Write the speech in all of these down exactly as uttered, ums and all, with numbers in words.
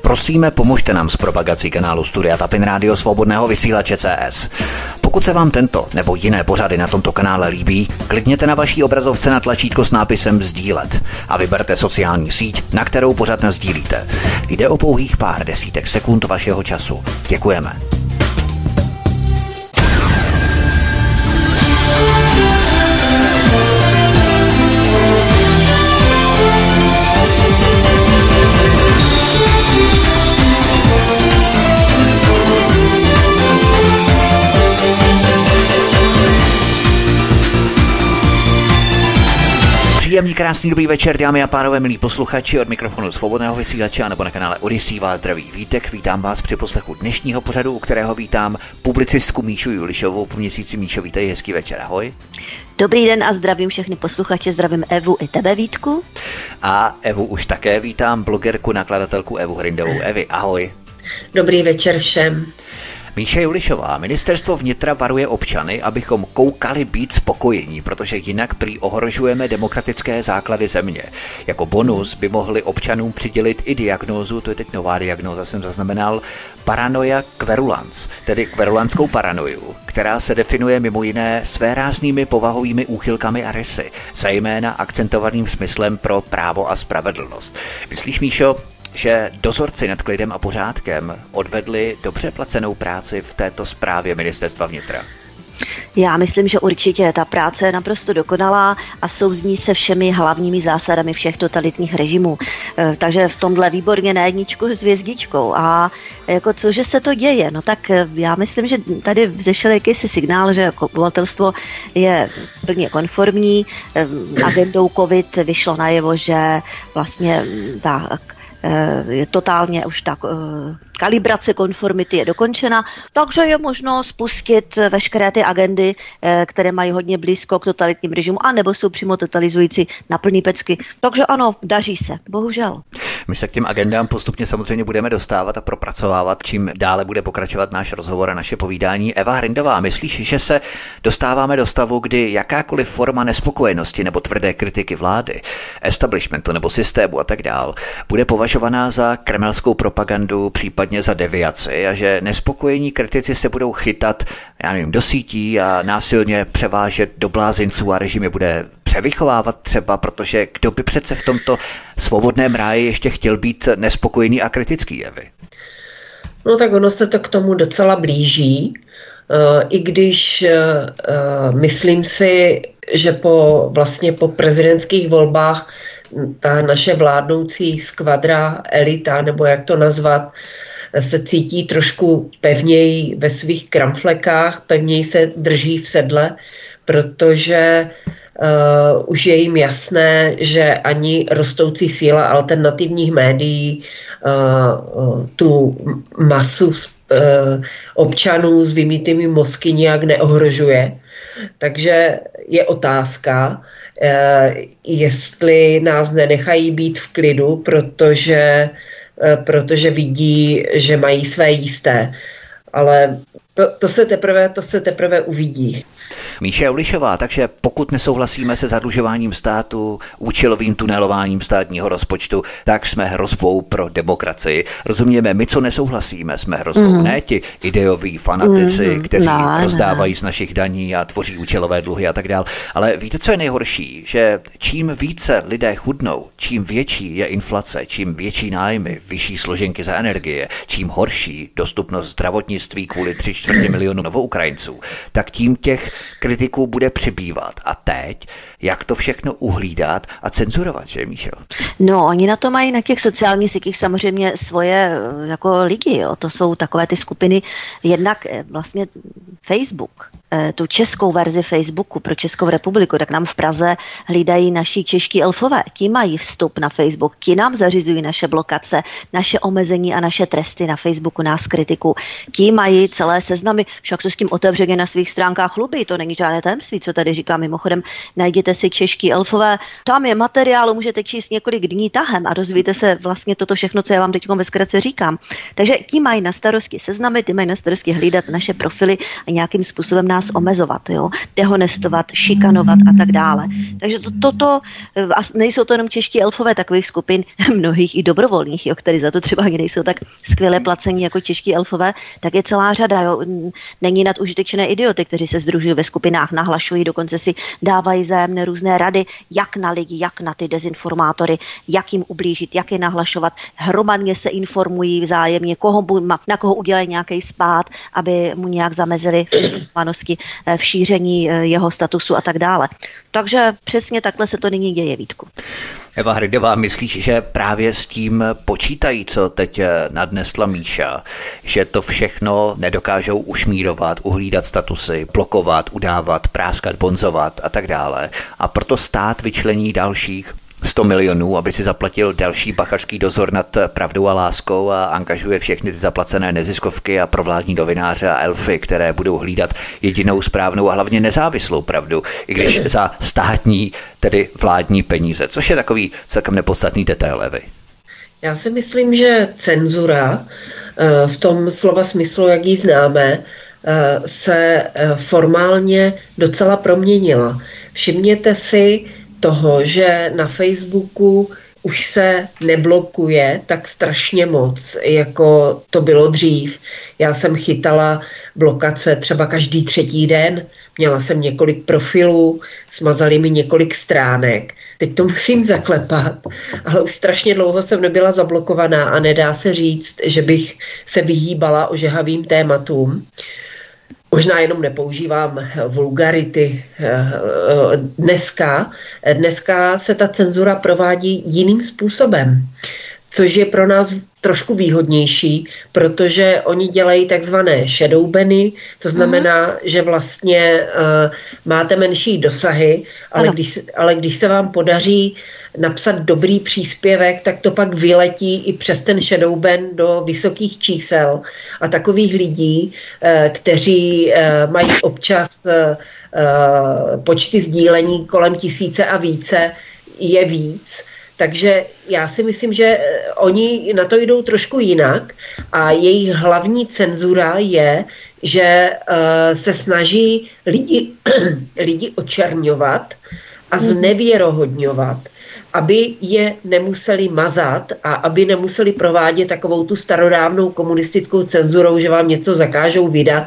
Prosíme, pomožte nám s propagací kanálu Studia Tapin Rádio Svobodného vysílače C S. Pokud se vám tento nebo jiné pořady na tomto kanále líbí, klikněte na vaší obrazovce na tlačítko s nápisem sdílet a vyberte sociální síť, na kterou pořad nasdílíte. Jde o pouhých pár desítek sekund vašeho času. Děkujeme. Příjemný, krásný, dobrý večer, dámy a pánové, milí posluchači, od mikrofonu Svobodného vysílače nebo na kanále Odyssey vás zdraví Vítek. Vítám vás při poslechu dnešního pořadu, u kterého vítám publicistku Míšu Julišovou. Po měsíci, Míšo, vítej, hezký večer, ahoj. Dobrý den a zdravím všechny posluchače, zdravím Evu i tebe, Vítku. A Evu už také vítám, blogerku, nakladatelku Evu Hrindovou. Evi, ahoj. Dobrý večer všem. Míša Julišová, ministerstvo vnitra varuje občany, abychom koukali být spokojení, protože jinak prý ohrožujeme demokratické základy země. Jako bonus by mohli občanům přidělit i diagnózu, to je teď nová diagnóza, jsem zaznamenal, paranoia querulans, tedy kverulantskou paranoju, která se definuje mimo jiné svéráznými povahovými úchylkami a rysy, zejména akcentovaným smyslem pro právo a spravedlnost. Myslíš, Míšo, že dozorci nad klidem a pořádkem odvedli dobře placenou práci v této správě ministerstva vnitra? Já myslím, že určitě ta práce je naprosto dokonalá a souzní se všemi hlavními zásadami všech totalitních režimů. Takže v tomhle výborně na jedničku s hvězdičkou. A jako cože se to děje? No tak já myslím, že tady vzešel jakýsi signál, že obyvatelstvo je plně konformní. Agendou COVID vyšlo najevo, že vlastně ta je totálně už tak kalibrace konformity je dokončena, takže je možno spustit veškeré ty agendy, které mají hodně blízko k totalitním režimu, anebo jsou přímo totalizující na plný pecky. Takže ano, daří se, bohužel. My se k těm agendám postupně samozřejmě budeme dostávat a propracovávat, čím dále bude pokračovat náš rozhovor a naše povídání. Eva Hrindová, myslíš, že se dostáváme do stavu, kdy jakákoliv forma nespokojenosti nebo tvrdé kritiky vlády, establishmentu nebo systému a tak dál bude považovaná za kremelskou propagandu, případně za deviaci, a že nespokojení kritici se budou chytat, já nevím, do sítí a násilně převážet do blázinců a režim je bude převychovávat třeba, protože kdo by přece v tomto svobodném ráji ještě chtěl být nespokojený a kritický, Evi? No tak ono se to k tomu docela blíží, i když myslím si, že po vlastně po prezidentských volbách ta naše vládnoucí skvadra, elita, nebo jak to nazvat, se cítí trošku pevněji ve svých kramflekách, pevněji se drží v sedle, protože uh, už je jim jasné, že ani rostoucí síla alternativních médií uh, tu masu uh, občanů s vymýtými mozky nijak neohrožuje. Takže je otázka, jestli nás nenechají být v klidu, protože, protože vidí, že mají své jisté. Ale to, to, se teprve, to se teprve uvidí. Míša Julišová, takže pokud nesouhlasíme se zadlužováním státu, účelovým tunelováním státního rozpočtu, tak jsme hrozbou pro demokracii. Rozumějme, my, co nesouhlasíme, jsme hrozbou. Mm. Ne ti ideoví fanatici, mm. kteří no, rozdávají ne. z našich daní a tvoří účelové dluhy a tak dál. Ale víte, co je nejhorší? Že čím více lidé chudnou, čím větší je inflace, čím větší nájmy, vyšší složenky za energie, čím horší dostupnost zdravotnictví kvůli tři čtvrtě milionu novoukrajinců, tak tím těch kritiků bude přibývat. A teď, jak to všechno uhlídat a cenzurovat, že, Míšo? No, oni na to mají na těch sociálních sítích samozřejmě svoje jako lidi, jo. To jsou takové ty skupiny, jednak vlastně Facebook, tu českou verzi Facebooku pro Českou republiku, tak nám v Praze hlídají naši čeští elfové. Ti mají vstup na Facebook, ti nám zařizují naše blokace, naše omezení a naše tresty na Facebooku, nás kritiku. Ti mají celé seznamy, však se s tím otevřeně na svých stránkách chlubí, to není žádné tajemství, co tady říkám. Mimochodem, najděte si čeští elfové, tam je materiál, můžete číst několik dní tahem a dozvíte se vlastně toto všechno, co já vám teď ve zkratce říkám. Takže ti mají na starosti seznamy, ti mají na starosti hlídat naše profily a nějakým způsobem nás nás omezovat, jo? Dehonestovat, šikanovat a tak dále. Takže to, toto, a nejsou to jenom čeští elfové, takových skupin, mnohých i dobrovolných, jo, který za to třeba ani nejsou tak skvěle placení jako čeští elfové, tak je celá řada. Jo? Není nad užitečné idioty, kteří se sdružují ve skupinách, nahlašují, dokonce si dávají vzájemné různé rady, jak na lidi, jak na ty dezinformátory, jak jim ublížit, jak je nahlašovat. Hromadně se informují vzájemně, koho, na koho udělají nějaký spád, aby mu nějak zamezili v šíření jeho statusu a tak dále. Takže přesně takhle se to nyní děje, Vítku. Eva Hrydová, myslíš, že právě s tím počítají, co teď nadnesla Míša, že to všechno nedokážou ušmírovat, uhlídat statusy, blokovat, udávat, práskat, bonzovat a tak dále. A proto stát vyčlení dalších sto milionů, aby si zaplatil další bachařský dozor nad Pravdou a láskou a angažuje všechny ty zaplacené neziskovky a provládní novináře a elfy, které budou hlídat jedinou správnou a hlavně nezávislou pravdu, i když za státní, tedy vládní peníze, což je takový celkem nepodstatný detail, Evy. Já si myslím, že cenzura v tom slova smyslu, jak ji známe, se formálně docela proměnila. Všimněte si toho, že na Facebooku už se neblokuje tak strašně moc, jako to bylo dřív. Já jsem chytala blokace třeba každý třetí den, měla jsem několik profilů, smazali mi několik stránek. Teď to musím zaklepat, ale už strašně dlouho jsem nebyla zablokovaná a nedá se říct, že bych se vyhýbala ožehavým tématům. Možná jenom nepoužívám vulgarity. Dneska, dneska se ta cenzura provádí jiným způsobem, což je pro nás trošku výhodnější, protože oni dělají takzvané shadow bany, to znamená, mm. že vlastně uh, máte menší dosahy, ale když, ale když se vám podaří napsat dobrý příspěvek, tak to pak vyletí i přes ten shadow ban do vysokých čísel. A takových lidí, uh, kteří uh, mají občas uh, počty sdílení kolem tisíce a více, je víc. Takže já si myslím, že oni na to jdou trošku jinak a jejich hlavní cenzura je, že uh, se snaží lidi, lidi očerňovat a znevěrohodňovat, aby je nemuseli mazat a aby nemuseli provádět takovou tu starodávnou komunistickou cenzurou, že vám něco zakážou vydat.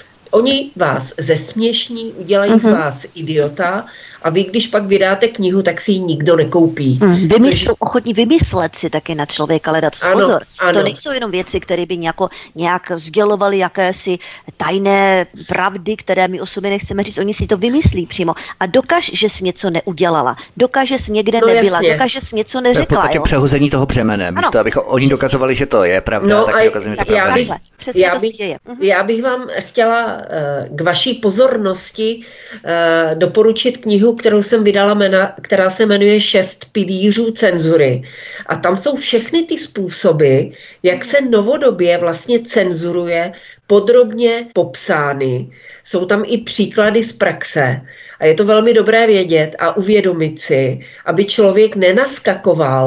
Oni vás zesměšní, udělají uh-huh. z vás idiota a vy, když pak vydáte knihu, tak si ji nikdo nekoupí. Hmm, vymysl, což... ochotní vymyslet si taky na člověka, ale dát pozor. Ano. To nejsou jenom věci, které by nějako, nějak sdělovaly jakési tajné pravdy, které my o sobě nechceme říct. Oni si to vymyslí přímo. A dokaž, že jsi něco neudělala. Dokaž, že jsi někde no, nebyla. Jasně. Dokaž, že jsi něco neřekla. To je v podstatě jo? přehození toho břemene. Místo, abych oni dokazovali, že to je pravda, no, tak dokazují, že to je já pravda. Bych, já, bych, já bych vám chtěla uh, k vaší pozornosti uh, doporučit knihu, kterou jsem vydala, mena, která se jmenuje Šest pilířů cenzury. A tam jsou všechny ty způsoby, jak se novodobě vlastně cenzuruje, podrobně popsány. Jsou tam i příklady z praxe. A je to velmi dobré vědět a uvědomit si, aby člověk nenaskakoval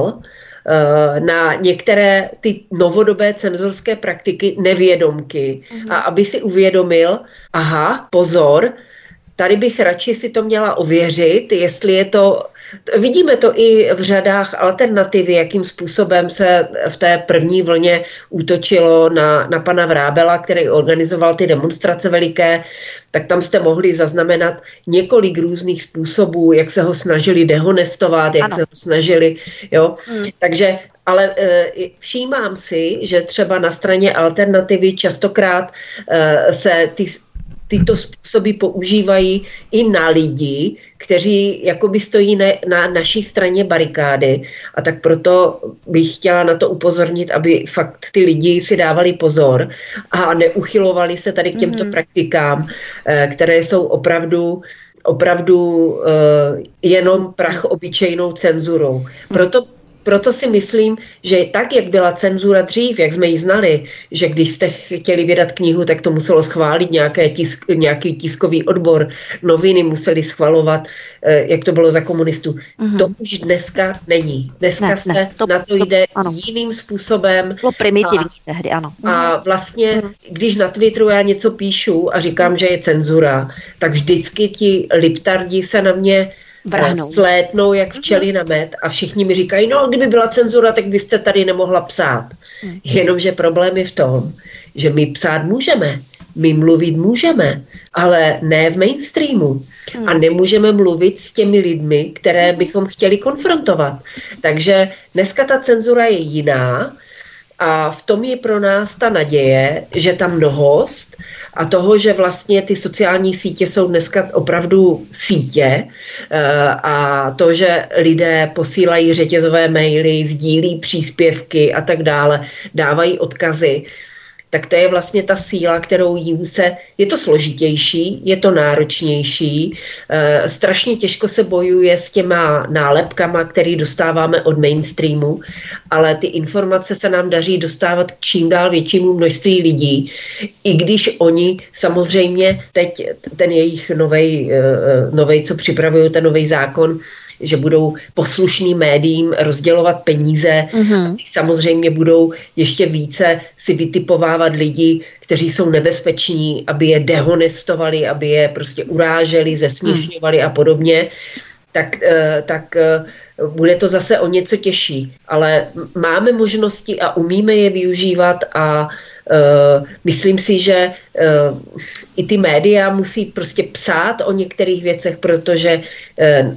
uh, na některé ty novodobé cenzorské praktiky nevědomky. Mhm. A aby si uvědomil, aha, pozor, tady bych radši si to měla ověřit, jestli je to, vidíme to i v řadách Alternativy, jakým způsobem se v té první vlně útočilo na, na pana Vrábela, který organizoval ty demonstrace veliké, tak tam jste mohli zaznamenat několik různých způsobů, jak se ho snažili dehonestovat, jak ano. se ho snažili, jo, hmm. takže ale e, všímám si, že třeba na straně Alternativy častokrát e, se ty tyto způsoby používají i na lidi, kteří jakoby stojí na, na naší straně barikády. A tak proto bych chtěla na to upozornit, aby fakt ty lidi si dávali pozor a neuchylovali se tady k těmto mm-hmm. praktikám, které jsou opravdu opravdu jenom prach obyčejnou cenzurou. Proto proto si myslím, že tak, jak byla cenzura dřív, jak jsme ji znali, že když jste chtěli vydat knihu, tak to muselo schválit nějaké tisk, nějaký tiskový odbor, noviny museli schvalovat, jak to bylo za komunistů. Mm-hmm. To už dneska není. Dneska ne, se ne, to, na to jde to, jiným způsobem. To primitivní a, tehdy, ano. A vlastně, mm. když na Twitteru já něco píšu a říkám, že je cenzura, tak vždycky ti liptardi se na mě Vrhnou. slétnou jak včely na med a všichni mi říkají, no kdyby byla cenzura, tak byste tady nemohla psát. Mm. Jenomže problém je v tom, že my psát můžeme, my mluvit můžeme, ale ne v mainstreamu. A nemůžeme mluvit s těmi lidmi, které bychom chtěli konfrontovat. Takže dneska ta cenzura je jiná a v tom je pro nás ta naděje, že ta mnohost a toho, že vlastně ty sociální sítě jsou dneska opravdu sítě a to, že lidé posílají řetězové maily, sdílí příspěvky a tak dále, dávají odkazy, tak to je vlastně ta síla, kterou jim se, je to složitější, je to náročnější, e, strašně těžko se bojuje s těma nálepkama, které dostáváme od mainstreamu, ale ty informace se nám daří dostávat k čím dál většímu množství lidí, i když oni samozřejmě teď ten jejich novej, e, novej co připravují, ten nový zákon, že budou poslušným médiím rozdělovat peníze, mm-hmm. a samozřejmě budou ještě více si vytipovávat lidi, kteří jsou nebezpeční, aby je dehonestovali, aby je prostě uráželi, zesměšňovali a podobně, tak, tak bude to zase o něco těžší. Ale máme možnosti a umíme je využívat a Uh, myslím si, že uh, i ty média musí prostě psát o některých věcech, protože uh,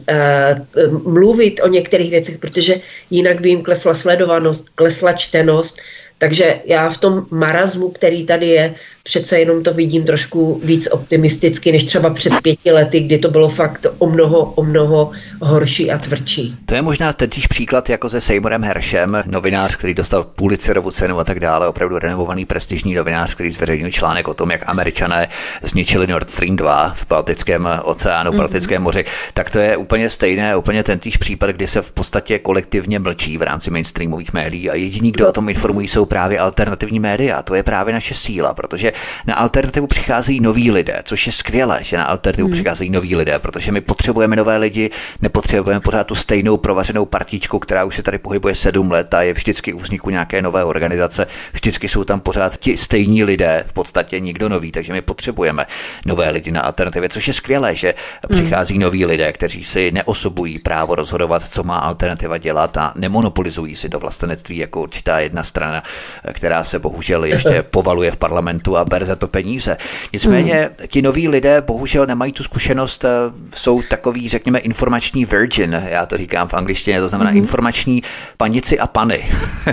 uh, mluvit o některých věcech, protože jinak by jim klesla sledovanost, klesla čtenost. Takže já v tom marazmu, který tady je, přece jenom to vidím trošku víc optimisticky, než třeba před pěti lety, kdy to bylo fakt o mnoho, o mnoho horší a tvrdší. To je možná tentýž příklad jako se Seymourem Heršem, novinář, který dostal Pulitzerovu cenu a tak dále, opravdu renovovaný prestižní novinář, který zveřejnil článek o tom, jak Američané zničili Nord Stream dva v Baltickém oceánu, mm-hmm. Baltickém moři. Tak to je úplně stejné, úplně tentýž případ, kdy se v podstatě kolektivně mlčí v rámci mainstreamových médií a jediní, kdo o tom informují, jsou právě alternativní média. To je právě naše síla, protože na alternativu přicházejí noví lidé, což je skvělé, že na alternativu hmm. přicházejí noví lidé, protože my potřebujeme nové lidi, nepotřebujeme pořád tu stejnou provařenou partičku, která už se tady pohybuje sedm let a je vždycky u vzniku nějaké nové organizace, vždycky jsou tam pořád ti stejní lidé, v podstatě nikdo nový, takže my potřebujeme nové lidi na alternativě, což je skvělé, že hmm. přichází noví lidé, kteří si neosobují právo rozhodovat, co má alternativa dělat a nemonopolizují si to vlastenectví jako určitá jedna strana, která se bohužel ještě povaluje v parlamentu a bere za to peníze. Nicméně mm. ti noví lidé bohužel nemají tu zkušenost, jsou takový, řekněme, informační virgin, já to říkám v angličtině, to znamená mm. informační panici a pany.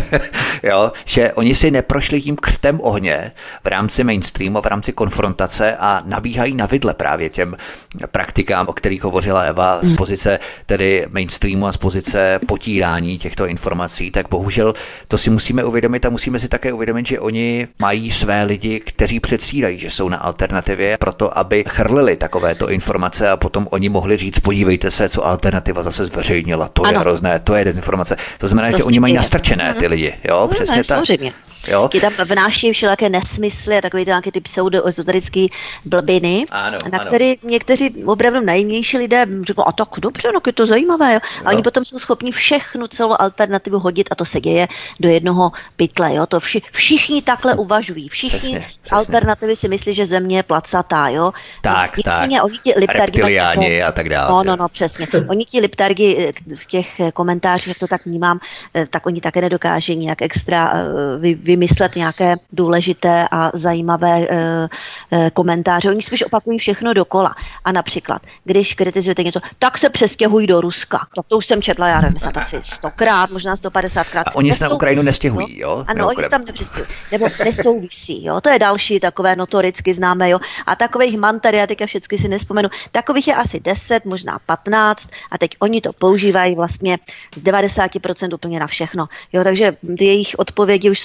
Jo? Že oni si neprošli tím křtem ohně v rámci mainstreamu, v rámci konfrontace a nabíhají na vidle právě těm praktikám, o kterých hovořila Eva, mm. z pozice tedy mainstreamu a z pozice potírání těchto informací, tak bohužel to si musíme uvědomit a musíme si také uvědomit, že oni mají své lidi, kteří předstírají, že jsou na alternativě, proto aby chrlili takovéto informace a potom oni mohli říct, podívejte se, co alternativa zase zveřejnila, to ano. je hrozné, to je dezinformace. To znamená, to že oni mají nastrčené ty lidi, jo, no, přesně no, tak. Samozřejmě. Jo? Ti tam vnáší všelaké nesmysly a takové ty, ty pseudoezoterické blbiny, ano, na ano. které někteří opravdu nejmější lidé řeknou, a tak dobře, no je to zajímavé. Jo? A jo. oni potom jsou schopni všechnu celou alternativu hodit a to se děje do jednoho pytle. Jo? To vši, všichni takhle uvažují. Všichni přesně, přesně. alternativy si myslí, že země je placatá. Jo? Tak, no, tak. Oni ti reptiliáni a tak dále. No, no, no, přesně. Oni ti liptargi v těch komentářích, jak to tak vnímám, tak oni také nedokáží nějak extra vy, vymyslet nějaké důležité a zajímavé uh, komentáře. Oni spíš opakují všechno dokola. A například, když kritizujete něco, tak se přestěhují do Ruska. To, to už jsem četla, já nevím, asi stokrát, možná sto padesátkrát. A oni se na Ukrajinu nestěhují, jo? Ano, Mimochodem. oni tam nepřestěhují. Nebo nesouvisí, jo? To je další takové notoricky známé, jo? A takových manter, já teďka všechny si nespomenu, takových je asi deset, možná patnáct a teď oni to používají vlastně z devadesát procent úplně na všechno. Jo? Takže ty jejich odpovědi už jsou mnohdy tak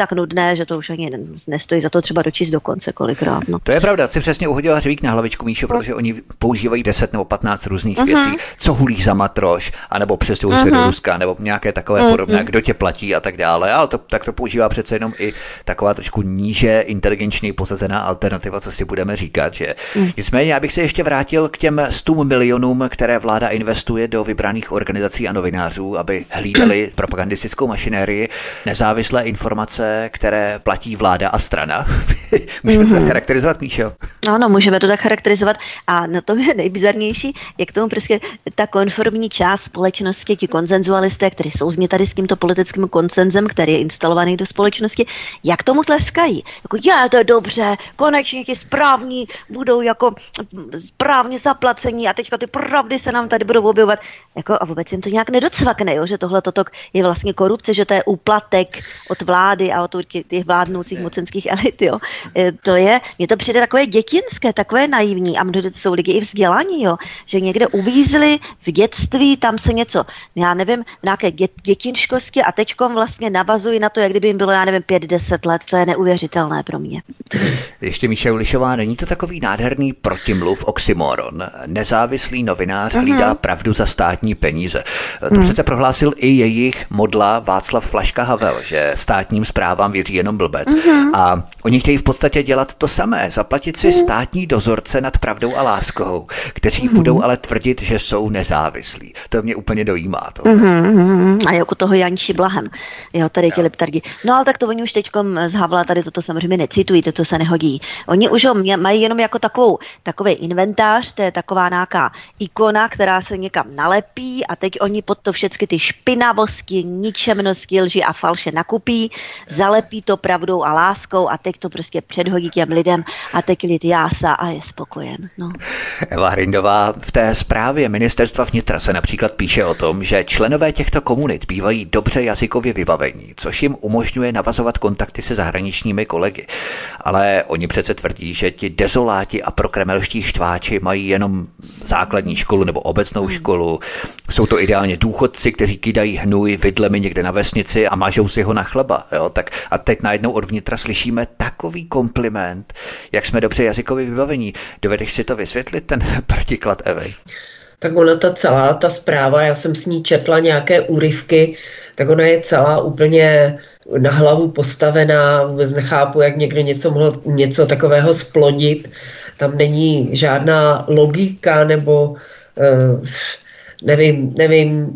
tak nudné, že to už ani nestojí za to třeba dočíst do konce kolikrát. No. To je pravda, si přesně uhodila hřebík na hlavičku, Míšo, protože oni používají deset nebo patnáct různých uh-huh. věcí, co hulí za matroš, anebo přestěhují uh-huh. se do Ruska, nebo nějaké takové uh-huh. podobné, kdo tě platí a tak dále, ale to, tak to používá přece jenom i taková trošku níže inteligenčně posazená alternativa, co si budeme říkat, že. Uh-huh. Nicméně, já bych se ještě vrátil k těm sto milionům, které vláda investuje do vybraných organizací a novinářů, aby hlídali propagandistickou mašinérii, nezávislé informace, které platí vláda a strana. Můžeme mm-hmm. to tak charakterizovat, Míšo? Ano, můžeme to tak charakterizovat a na tom je nejbizarnější, jak tomu prostě ta konformní část společnosti, ti konsenzualisté, kteří jsou změtali s tímto politickým konsenzem, který je instalovaný do společnosti, jak tomu tleskají. Jako, je, to je dobře, konečně ti správní budou jako správně zaplacení a teďka ty pravdy se nám tady budou objevovat. Jako, a vůbec jim to nějak nedocvakne, jo? Že tohle toto je vlastně korupce, že to je úplatek od vlády a od těch vládnoucích mocenských elit. Jo? To je, mně to přijde takové dětinské, takové naivní a mnohdy to jsou lidi i vzdělaní, jo? Že někde uvízli v dětství, tam se něco, já nevím, v nějaké dět, dětinškosti a teďkom vlastně navazují na to, jak kdyby jim bylo, já nevím, pět, deset let. To je neuvěřitelné pro mě. Ještě Míša Julišová, není to takový nádherný protimluv, oxymoron? Nezávislý novinář uh-huh. hlídá pravdu za státní peníze. To uh-huh. přece prohlásil i jejich modla Václav Flaška Havel, že státním správám věří jenom blbec. Uh-huh. A oni chtějí v podstatě dělat to samé, zaplatit si uh-huh. státní dozorce nad pravdou a láskou, kteří uh-huh. budou ale tvrdit, že jsou nezávislí. To mě úplně dojímá. To. Uh-huh. A jako toho Janči Blahem. Jo, tady ti leptardi. No ale tak to oni už teďkom z Havla tady toto samozřejmě necitují, to se nehodí. Oni už ho mají jenom jako takovou, takový inventář, to je taková nějaká ikona, která se někam nalepí a teď oni pod to všechny ty špinavosti, ničemnosti, lži a falše nakupí, zalepí to pravdou a láskou a teď to prostě předhodí těm lidem a teď lid jásá a je spokojen. No. Eva Hrindová, v té zprávě Ministerstva vnitra se například píše o tom, že členové těchto komunit bývají dobře jazykově vybavení, což jim umožňuje navazovat kontakty se zahraničními kolegy. Ale oni přece tvrdí, že ti dezoláti a prokremelští štváči mají jenom základní školu nebo obecnou školu. Jsou to ideálně důchodci, kteří kydají hnůj vidlemi někde na vesnici a mažou si ho na chleba. Jo? Tak a teď najednou od vnitra slyšíme takový kompliment, jak jsme dobře jazykově vybavení. Dovedeš si to vysvětlit, ten protiklad Evy? Tak ona ta celá ta zpráva, já jsem s ní četla nějaké úryvky, tak ona je celá úplně na hlavu postavená, vůbec nechápu, jak někdo něco mohl něco takového splodit. Tam není žádná logika nebo uh, nevím, nevím,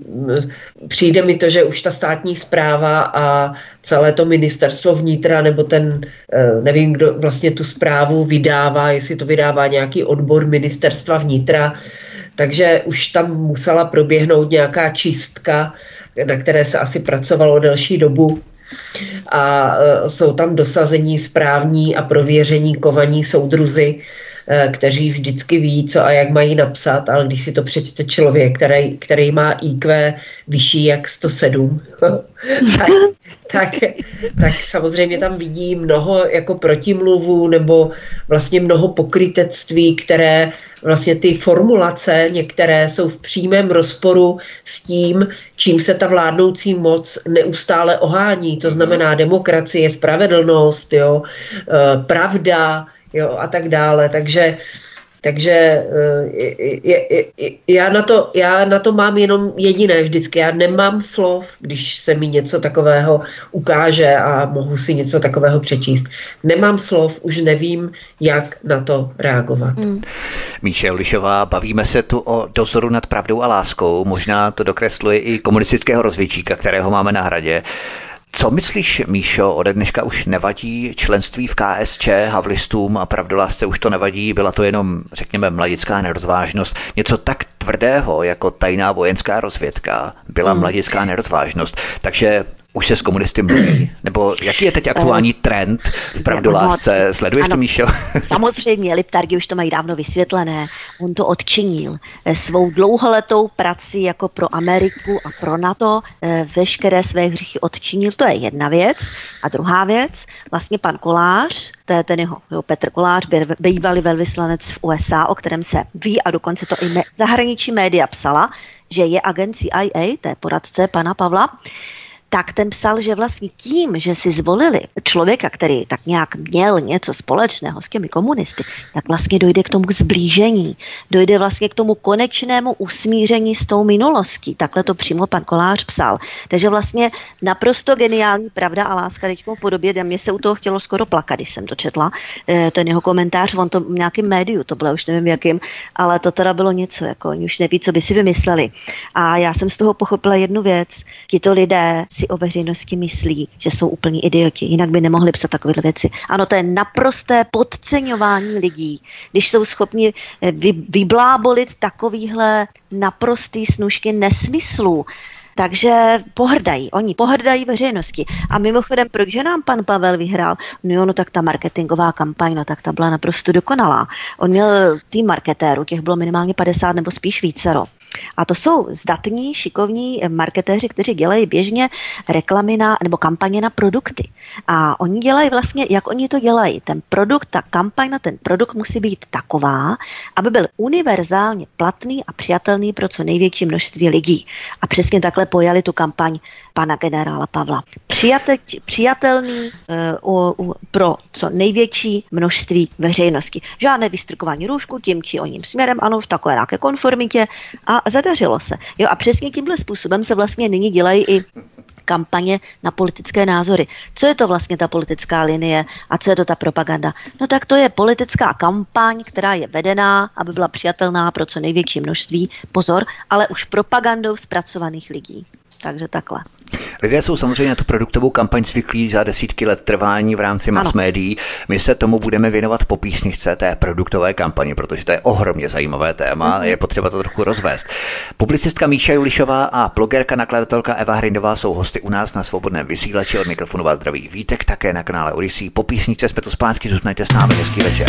přijde mi to, že už ta státní správa a celé to ministerstvo vnitra nebo ten, nevím, kdo vlastně tu zprávu vydává, jestli to vydává nějaký odbor ministerstva vnitra, takže už tam musela proběhnout nějaká čistka, na které se asi pracovalo delší dobu. A jsou tam dosazení správní a prověření kovaní soudruzi, kteří vždycky ví, co a jak mají napsat, ale když si to přečte člověk, který, který má í kvé vyšší jak sto sedm, tak, tak, tak samozřejmě tam vidí mnoho jako protimluvů nebo vlastně mnoho pokrytectví, které vlastně ty formulace některé jsou v přímém rozporu s tím, čím se ta vládnoucí moc neustále ohání. To znamená demokracie, spravedlnost, jo, pravda, jo, a tak dále. Takže, takže je, je, je, já, na to, já na to mám jenom jediné vždycky. Já nemám slov, když se mi něco takového ukáže a mohu si něco takového přečíst. Nemám slov, už nevím, jak na to reagovat. Mm. Míša Julišová, bavíme se tu o dozoru nad pravdou a láskou. Možná to dokresluje i komunistického rozvědčíka, kterého máme na Hradě. Co myslíš, Míšo, ode dneška už nevadí členství v K S Č, havlistům a pravdolásce už to nevadí, byla to jenom, řekněme, mladická nerozvážnost. Něco tak tvrdého, jako tajná vojenská rozvědka, byla mm. mladická nerozvážnost. Takže už se s komunisty mluví? Nebo jaký je teď aktuální trend v pravdolásce? Sleduješ ano, to, Míšo? Samozřejmě, Liptargy už to mají dávno vysvětlené. On to odčinil. Svou dlouholetou prací jako pro Ameriku a pro NATO veškeré své hříchy odčinil. To je jedna věc. A druhá věc, vlastně pan Kolář, to je ten jeho, jeho Petr Kolář, bývalý velvyslanec v U S A, o kterém se ví a dokonce to i zahraniční média psala, že je agent C I A, to je poradce pana Pavla, tak ten psal, že vlastně tím, že si zvolili člověka, který tak nějak měl něco společného s těmi komunisty, tak vlastně dojde k tomu zblížení, dojde vlastně k tomu konečnému usmíření s tou minulostí. Takhle to přímo pan Kolář psal. Takže vlastně naprosto geniální pravda a láska teďko v podobě, mě se u toho chtělo skoro plakat, když jsem to četla, ten jeho komentář, on to v nějakém médiu, to bylo už nevím jakým, ale to teda bylo něco, jako oni už neví, co by si vymysleli. A já jsem z toho pochopila jednu věc, tito lidé si o veřejnosti myslí, že jsou úplní idioti, jinak by nemohli psat takovéhle věci. Ano, to je naprosté podceňování lidí, když jsou schopni vy, vyblábolit takovýhle naprostý snužky nesmyslů. Takže pohrdají, oni pohrdají veřejnosti. A mimochodem, proč nám pan Pavel vyhrál? No jo, no tak ta marketingová kampaň, no tak ta byla naprosto dokonalá. On měl tým marketérů, těch bylo minimálně padesát nebo spíš vícero. A to jsou zdatní, šikovní marketéři, kteří dělají běžně reklamy na, nebo kampaně na produkty. A oni dělají vlastně, jak oni to dělají. Ten produkt, ta kampaň na ten produkt musí být taková, aby byl univerzálně platný a přijatelný pro co největší množství lidí. A přesně takhle pojali tu kampaň pana generála Pavla. Přijate, přijatelný uh, uh, pro co největší množství veřejnosti. Žádné vystrkování růžku tím či oním směrem, ano, v takové nějaké konformitě a zadařilo se. Jo, a přesně tímhle způsobem se vlastně nyní dělají i kampaně na politické názory. Co je to vlastně ta politická linie a co je to ta propaganda? No tak to je politická kampaň, která je vedená, aby byla přijatelná pro co největší množství, pozor, ale už propagandou zpracovaných lidí. Takže takhle. Lidé jsou samozřejmě na tu produktovou kampaň zvyklí za desítky let trvání v rámci mass médií. My se tomu budeme věnovat po písničce té produktové kampani, protože to je ohromně zajímavé téma, mm-hmm. je potřeba to trochu rozvést. Publicistka Míša Julišová a blogerka nakladatelka Eva Hrindová jsou hosty u nás na Svobodném vysílači. Od mikrofonu vás zdraví Vítek, také na kanále Odyssey. Po písničce jsme tu zpátky, zůstaňte s námi, hezký večer.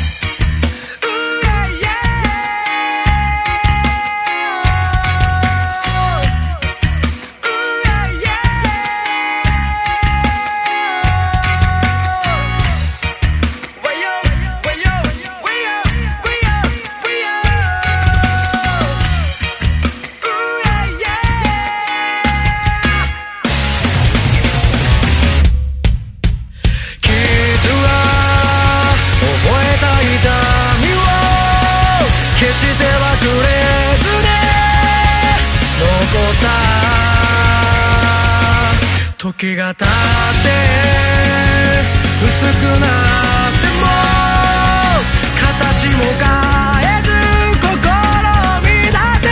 時が経って薄くなっても形も変えず心を乱せ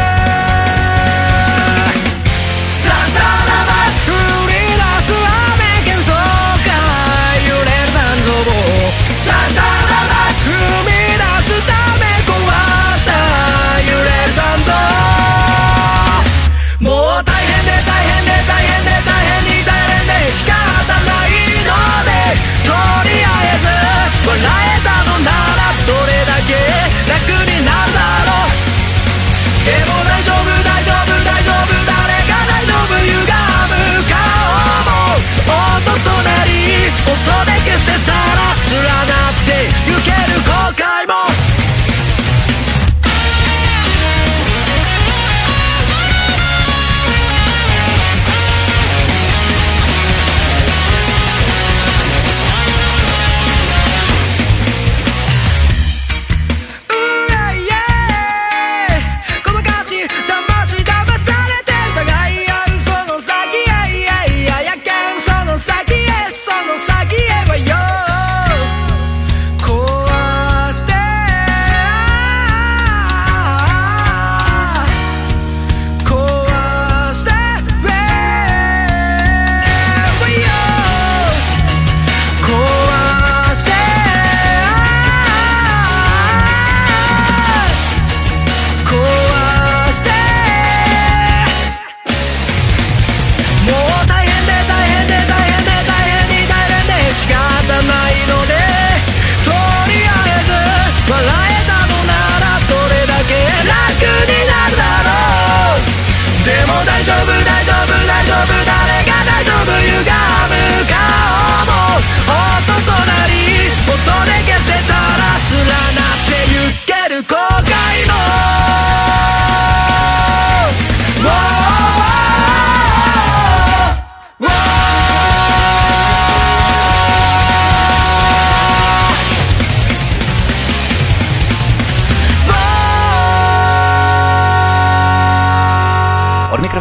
ザンダラマス降り出す雨幻想から揺れる残像をザンダラマス踏み出すため壊した揺れる残像もう大変で大変で大変で大変仕方ないのでとりあえず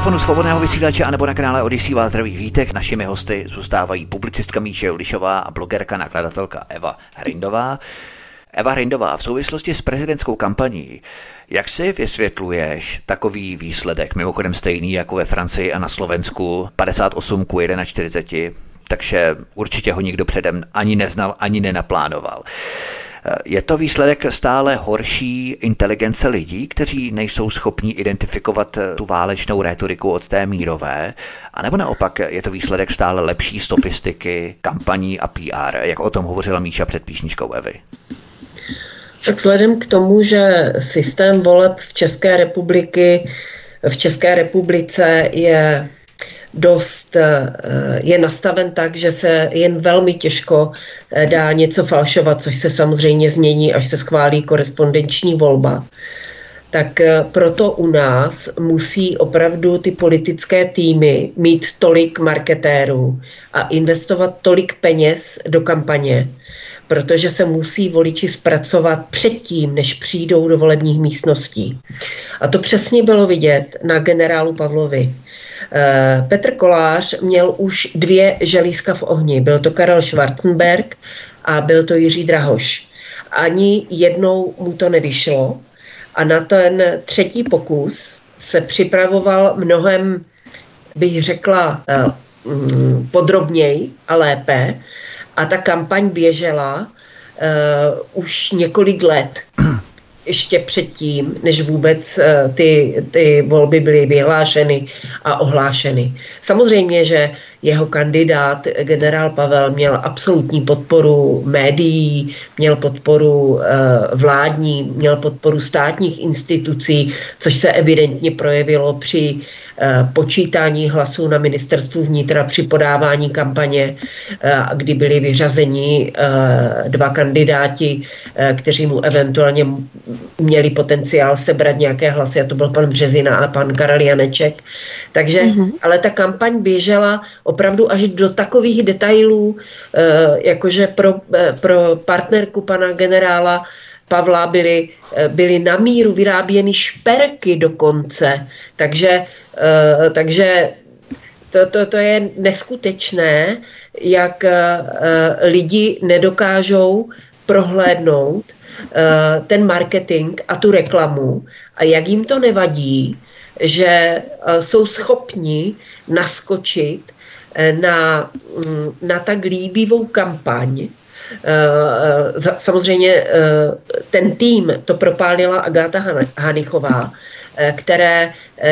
mikrofonu Svobodného vysílače anebo na kanále Odyssey vás zdraví Vítek. Našimi hosty zůstávají publicistka Míše Julišová a blogerka, nakladatelka Eva Hrindová. Eva Hrindová, v souvislosti s prezidentskou kampaní, jak si vysvětluješ takový výsledek, mimochodem stejný jako ve Francii a na Slovensku, padesát osm ku čtyřiceti jedna, takže určitě ho nikdo předem ani neznal, ani nenaplánoval. Je to výsledek stále horší inteligence lidí, kteří nejsou schopni identifikovat tu válečnou rétoriku od té mírové, anebo naopak je to výsledek stále lepší sofistiky, kampaní a P R, jak o tom hovořila Míša před písničkou Evy? Tak vzhledem k tomu, že systém voleb v České republiky, v České republice je dost, je nastaven tak, že se jen velmi těžko dá něco falšovat, což se samozřejmě změní, až se schválí korespondenční volba. Tak proto u nás musí opravdu ty politické týmy mít tolik marketérů a investovat tolik peněz do kampaně, protože se musí voliči zpracovat předtím, než přijdou do volebních místností. A to přesně bylo vidět na generálu Pavlovi. Petr Kolář měl už dvě želízka v ohni. Byl to Karel Schwarzenberg a byl to Jiří Drahoš. Ani jednou mu to nevyšlo a na ten třetí pokus se připravoval mnohem, bych řekla, podrobněji a lépe a ta kampaň běžela uh, už několik let. Ještě předtím, než vůbec uh, ty, ty volby byly vyhlášeny a ohlášeny. Samozřejmě, že jeho kandidát, generál Pavel, měl absolutní podporu médií, měl podporu uh, vládní, měl podporu státních institucí, což se evidentně projevilo při uh, počítání hlasů na ministerstvu vnitra, při podávání kampaně, uh, kdy byli vyřazeni uh, dva kandidáti, uh, kteří mu eventuálně měli potenciál sebrat nějaké hlasy, a to byl pan Březina a pan Karel Janeček. Takže, mm-hmm. ale ta kampaň běžela opravdu až do takových detailů, jakože pro, pro partnerku pana generála Pavla byly, byly na míru vyráběny šperky dokonce. Takže, takže to, to, to je neskutečné, jak lidi nedokážou prohlédnout ten marketing a tu reklamu a jak jim to nevadí, že jsou schopni naskočit na, na tak líbivou kampaň. Samozřejmě ten tým to propálila Agáta Hanichová, které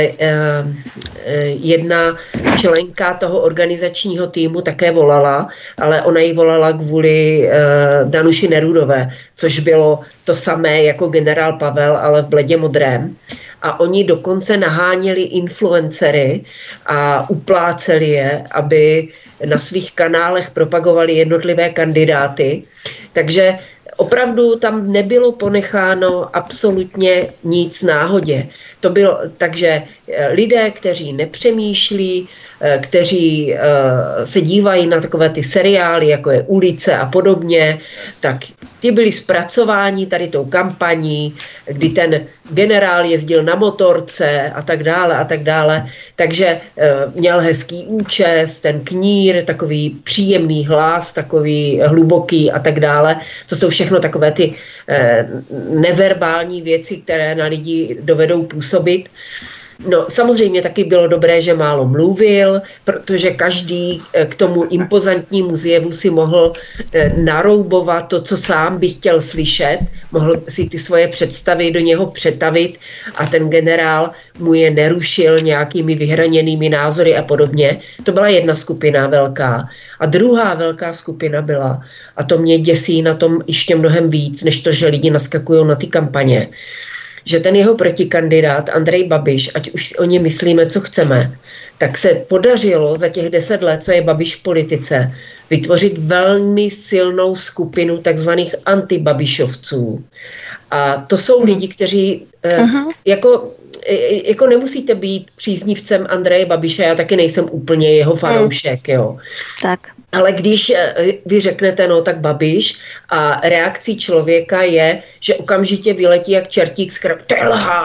jedna členka toho organizačního týmu také volala, ale ona ji volala kvůli Danuši Nerudové, což bylo to samé jako generál Pavel, ale v bledě modrém. A oni dokonce naháněli influencery a upláceli je, aby na svých kanálech propagovali jednotlivé kandidáty. Takže opravdu tam nebylo ponecháno absolutně nic náhodě. To bylo, takže lidé, kteří nepřemýšlí, kteří se dívají na takové ty seriály, jako je Ulice a podobně, tak ty byli zpracováni tady tou kampaní, kdy ten generál jezdil na motorce a tak dále a tak dále. Takže měl hezký účes, ten knír, takový příjemný hlas, takový hluboký a tak dále. To jsou všechno takové ty neverbální věci, které na lidi dovedou působit. No, samozřejmě taky bylo dobré, že málo mluvil, protože každý k tomu impozantnímu zjevu si mohl naroubovat to, co sám by chtěl slyšet, mohl si ty svoje představy do něho přetavit a ten generál mu je nerušil nějakými vyhraněnými názory a podobně. To byla jedna skupina velká. A druhá velká skupina byla, a to mě děsí na tom ještě mnohem víc, než to, že lidi naskakují na ty kampaně, že ten jeho protikandidát Andrej Babiš, ať už o něm myslíme, co chceme, tak se podařilo za těch deset let, co je Babiš v politice, vytvořit velmi silnou skupinu takzvaných antibabišovců. A to jsou lidi, kteří uh-huh. jako, jako nemusíte být příznivcem Andreje Babiše, já taky nejsem úplně jeho fanoušek, jo. Tak. Ale když vy řeknete, no tak Babiš, a reakcí člověka je, že okamžitě vyletí jak čertík z krabu, to je lhář,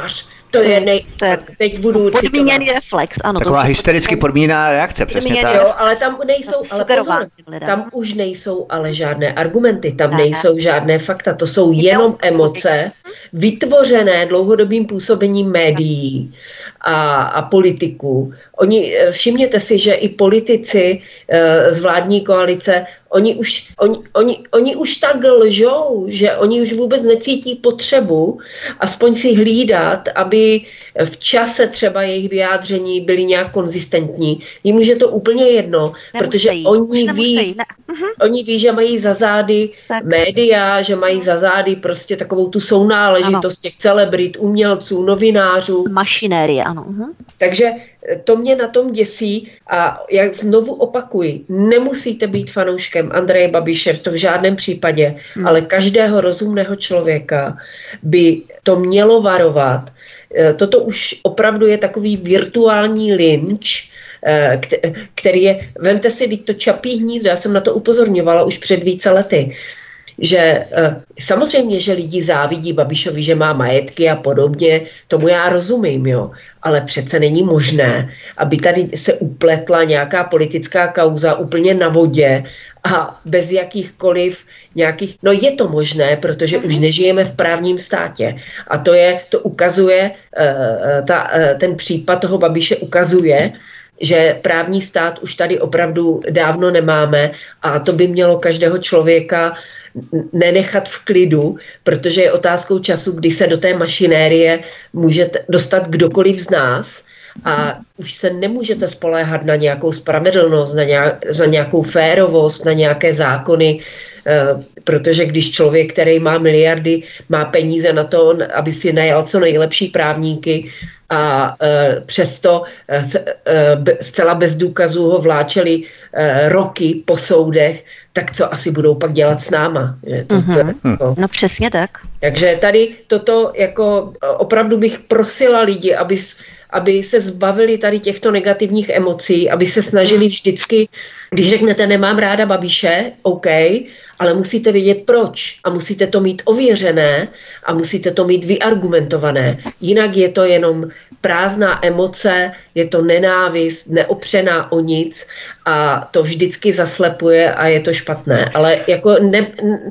To je nej... Teď budu podmíněný citovat. Reflex, ano. Taková to hystericky podmíněná reakce, přesně tak. Jo, ale tam nejsou, ale pozor, tam už nejsou ale žádné argumenty, tam nejsou žádné fakta, to jsou jenom emoce, vytvořené dlouhodobým působením médií a, a politiků. Oni, všimněte si, že i politici z vládní koalice, oni už, oni, oni, oni už tak lžou, že oni už vůbec necítí potřebu aspoň si hlídat, aby v čase třeba jejich vyjádření byly nějak konzistentní. Jim už je to úplně jedno, nemusí, protože oni ví, ne. oni ví, že mají za zády tak. média, že mají za zády prostě takovou tu sounáležitost ano. těch celebrit, umělců, novinářů. Mašinérie, ano. Uh-huh. Takže to mě na tom děsí a jak znovu opakuji, nemusíte být fanouškem Andreje Babiše, to v žádném případě, hmm. ale každého rozumného člověka by to mělo varovat. Toto už opravdu je takový virtuální lynč, který je, vemte si, teď to Čapí hnízdo, já jsem na to upozorňovala už před více lety, že samozřejmě, že lidi závidí Babišovi, že má majetky a podobně, tomu já rozumím, jo, ale přece není možné, aby tady se upletla nějaká politická kauza úplně na vodě a bez jakýchkoliv nějakých, no je to možné, protože už nežijeme v právním státě a to je, to ukazuje, ta, ten případ toho Babiše ukazuje, že právní stát už tady opravdu dávno nemáme a to by mělo každého člověka nenechat v klidu, protože je otázkou času, kdy se do té mašinérie může dostat kdokoliv z nás a už se nemůžete spoléhat na nějakou spravedlnost, na, nějak, na nějakou férovost, na nějaké zákony, protože když člověk, který má miliardy, má peníze na to, aby si najal co nejlepší právníky a e, přesto e, e, zcela bez důkazů ho vláčeli e, roky po soudech, tak co asi budou pak dělat s náma? Že? To, mm-hmm. to, jako. No přesně tak. Takže tady toto jako opravdu bych prosila lidi, aby aby se zbavili tady těchto negativních emocí, aby se snažili vždycky, když řeknete nemám ráda Babiše, OK, ale musíte vědět proč a musíte to mít ověřené a musíte to mít vyargumentované. Jinak je to jenom prázdná emoce, je to nenávist, neopřená o nic a to vždycky zaslepuje a je to špatné. Ale jako ne...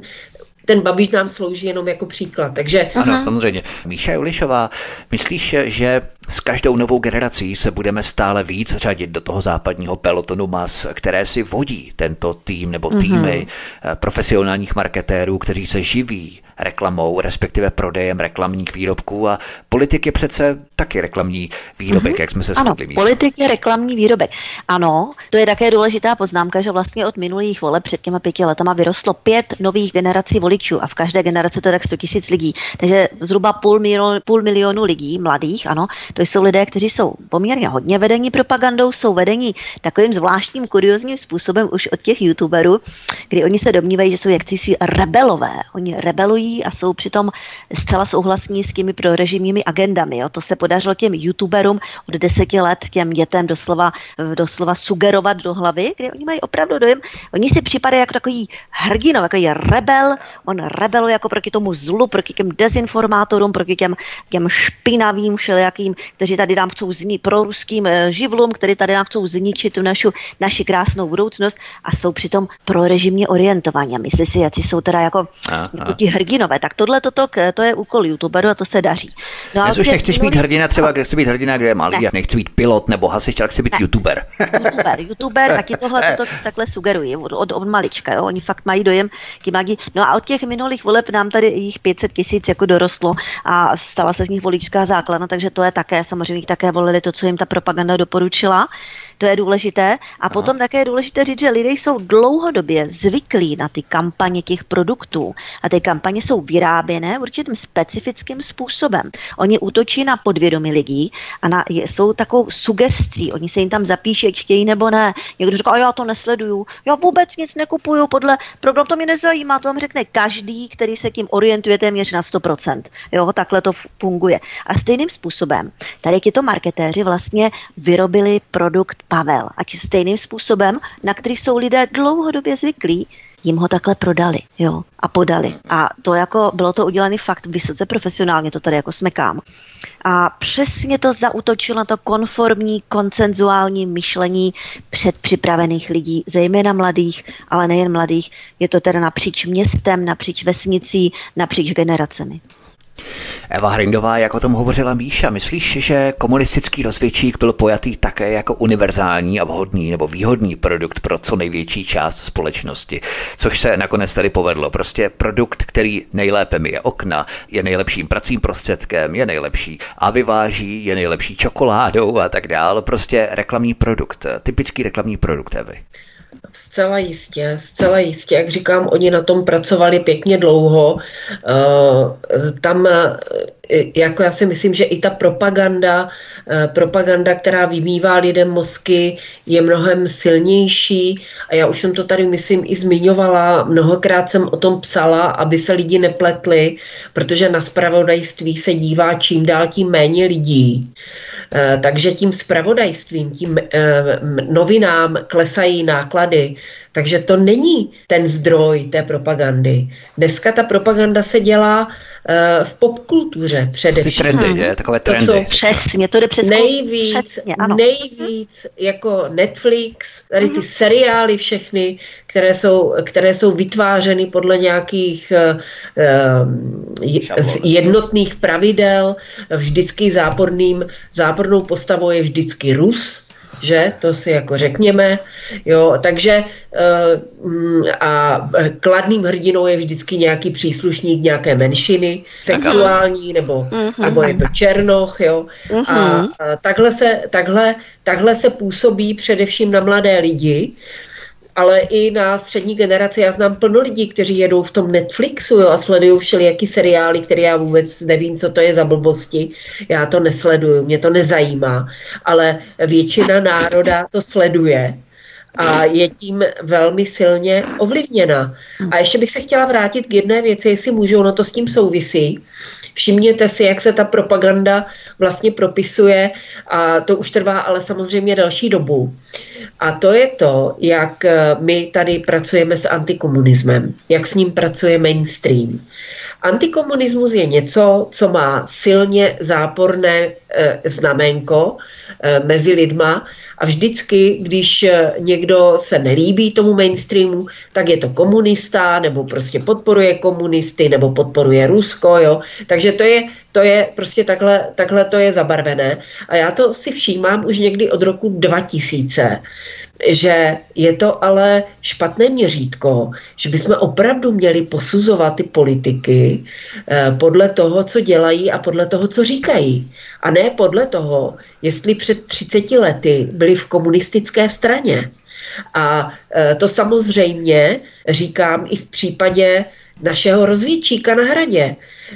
ten Babiš nám slouží jenom jako příklad. Takže... Ano, samozřejmě. Míša Julišová, myslíš, že s každou novou generací se budeme stále víc řadit do toho západního pelotonu mas, které si vodí tento tým nebo týmy mm-hmm. profesionálních marketérů, kteří se živí reklamou, respektive prodejem reklamních výrobků a politik je přece taky reklamní výrobek, mm-hmm. jak jsme se shodli. Ano, politik je reklamní výrobek. Ano, to je také důležitá poznámka, že vlastně od minulých voleb před těma pěti letama vyrostlo pět nových generací voličů a v každé generaci to je tak sto tisíc lidí. Takže zhruba půl milionu, půl milionu lidí, mladých, ano, to jsou lidé, kteří jsou poměrně hodně vedení propagandou, jsou vedení takovým zvláštním kuriózním způsobem už od těch youtuberů, kdy oni se domnívají, že jsou jakcísi rebelové. Oni rebelují a jsou přitom zcela souhlasní s těmi prorežimními agendami. Jo. To se podařilo těm youtuberům od deseti let těm dětem doslova, doslova sugerovat do hlavy, kdy oni mají opravdu dojem, oni si připadají jako takový hrdinov, jako je rebel, on rebeluje jako proti tomu zlu, proti těm dezinformátorům, proti těm, těm špinavým všelijakým, kteří tady nám chcou znít proruským živlům, kteří tady nám chcou zničit tu našu, naši krásnou budoucnost a jsou přitom prorežimně orientovaní. A myslí si, jací jsou teda jako, jako ti hrdinové. Tak tohle toto, to je úkol youtuberu a to se daří. No, Dnes už nechceš být hrdina, třeba kde chci být hrdina, kde je malý, ne. nechci být pilot nebo hasič, ale chci být ne. youtuber. youtuber. Youtuber taky tohle toto takhle sugerují od, od, od malička. Jo? Oni fakt mají dojem, ti mladí. No a od těch minulých voleb nám tady jich pět set tisíc jako dorostlo a stala se z nich voličská základna, takže to je také, samozřejmě také volili to, co jim ta propaganda doporučila. To je důležité. A Aha. potom také je důležité říct, že lidé jsou dlouhodobě zvyklí na ty kampaně těch produktů. A ty kampaně jsou vyráběné určitým specifickým způsobem. Oni útočí na podvědomí lidí a na, jsou takovou sugestí. Oni se jim tam zapíší, ať chtějí nebo ne. Někdo říká, a já to nesleduju, já vůbec nic nekupuju podle program, to mě nezajímá. To vám řekne každý, který se tím orientuje téměř na sto procent. Jo, takhle to funguje. A stejným způsobem tady tito marketéři vlastně vyrobili produkt Pavel, ať stejným způsobem, na který jsou lidé dlouhodobě zvyklí, jim ho takhle prodali, jo, a podali. A to jako, bylo to udělané fakt vysoce profesionálně, to tady jako smekám. A přesně to zaútočilo na to konformní, konsenzuální myšlení předpřipravených lidí, zejména mladých, ale nejen mladých. Je to teda napříč městem, napříč vesnicí, napříč generacemi. Eva Hrindová, jak o tom hovořila Míša, myslíš, že komunistický rozvědčík byl pojatý také jako univerzální a vhodný nebo výhodný produkt pro co největší část společnosti, což se nakonec tady povedlo. Prostě produkt, který nejlépe myje okna, je nejlepším pracím prostředkem, je nejlepší a vyváží, je nejlepší čokoládou a tak dál. Prostě reklamní produkt, typický reklamní produkt, Evy. Zcela jistě, zcela jistě, jak říkám, oni na tom pracovali pěkně dlouho. Tam, jako já si myslím, že i ta propaganda, propaganda, která vymývá lidem mozky, je mnohem silnější. A já už jsem to tady, myslím, i zmiňovala, mnohokrát jsem o tom psala, aby se lidi nepletli, protože na zpravodajství se dívá čím dál tím méně lidí. Takže tím zpravodajstvím, tím novinám klesají náklady, takže to není ten zdroj té propagandy. Dneska ta propaganda se dělá uh, v popkultuře především. Ty trendy, hmm. je, takové trendy. To jsou přesně, to jde přes nejvíc, přesně, ano. nejvíc jako Netflix, tady ty seriály všechny, které jsou, které jsou vytvářeny podle nějakých uh, jednotných pravidel, vždycky záporným, zápornou postavou je vždycky Rus, že? To si jako řekněme. Jo, takže uh, a kladným hrdinou je vždycky nějaký příslušník nějaké menšiny, sexuální, nebo, uh-huh. nebo je to černoch, jo. Uh-huh. A, a takhle, se, takhle, takhle se působí především na mladé lidi, ale i na střední generaci. Já znám plno lidí, kteří jedou v tom Netflixu, jo, a sledují všelijaký seriály, které já vůbec nevím, co to je za blbosti. Já to nesleduju, mě to nezajímá, ale většina národa to sleduje a je tím velmi silně ovlivněna. A ještě bych se chtěla vrátit k jedné věci, jestli můžu, ono to s tím souvisí. Všimněte si, jak se ta propaganda vlastně propisuje a to už trvá ale samozřejmě další dobu. A to je to, jak my tady pracujeme s antikomunismem, jak s ním pracuje mainstream. Antikomunismus je něco, co má silně záporné e, znamenko e, mezi lidma a vždycky, když někdo se nelíbí tomu mainstreamu, tak je to komunista, nebo prostě podporuje komunisty, nebo podporuje Rusko, jo. Takže to je, to je prostě takhle, takhle to je zabarvené. A já to si všímám už někdy od roku dva tisíce, že je to ale špatné měřítko, že bychom opravdu měli posuzovat ty politiky eh, podle toho, co dělají a podle toho, co říkají. A ne podle toho, jestli před třiceti lety byli v komunistické straně. A eh, to samozřejmě říkám i v případě našeho rozvědčíka na Hradě.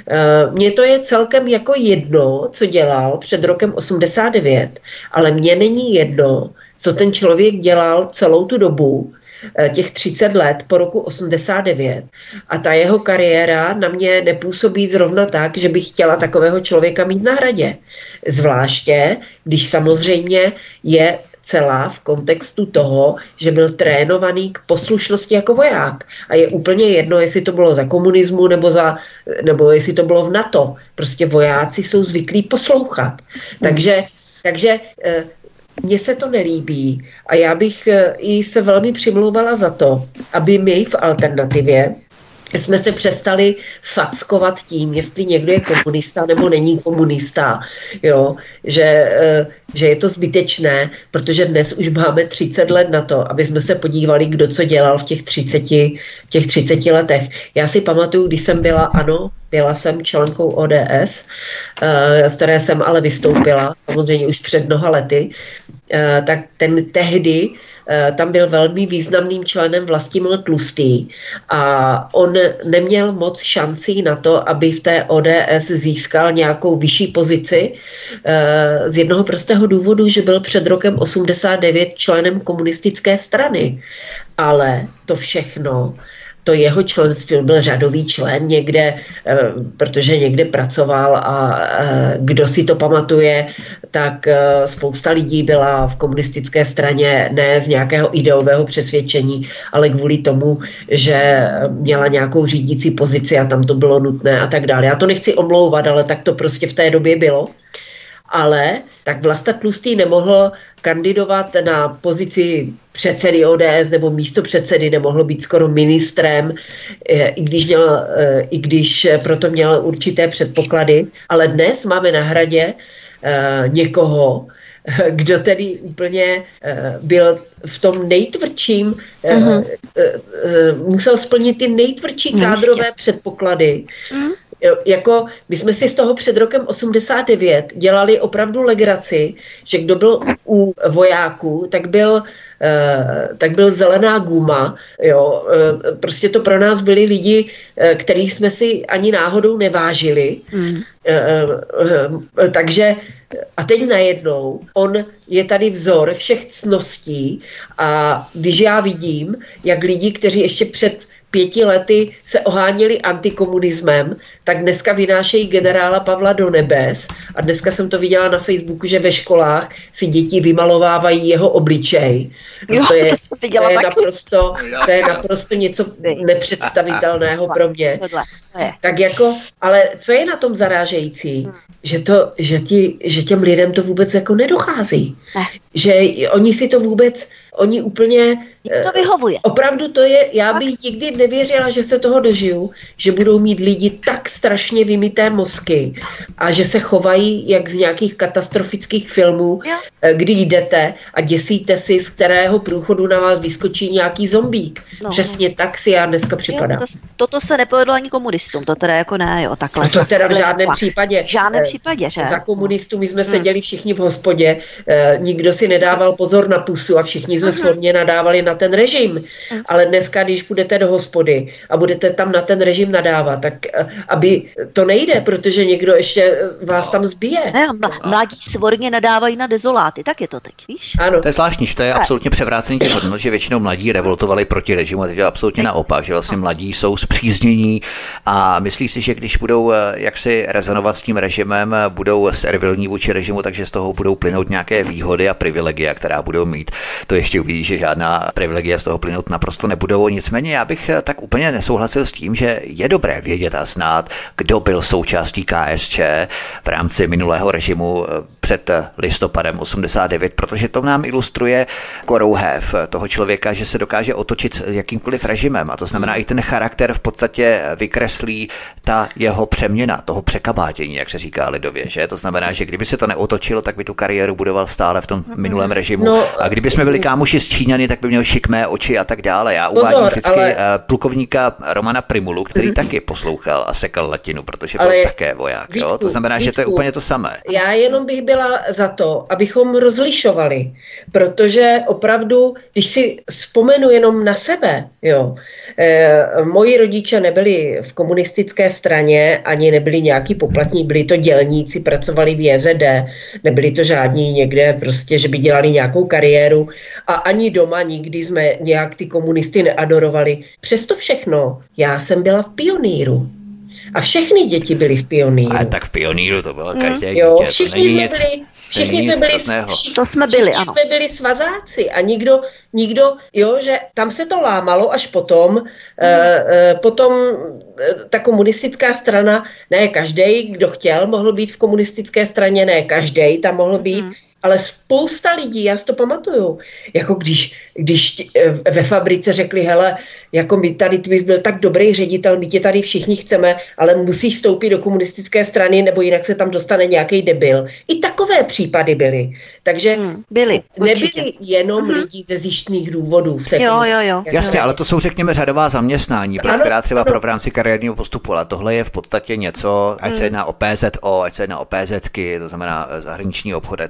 Mně to je celkem jako jedno, co dělal před rokem osmdesát devět, ale mně není jedno, co ten člověk dělal celou tu dobu, těch třicet let po roku osmdesát devět. A ta jeho kariéra na mě nepůsobí zrovna tak, že bych chtěla takového člověka mít na Hradě. Zvláště, když samozřejmě je celá v kontextu toho, že byl trénovaný k poslušnosti jako voják. A je úplně jedno, jestli to bylo za komunismu nebo, za, nebo jestli to bylo v NATO. Prostě vojáci jsou zvyklí poslouchat. Takže, takže mně se to nelíbí a já bych i se velmi přimlouvala za to, aby my v Alternativě jsme se přestali fackovat tím, jestli někdo je komunista nebo není komunista, jo? Že, že je to zbytečné, protože dnes už máme třicet let na to, aby jsme se podívali, kdo co dělal v těch třiceti, těch třiceti letech. Já si pamatuju, když jsem byla, ano, byla jsem členkou O D S, z které jsem ale vystoupila, samozřejmě už před mnoha lety, tak ten tehdy tam byl velmi významným členem Vlastimil Tlustý a on neměl moc šancí na to, aby v té O D S získal nějakou vyšší pozici z jednoho prostého důvodu, že byl před rokem osmdesát devět členem komunistické strany. Ale to všechno to jeho členství, byl řadový člen někde, protože někde pracoval a kdo si to pamatuje, tak spousta lidí byla v komunistické straně ne z nějakého ideového přesvědčení, ale kvůli tomu, že měla nějakou řídící pozici a tam to bylo nutné a tak dále. Já to nechci omlouvat, ale tak to prostě v té době bylo. Ale tak Vlasta Tlustý nemohl kandidovat na pozici předsedy O D S nebo místopředsedy, nemohl být skoro ministrem, i když, měl, i když proto měl určité předpoklady. Ale dnes máme na Hradě někoho, kdo tedy úplně byl v tom nejtvrdším, mm-hmm. musel splnit ty nejtvrdší kádrové předpoklady. Mm. Jako my jsme si z toho před rokem osmdesát devět dělali opravdu legraci, že kdo byl u vojáků, tak byl tak byl zelená guma, jo. Prostě to pro nás byli lidi, kterých jsme si ani náhodou nevážili. Mm. Takže a teď najednou on je tady vzor všech ctností a když já vidím, jak lidi, kteří ještě před pěti lety se oháněli antikomunismem, tak dneska vynášejí generála Pavla do nebes a dneska jsem to viděla na Facebooku, že ve školách si děti vymalovávají jeho obličej. No jo, to je, to, to je naprosto, to je naprosto něco nepředstavitelného pro mě. Tak jako, ale co je na tom zarážející? Že, to, že, ti, že těm lidem to vůbec jako nedochází. Ne. Že oni si to vůbec, oni úplně... To vyhovuje. Opravdu to je, já bych nikdy nevěřila, že se toho dožiju, že budou mít lidi tak strašně vymyté mozky a že se chovají jak z nějakých katastrofických filmů, jo. Kdy jdete a děsíte si, z kterého průchodu na vás vyskočí nějaký zombík. No. Přesně tak si já dneska připadám. Jo, to, toto se nepovedlo ani komunistům, to teda jako ne, jo, takhle. No to teda v žádném případě. V žádném případě, že? Za komunistů my jsme hmm. seděli všichni v hospodě, eh, nikdo si nedával pozor na pusu a všichni jsme svorně nadávali na ten režim. Ale dneska, když půjdete do hospody a budete tam na ten režim nadávat, tak aby to nejde, protože někdo ještě vás tam zbije. Ne, mladí svorně nadávají na dezoláty, tak je to teď, víš? Ano. To je zvláštní, že to je absolutně převrácení těch hodnot, že většinou mladí revoltovali proti režimu, a teď je absolutně naopak, že vlastně mladí jsou zpříznění a myslí si, že když budou jaksi rezonovat s tím režimem, budou servilní vůči režimu, takže z toho budou plynout nějaké výhody a privilegia, která budou mít. To ještě uvidí, že žádná privilegia z toho plynout naprosto nebudou. Nicméně já bych tak úplně nesouhlasil s tím, že je dobré vědět a znát, kdo byl součástí K S Č v rámci minulého režimu před listopadem osmdesát devět, protože to nám ilustruje korouhev toho člověka, že se dokáže otočit s jakýmkoliv režimem a to znamená i ten charakter v podstatě vykreslí ta jeho přeměna, toho překabátění, jak se říká lidově, že? To znamená, že kdyby se to neotočilo, tak by tu kariéru budoval stále v tom minulém režimu. No, a kdyby jsme byli kámoši s Číňany, tak by měl šikmé oči a tak dále. Já uvádím pozor, vždycky ale... plukovníka Romana Primulu, který mm. taky poslouchal a sekal latinu, protože byl ale také voják. Vítku, jo? To znamená, Vítku, že to je úplně to samé. Já jenom bych byla za to, abychom rozlišovali, protože opravdu, když si vzpomenu jenom na sebe, jo, e, moji rodiče nebyli v komunistické straně, ani nebyli nějaký poplatní, byli to dělníci, pracovali v J Z D, nebyli to žádní někde prostě, že by dělali nějakou kariéru a ani doma nikdy jsme nějak ty komunisty neadorovali. Přesto všechno, já jsem byla v Pionýru. A všechny děti byly v Pionýru. A tak v Pionýru to bylo každé dítě. Jo, všichni jsme byli, všichni jsme byli, všichni, to jsme byli, ano. jsme byli svazáci a nikdo, nikdo, jo, že tam se to lámalo až potom, hmm. eh, potom eh, ta komunistická strana, ne každej, kdo chtěl, mohl být v komunistické straně, ne každej tam mohl být, hmm. ale spousta lidí, já si to pamatuju, jako když, když ve fabrice řekli, hele, jako my tady, ty bys byl tak dobrý ředitel, my tě tady všichni chceme, ale musíš vstoupit do komunistické strany, nebo jinak se tam dostane nějaký debil. I takové případy byly. Takže hmm, byly, nebyly jenom uh-huh. lidi ze zjištných důvodů. V té jo, jo, jo. Jasně, ale to jsou, řekněme, řadová zaměstnání, pro která třeba ano. pro v rámci kariérního postupu, ale tohle je v podstatě něco, ať hmm. se jedná o P Z O, ať se jedná o P Z ky, to znamená zahraniční obchod, ať se jedná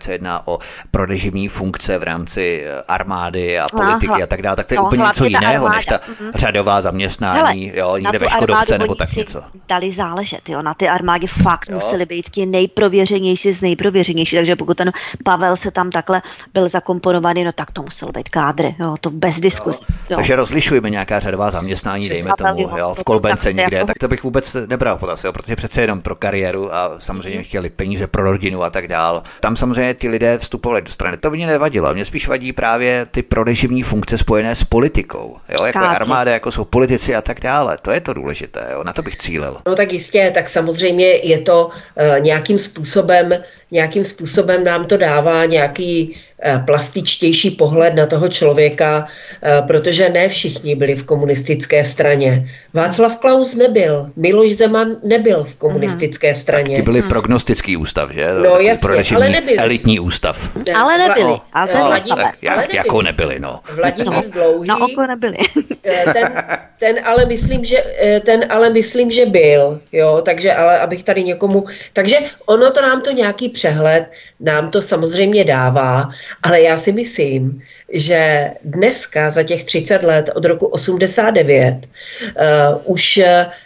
jedná o prorežimní funkce v rámci armády a politiky Aha. a tak dále, tak to je no, úplně něco jiného, armáda. než ta mm-hmm. řadová zaměstnání, Hele, jo, někde ve Škodovce nebo tak něco. Dali záležet, jo, na ty armádě fakt jo. museli být ti nejprověřenější z nejprověřenější, takže pokud ten Pavel se tam takhle byl zakomponovaný, no tak to muselo být kádry, jo, to bez diskusí. Takže rozlišujeme nějaká řadová zaměstnání, dejme tomu, jo, v Kolbence někde, jako... tak to bych vůbec nebral potaz, jo, protože přece jenom pro kariéru a samozřejmě chtěli peníze pro rodinu a tak dál. Tam samozřejmě ty lidé vstupovali do strany. To by mě nevadilo. Mě spíš vadí právě ty prorežimní funkce spojené s politikou, jo, jako je armáda, jako jsou politici a tak dále. To je to důležité, jo, na to bych cílil. No tak jistě, tak samozřejmě je to uh, nějakým způsobem, nějakým způsobem nám to dává nějaký plastičtější pohled na toho člověka, protože ne všichni byli v komunistické straně. Václav Klaus nebyl, Miloš Zeman nebyl v komunistické straně. Taky byli prognostický ústav, že? No jasně, ale nebyli. Elitní ústav. Ne, ale nebyli. No, ale no, Vladimír, tak, jak, ale nebyli. Jako nebyli, no. Vladimír no, Dlouhý. Na oko nebyli. ten, ten, ale myslím, že, ten ale myslím, že byl, jo, takže ale abych tady někomu, takže ono to nám to nějaký přehled, nám to samozřejmě dává, ale já si myslím, že dneska za těch třicet let od roku osmdesát devět uh, už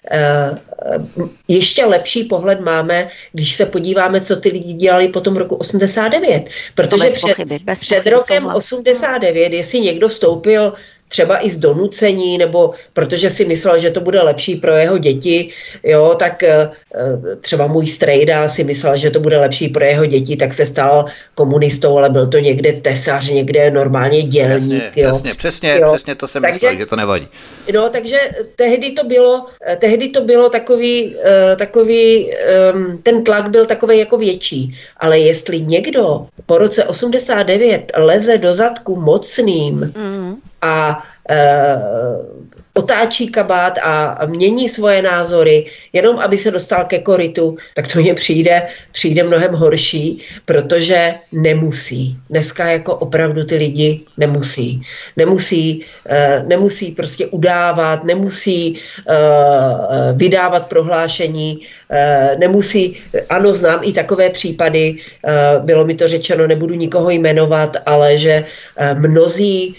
uh, ještě lepší pohled máme, když se podíváme, co ty lidi dělali po tom roku osmdesát devět. Protože před, pochyby, před rokem osmdesát devět, jestli někdo vstoupil třeba i z donucení, nebo protože si myslel, že to bude lepší pro jeho děti, jo, tak třeba můj strejda si myslel, že to bude lepší pro jeho děti, tak se stal komunistou, ale byl to někde tesař, někde normálně dělník. Jasně, jo. jasně, přesně, jo. přesně to jsem takže, myslel, že to nevadí. No, takže tehdy to bylo, tehdy to bylo takový, takový, ten tlak byl takový jako větší, ale jestli někdo po roce osmdesát devět leze do zadku mocným mm. a e, otáčí kabát a, a mění svoje názory, jenom aby se dostal ke korytu, tak to mně přijde, přijde mnohem horší, protože nemusí. Dneska jako opravdu ty lidi nemusí. Nemusí, e, nemusí prostě udávat, nemusí e, vydávat prohlášení, e, nemusí, ano, znám i takové případy, e, bylo mi to řečeno, nebudu nikoho jmenovat, ale že e, mnozí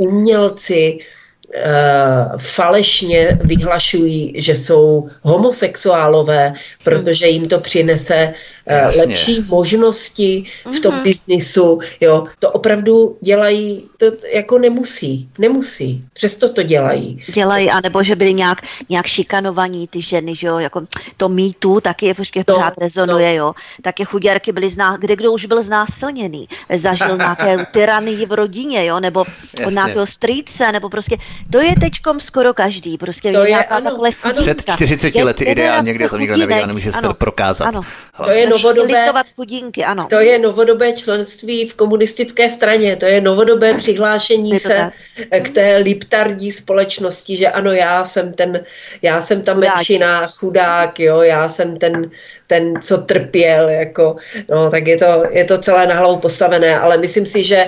umělci Uh, falešně vyhlašují, že jsou homosexuálové, protože jim to přinese uh, lepší možnosti v tom mm-hmm. biznisu. Jo, to opravdu dělají, to jako nemusí, nemusí, přesto to dělají. Dělají, anebo že byli nějak, nějak šikanovaní ty ženy, že jo, jako to Me Too taky je pořád no, rezonuje, no. jo, taky chuděrky byly, zná, kde kdo už byl znásilněný, zažil nějaké tyranii v rodině, jo, nebo od nějakého strýce, nebo prostě to je teďkom skoro každý, prostě to je, nějaká ano, takhle ano. Před čtyřiceti lety ideálně, kde to nikdo nevěděl, nemůže se to prokázat. Ano. To je novodobé, chudinky, ano. To je novodobé členství v komunistické straně, to je novodobé přihlášení je se tak. k té liptardí společnosti, že ano, já jsem ten, já jsem ta menšina, chudák, jo, já jsem ten, ten, co trpěl, jako, no, tak je to, je to celé na hlavu postavené, ale myslím si, že,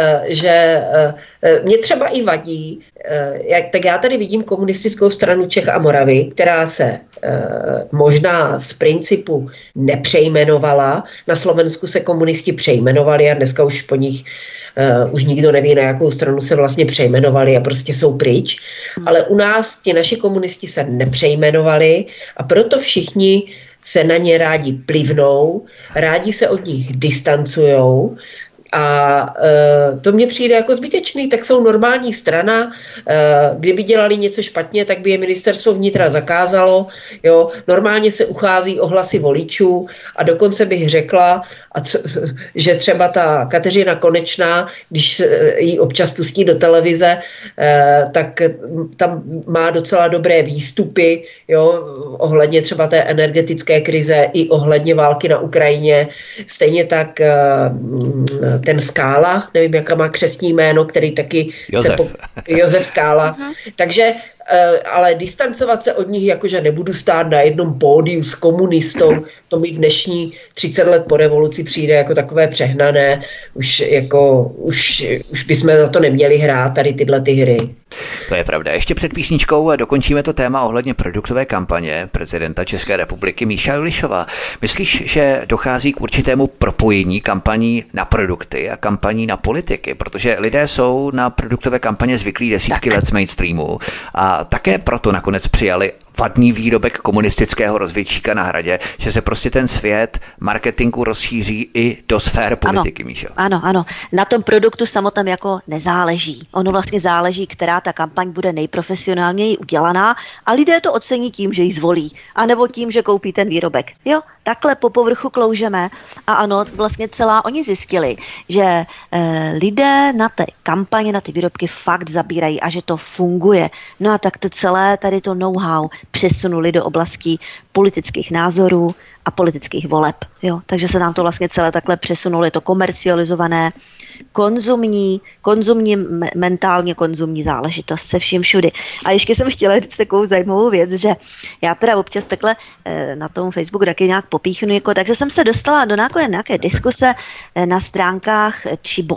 že mě třeba i vadí, jak, tak já tady vidím komunistickou stranu Čech a Moravy, která se možná z principu nepřejmenovala. Na Slovensku se komunisti přejmenovali a dneska už po nich uh, už nikdo neví, na jakou stranu se vlastně přejmenovali a prostě jsou pryč. Hmm. Ale u nás ti naši komunisti se nepřejmenovali a proto všichni se na ně rádi plivnou, rádi se od nich distancujou. A e, to mně přijde jako zbytečný, tak jsou normální strana, e, kdyby dělali něco špatně, tak by je ministerstvo vnitra zakázalo, jo, normálně se uchází o hlasy voličů a dokonce bych řekla, a co, že třeba ta Kateřina Konečná, když ji občas pustí do televize, e, tak tam má docela dobré výstupy, jo, ohledně třeba té energetické krize i ohledně války na Ukrajině, stejně tak e, ten Skála, nevím, jaká má křestní jméno, který taky Josef. se po, Josef Skála. Uh-huh. Takže ale distancovat se od nich, jakože nebudu stát na jednom pódiu s komunistou, to mi v dnešní třicet let po revoluci přijde jako takové přehnané, už, jako, už, už bychom na to neměli hrát tady tyhle ty hry. To je pravda. Ještě před písničkou dokončíme to téma ohledně produktové kampaně prezidenta České republiky Míša Julišová. Myslíš, že dochází k určitému propojení kampaní na produkty a kampaní na politiky? Protože lidé jsou na produktové kampaně zvyklí desítky let z mainstreamu a také proto nakonec přijali vadný výrobek komunistického rozvědčíka na Hradě, že se prostě ten svět marketingu rozšíří i do sfér politiky, ano, Míšo. Ano, ano. Na tom produktu samotném jako nezáleží. Ono vlastně záleží, která ta kampaň bude nejprofesionálněji udělaná a lidé to ocení tím, že ji zvolí, anebo tím, že koupí ten výrobek. Jo, takhle po povrchu kloužeme a ano, vlastně celá oni zjistili, že e, lidé na té kampaně, na ty výrobky fakt zabírají a že to funguje. No a tak to celé tady to know-how přesunuli do oblastí politických názorů a politických voleb. Jo? Takže se nám to vlastně celé takhle přesunulo, je to komercializované, konzumní, konzumní, mentálně konzumní záležitost se vším všudy. A ještě jsem chtěla říct takovou zajímavou věc, že já teda občas takhle na tom Facebooku taky nějak popíchnu, jako, takže jsem se dostala do nějaké, nějaké diskuse na stránkách Chibo.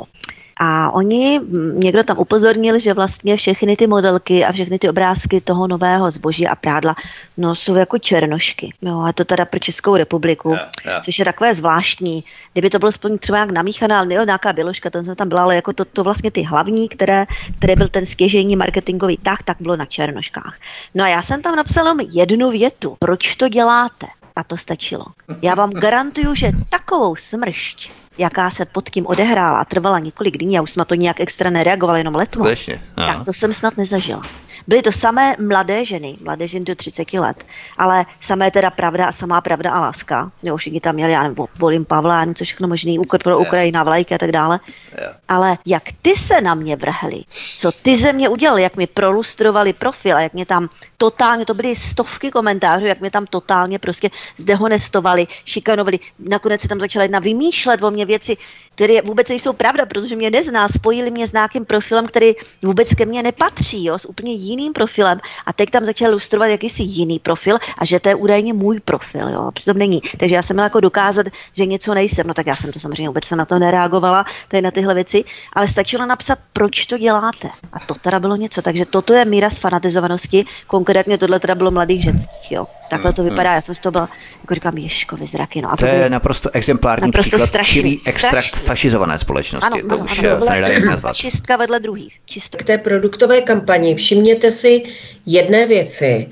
A oni, někdo tam upozornil, že vlastně všechny ty modelky a všechny ty obrázky toho nového zboží a prádla, no jsou jako černošky. No a to teda pro Českou republiku, yeah, yeah. což je takové zvláštní. Kdyby to bylo aspoň třeba nějak namíchané, ale ne nějaká běložka, ten jsem tam byla, ale jako to, to vlastně ty hlavní, které, které byl ten stěžejní marketingový tah, tak bylo na černoškách. No a já jsem tam napsala jednu větu. Proč to děláte? A to stačilo. Já vám garantuju, že takovou smršť, jaká se pod tím odehrála a trvala několik dní a už jsme to nějak extra nereagovali, jenom letmo, tak to jsem snad nezažila. Byly to samé mladé ženy, mladé ženy do třiceti let, ale samé teda pravda a samá pravda a láska. Jo, všichni tam měli, já nevím, volím Pavla, co všechno možný, úkol pro Ukrajina, vlajky a tak dále. Yeah. Ale jak ty se na mě vrhli, co ty ze mě udělali, jak mi prolustrovali profil a jak mě tam totálně, to byly stovky komentářů, jak mě tam totálně prostě zdehonestovali, šikanovali. Nakonec se tam začala jedna vymýšlet o mě věci, které vůbec nejsou pravda, protože mě nezná, spojili mě s nějakým profilem, který vůbec ke mně nepatří, jo, s úplně jiným profilem a teď tam začal lustrovat jakýsi jiný profil a že to je údajně můj profil, jo, přitom není. Takže já jsem měla jako dokázat, že něco nejsem, no tak já jsem to samozřejmě vůbec na to nereagovala, tady na tyhle věci, ale stačilo napsat, proč to děláte. A to teda bylo něco, takže toto je míra sfanatizovanosti, konkrétně tohle teda bylo mladých ženských, jo. Takhle to vypadá, já jsem z toho byla, jako říkám, Ježkovi zraky, no. A to, to je naprosto exemplární naprosto příklad čirý extrakt fašizované společnosti, ano, to ano, už ano, se nedá jak nazvat. Čistka vedle druhých. Čistka. K té produktové kampani všimněte si jedné věci,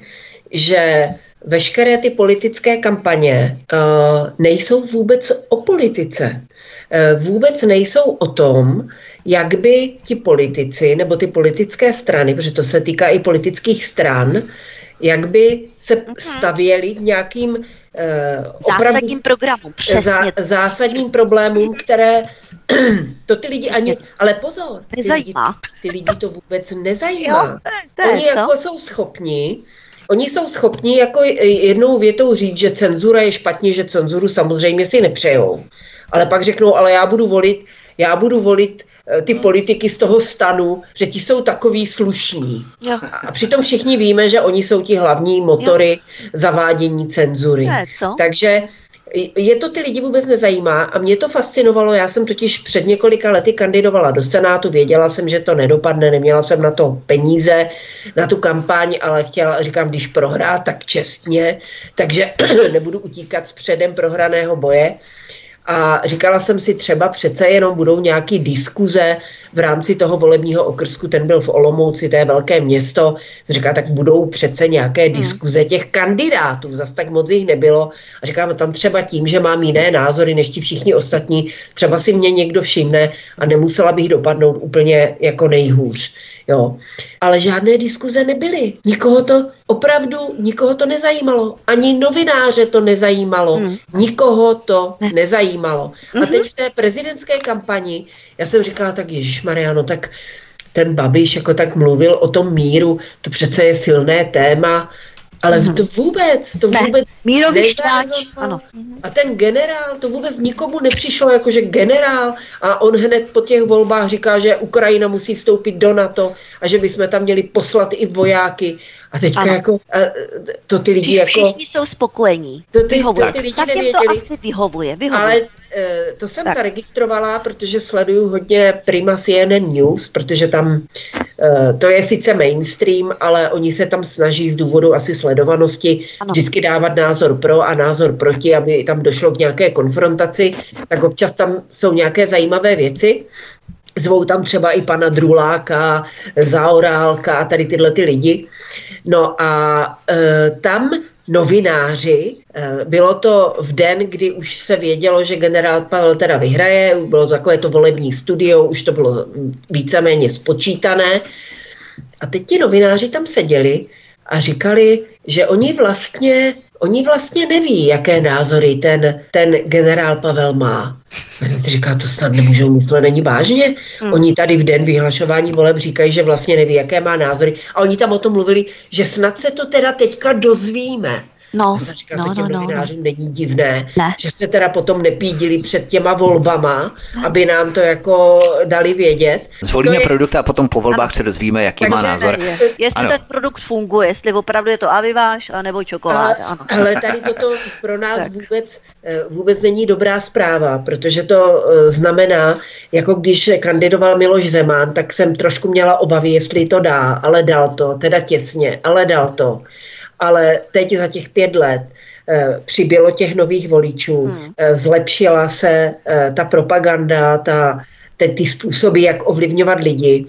že veškeré ty politické kampaně uh, nejsou vůbec o politice. Uh, vůbec nejsou o tom, jak by ti politici nebo ty politické strany, protože to se týká i politických stran, jak by se stavěli k nějakým uh, zásadním programům, přesně. Zá, zásadním problémům, které to ty lidi ani, ale pozor, ty lidi, ty lidi to vůbec nezajímá. Jo, to je, Oni jako jsou schopni Oni jsou schopni jako jednou větou říct, že cenzura je špatně, že cenzuru samozřejmě si nepřejou. Ale pak řeknou, ale já budu volit, já budu volit ty politiky z toho stanu, že ti jsou takový slušní. Jo. A přitom všichni víme, že oni jsou ti hlavní motory jo. zavádění cenzury. Ne, Takže je to ty lidi vůbec nezajímá a mě to fascinovalo, já jsem totiž před několika lety kandidovala do Senátu, věděla jsem, že to nedopadne, neměla jsem na to peníze, na tu kampaň, ale chtěla, říkám, když prohrát, tak čestně, takže nebudu utíkat z předem prohraného boje. A říkala jsem si, třeba přece jenom budou nějaké diskuze v rámci toho volebního okrsku, ten byl v Olomouci, to je velké město, říká, tak budou přece nějaké diskuze těch kandidátů, zas tak moc jich nebylo. A říkám, tam třeba tím, že mám jiné názory než ti všichni ostatní, třeba si mě někdo všimne a nemusela bych dopadnout úplně jako nejhůř. Jo. Ale žádné diskuze nebyly. Nikoho to, opravdu nikoho to nezajímalo. Ani novináře to nezajímalo. Hmm. Nikoho to ne. nezajímalo. Mm-hmm. A teď v té prezidentské kampani, já jsem říkala, tak ježišmarja, no tak ten Babiš jako tak mluvil o tom míru, to přece je silné téma. Ale mm-hmm. to vůbec, to ne, vůbec mírový štváč, ano. A ten generál, to vůbec nikomu nepřišlo jako, že generál a on hned po těch volbách říká, že Ukrajina musí vstoupit do NATO a že bychom tam měli poslat i vojáky. A teďka ano. jako, a to ty lidi jako... Všichni jsou spokojení. To ty, to ty lidi tak nevěděli. Tak to asi vyhovuje, vyhovuje. Ale e, to jsem tak. zaregistrovala, protože sleduju hodně Prima C N N News, protože tam e, to je sice mainstream, ale oni se tam snaží z důvodu asi sledovanosti ano. vždycky dávat názor pro a názor proti, aby tam došlo k nějaké konfrontaci. Tak občas tam jsou nějaké zajímavé věci. Zvou tam třeba i pana Druláka, Zaorálka a tady tyhle ty lidi. No a e, tam novináři, e, bylo to v den, kdy už se vědělo, že generál Pavel teda vyhraje, bylo to takové to volební studio, už to bylo víceméně spočítané. A teď ti novináři tam seděli a říkali, že oni vlastně, oni vlastně neví, jaké názory ten, ten generál Pavel má. A jsem si říkala, to snad nemůžou myslet, není vážně. Hmm. Oni tady v den vyhlašování voleb říkají, že vlastně neví, jaké má názory. A oni tam o tom mluvili, že snad se to teda teďka dozvíme. No, a jsem říkala, no, to těm no, novinářům no. není divné, ne. že se teda potom nepídili před těma volbama, ne. aby nám to jako dali vědět. Zvolíme je... produkt a potom po volbách ano. se dozvíme, jaký Takže má názor. Je. Jestli ano. ten produkt funguje, jestli opravdu je to aviváž, anebo čokoláda. Ano. Ale tady toto pro nás vůbec, vůbec není dobrá zpráva, protože to znamená, jako když kandidoval Miloš Zeman, tak jsem trošku měla obavy, jestli to dá, ale dal to, teda těsně, ale dal to. Ale teď za těch pět let e, přibylo těch nových voličů, hmm. e, zlepšila se e, ta propaganda, ta, te, ty způsoby, jak ovlivňovat lidi.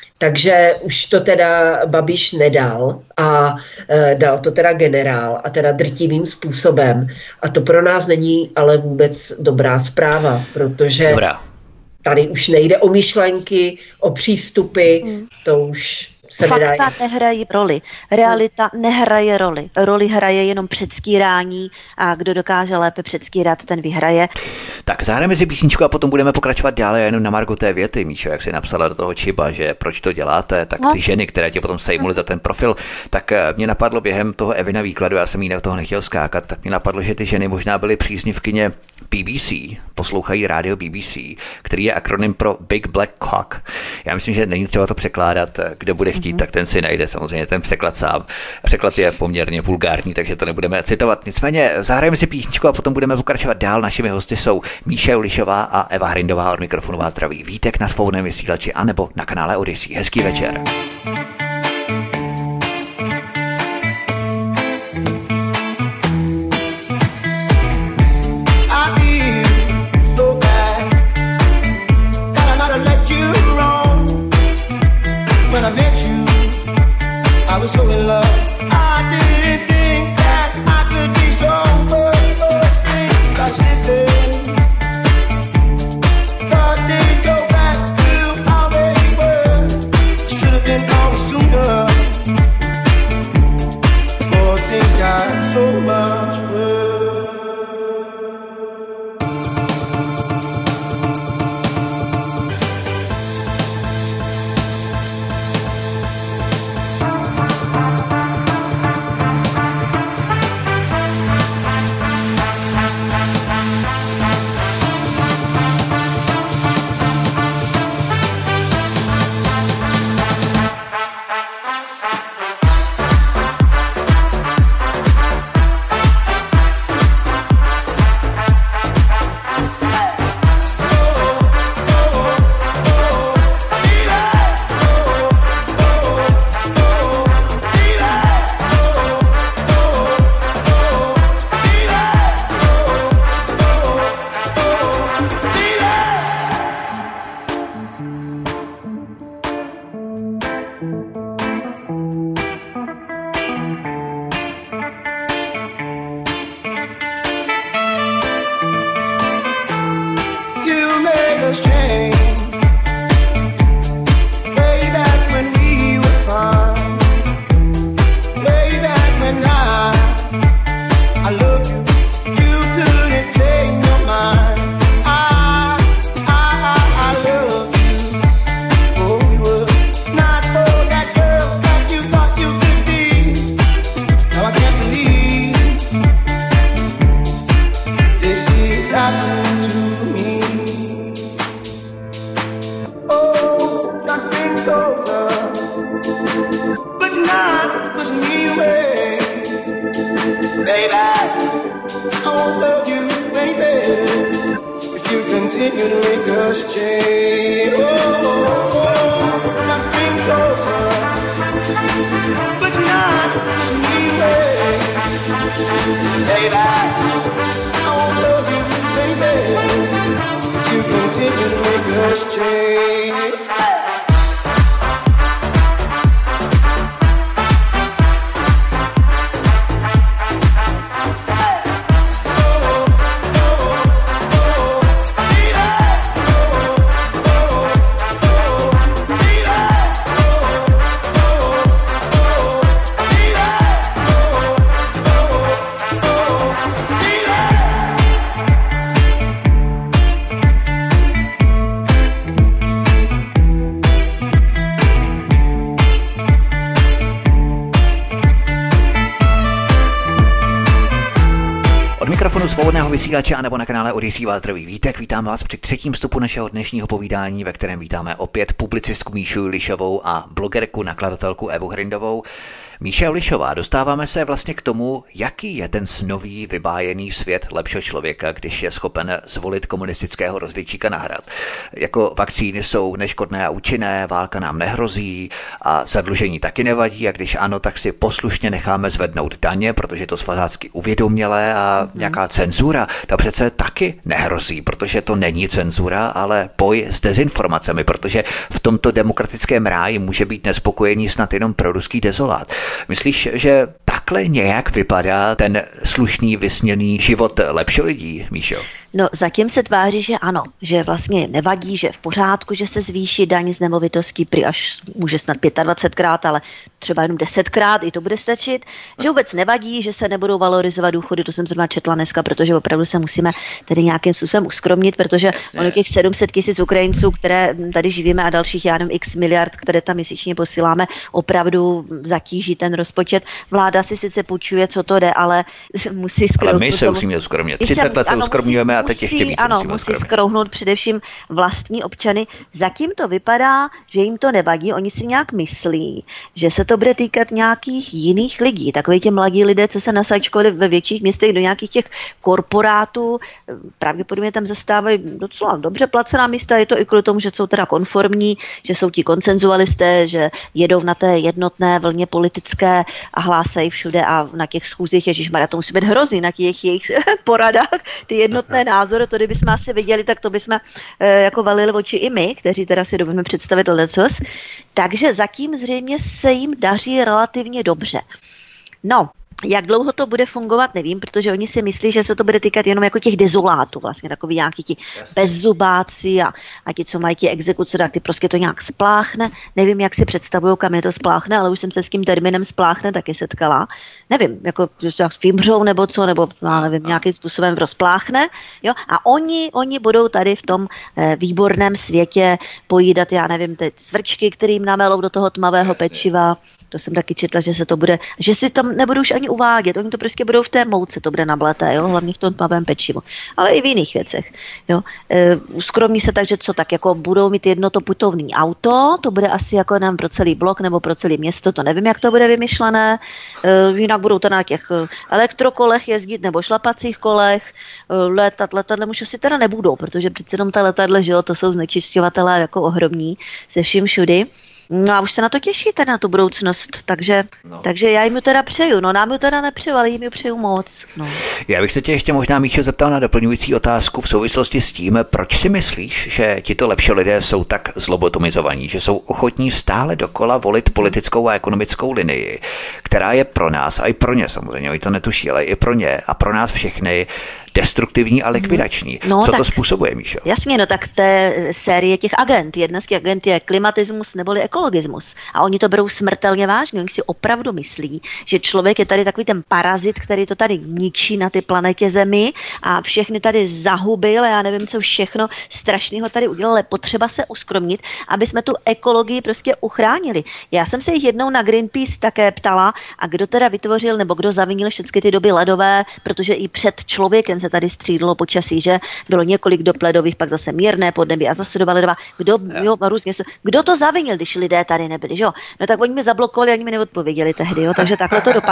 Takže už to teda Babiš nedal a e, dal to teda generál a teda drtivým způsobem. A to pro nás není ale vůbec dobrá zpráva, protože Dobrá. tady už nejde o myšlenky, o přístupy, hmm. to už... Fakta nehrají roli, realita nehraje roli. Roli hraje jenom předstírání a kdo dokáže lépe předstírat, ten vyhraje. Tak zahrajeme si písničku a potom budeme pokračovat dále jenom na margo té věty, Míšo, jak jsi napsala do toho čiba, že proč to děláte, tak ty ženy, které tě potom sejmuly za ten profil, tak mě napadlo během toho Evina výkladu, já jsem jí na toho nechtěl skákat, tak mě napadlo, že ty ženy možná byly příznivkyně B B C, poslouchají rádio B B C, který je akronym pro Big Black Cock. Já myslím, že není třeba to překládat, kdo bude chtít, mm-hmm. tak ten si najde samozřejmě ten překlad sám. Překlad je poměrně vulgární, takže to nebudeme citovat. Nicméně zahrajeme si písničku a potom budeme pokračovat dál. Našimi hosty jsou Míša Julišová a Eva Hrindová, od mikrofonu vás zdraví Vítek na svobodném vysílači anebo na kanále Odyssey. Hezký večer. I was so in love. I didn't think that I could be strong, but things got slipping. Thought they'd go back to how they were. Should have been gone sooner. But things got so much worse. won't love you, baby, if you continue to make us change. Oh, oh, oh, just bring closer, but not just me, baby. Baby, I won't love you, baby, if you continue to make us change. Mikrofonu svobodného vysílače a nebo na kanále Odysee vás zdraví Vítek. Vítám vás při třetím vstupu našeho dnešního povídání, ve kterém vítáme opět publicistku Míšu Lišovou a blogerku, nakladatelku Evu Hrindovou. Míša Lišová, dostáváme se vlastně k tomu, jaký je ten snový vybájený svět lepšího člověka, když je schopen zvolit komunistického rozvědčíka na hrad. Jako vakcíny jsou neškodné a účinné, válka nám nehrozí a zadlužení taky nevadí a když ano, tak si poslušně necháme zvednout daně, protože to svazácky uvědomělé a mm. nějaká cenzura, ta přece taky nehrozí, protože to není cenzura, ale boj s dezinformacemi, protože v tomto demokratickém ráji může být nespokojený snad jenom proruský dezolát. Myslíš, že takhle nějak vypadá ten slušný, vysněný život lepších lidí, Míšo? No, zatím se tváří, že ano, že vlastně nevadí, že je v pořádku, že se zvýší daň z nemovitostí prý až může snad dvacetpětkrát, ale třeba jenom desetkrát, i to bude stačit, že vůbec nevadí, že se nebudou valorizovat důchody, to jsem zrovna četla dneska, protože opravdu se musíme tady nějakým způsobem uskromnit, protože Jasně. ono těch sedm set tisíc Ukrajinců, které tady živíme a dalších, já nevím, x miliard, které tam měsíčně posíláme, opravdu zatíží ten rozpočet. Vláda si sice půjčuje, co to jde, ale musí skrouhnout. Ale my se musíme uskromnit. třicet let se uskromňujeme a teď ještě víc ano, musíme musí uskromnit. skrouhnout především vlastní občany. Zatím to vypadá, že jim to nevadí. Oni si nějak myslí, že se to bude týkat nějakých jiných lidí. Takový ti mladí lidé, co se nasačkovali ve větších městech do nějakých těch korporátů, pravděpodobně tam zastávají docela dobře placená místa. Je to i kvůli tomu, že jsou teda konformní, že jsou ti konsenzualisté, že jedou na té jednotné vlně politické a hlásají všude a na těch schůzích, ježišmarja, to musí být hrozný, na těch jejich poradách, ty jednotné názory, to kdybychom asi viděli, tak to bychom e, jako valili oči i my, kteří teda si dovedeme představit lecos. Takže zatím zřejmě se jim daří relativně dobře. No, jak dlouho to bude fungovat, nevím, protože oni si myslí, že se to bude týkat jenom jako těch dezolátů, vlastně takový nějaký ti Jasně. bezzubáci a, a ti, co mají ti exekuce, tak ty prostě to nějak spláchne. Nevím, jak si představují, kam je to spláchne, ale už jsem se s tím termínem spláchne taky setkala. Nevím, jako vymřou nebo co, nebo já nevím, nějakým způsobem rozpláchne. Jo? A oni, oni budou tady v tom eh, výborném světě pojídat, já nevím, ty cvrčky, kterým namelou do toho tmavého Jasně. pečiva. To jsem taky četla, že se to bude, že si tam nebudou už ani uvádět, oni to prostě budou v té mouce, to bude nableté, jo, hlavně v tom tmavém pečivu, ale i v jiných věcech, jo. E, uskromní se tak, že co, tak jako budou mít jedno to putovní auto, to bude asi jako nám pro celý blok nebo pro celé město, to nevím, jak to bude vymyšlené, e, jinak budou to na těch elektrokolech jezdit nebo šlapacích kolech, e, letat, letadlem už asi teda nebudou, protože přece jenom ta letadle, že jo, to jsou znečišťovatelé jako ohromní se vším všudy. No a už se na to těšíte, na tu budoucnost, takže, no. takže já jim ju teda přeju, no nám ju teda nepřeju, ale jim ju přeju moc. No. Já bych se tě ještě možná, Míšo, zeptal na doplňující otázku v souvislosti s tím, proč si myslíš, že tito lepší lidé jsou tak zlobotomizovaní, že jsou ochotní stále dokola volit politickou a ekonomickou linii, která je pro nás a i pro ně samozřejmě, oni to netuší, ale i pro ně a pro nás všechny destruktivní a likvidační. No, co tak, to způsobuje, Míšo? Jasně, no tak té série těch agent. Jedna z těch agent je klimatismus neboli ekologismus. A oni to berou smrtelně vážně. Oni si opravdu myslí, že člověk je tady takový ten parazit, který to tady ničí na té planetě Zemi a všechny tady zahubil, já nevím, co všechno strašného tady udělal, ale potřeba se uskromnit, aby jsme tu ekologii prostě uchránili. Já jsem se jich jednou na Greenpeace také ptala, a kdo teda vytvořil nebo kdo zavinil všechny ty doby ledové, protože i před člověkem se tady střídalo počasí, že bylo několik dob ledových, pak zase mírné podnebí a zase doba ledová. Kdo, jo, různě, kdo to zavinil, když lidé tady nebyli, že jo? No tak oni mi zablokovali, ani mi neodpověděli tehdy, jo, takže takhle to dopadlo.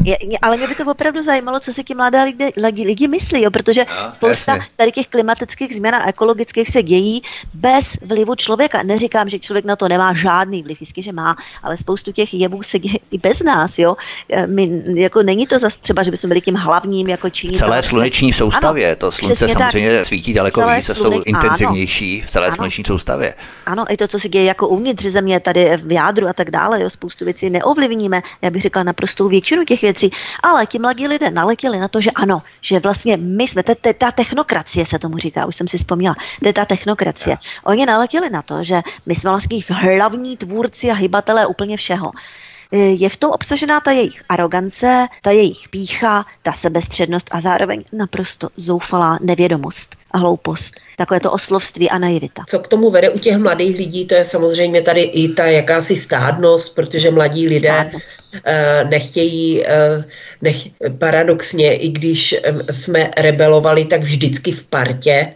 Je, ale mě by to opravdu zajímalo, co si ti mladá lidi, lidi, lidi myslí, jo, protože no, spousta jasně. tady těch klimatických změn a ekologických se dějí bez vlivu člověka. Neříkám, že člověk na to nemá žádný vliv, jistě, že má, ale spoustu těch jevů se děje i bez nás, jo. My, jako není to zase třeba, že bychom byli tím hlavním jako činitelem. V celé sluneční soustavě, ano, to slunce samozřejmě tak. svítí daleko víc a jsou intenzivnější v celé ano. sluneční soustavě. Ano, i to, co se děje jako uvnitř země, tady v jádru a tak dále, jo, spoustu věcí neovlivníme, já bych řekla naprostou většinu těch věcí, ale ti mladí lidé naletěli na to, že ano, že vlastně my jsme, te, te, ta technokracie se tomu říká, už jsem si vzpomněla, to je ta technokracie. Oni naletěli na to, že my jsme vlastně hlavní tvůrci a hybatelé úplně všeho. Je v tom obsažená ta jejich arogance, ta jejich pýcha, ta sebestřednost a zároveň naprosto zoufalá nevědomost a hloupost. Takové to oslovství a naivita. Co k tomu vede u těch mladých lidí, to je samozřejmě tady i ta jakási stádnost, protože mladí lidé uh, nechtějí, uh, nech, paradoxně, i když jsme rebelovali, tak vždycky v partě.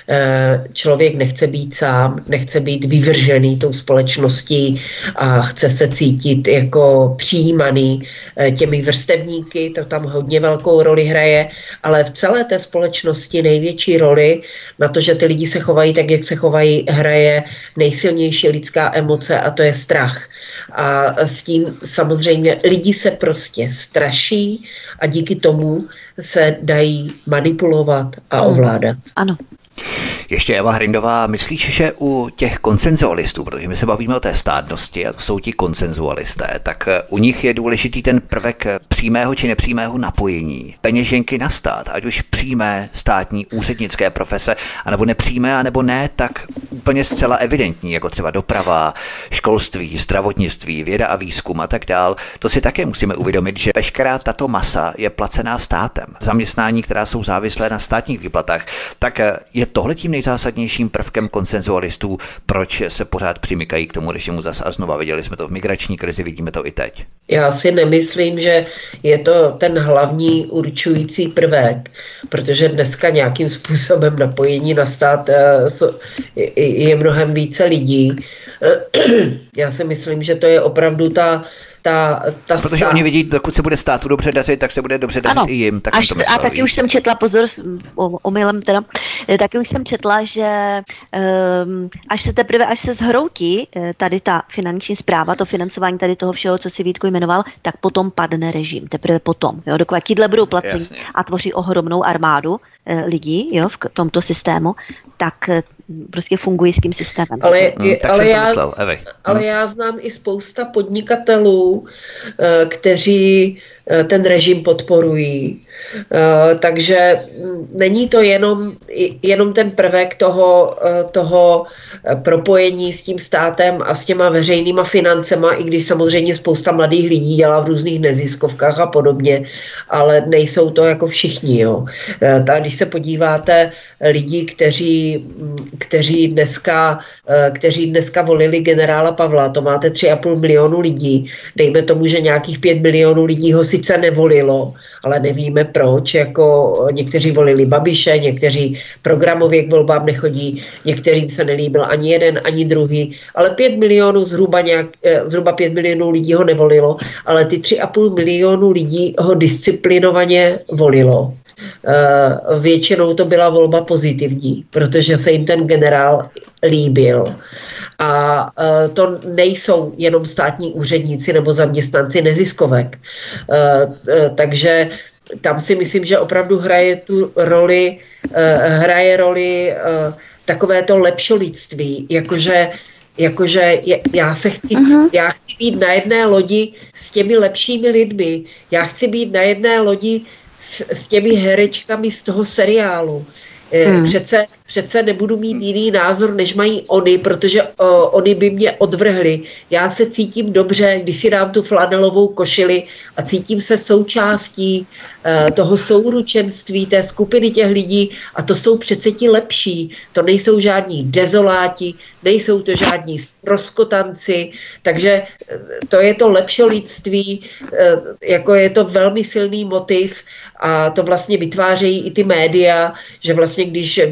Člověk nechce být sám, nechce být vyvržený tou společností a chce se cítit jako přijímaný těmi vrstevníky, to tam hodně velkou roli hraje, ale v celé té společnosti největší roli na to, že ty lidi se chovají tak, jak se chovají, hraje nejsilnější lidská emoce a to je strach. A s tím samozřejmě lidi se prostě straší a díky tomu se dají manipulovat a ovládat. Ano. Ještě Eva Hrindová, myslíš, že u těch konsenzualistů, protože my se bavíme o té stádnosti a to jsou ti konsenzualisté, tak u nich je důležitý ten prvek přímého či nepřímého napojení, peněženky na stát, ať už přímé státní úřednické profese, anebo nepřímé, anebo ne, tak úplně zcela evidentní, jako třeba doprava, školství, zdravotnictví, věda a výzkum a tak dál. To si také musíme uvědomit, že veškerá tato masa je placená státem. Zaměstnání, která jsou závislé na státních výplatách, tak je tohle tím nejzásadnějším prvkem konsenzualistů, proč se pořád přimykají k tomu režimu zas a znova. Viděli jsme to v migrační krizi, vidíme to i teď. Já si nemyslím, že je to ten hlavní určující prvek, protože dneska nějakým způsobem napojení na stát je mnohem více lidí. Já si myslím, že to je opravdu ta Ta, ta Protože stát... oni vidí, dokud se bude státu dobře dařit, tak se bude dobře dařit ano, i jim. Tak až, to myslel, a taky víš? Už jsem četla, pozor, omylem teda, taky už jsem četla, že um, až se teprve, až se zhroutí tady ta finanční správa, to financování tady toho všeho, co si Vítko jmenoval, tak potom padne režim, teprve potom. Jo, dokud tíhle budou placení Jasně. a tvoří ohromnou armádu e, lidí jo, v tomto systému, tak e, prostě fungují s tím systémem. Ale, je, hmm, tak ale, já, myslel, ale já znám i spousta podnikatelů, kteří ten režim podporují. Takže není to jenom, jenom ten prvek toho, toho propojení s tím státem a s těma veřejnýma financema, i když samozřejmě spousta mladých lidí dělá v různých neziskovkách a podobně, ale nejsou to jako všichni. Jo. Tak když se podíváte lidi, kteří, kteří, dneska, kteří dneska volili generála Pavla, to máte tři a půl milionu lidí, dejme tomu, že nějakých pět milionů lidí ho sice nevolilo, ale nevíme proč, jako někteří volili Babiše, někteří programově k volbám nechodí, některým se nelíbil ani jeden, ani druhý, ale pět milionů, zhruba, nějak, zhruba pět milionů lidí ho nevolilo, ale ty tři a půl milionu lidí ho disciplinovaně volilo. Většinou to byla volba pozitivní, protože se jim ten generál líbil. A to nejsou jenom státní úředníci nebo zaměstnanci neziskovek. Takže tam si myslím, že opravdu hraje tu roli, hraje roli takové to lepšolidství, jakože Jakože já se chci, uh-huh. já chci být na jedné lodi s těmi lepšími lidmi. Já chci být na jedné lodi s, s těmi herečkami z toho seriálu. Hmm. Přece, přece nebudu mít jiný názor, než mají oni, protože o, oni by mě odvrhli. Já se cítím dobře, když si dám tu flanelovou košili a cítím se součástí uh, toho souručenství, té skupiny těch lidí a to jsou přece ti lepší. To nejsou žádní dezoláti, nejsou to žádní ztroskotanci, takže to je to lepšolidství, uh, jako je to velmi silný motiv a to vlastně vytvářejí i ty média, že vlastně když kdokoliv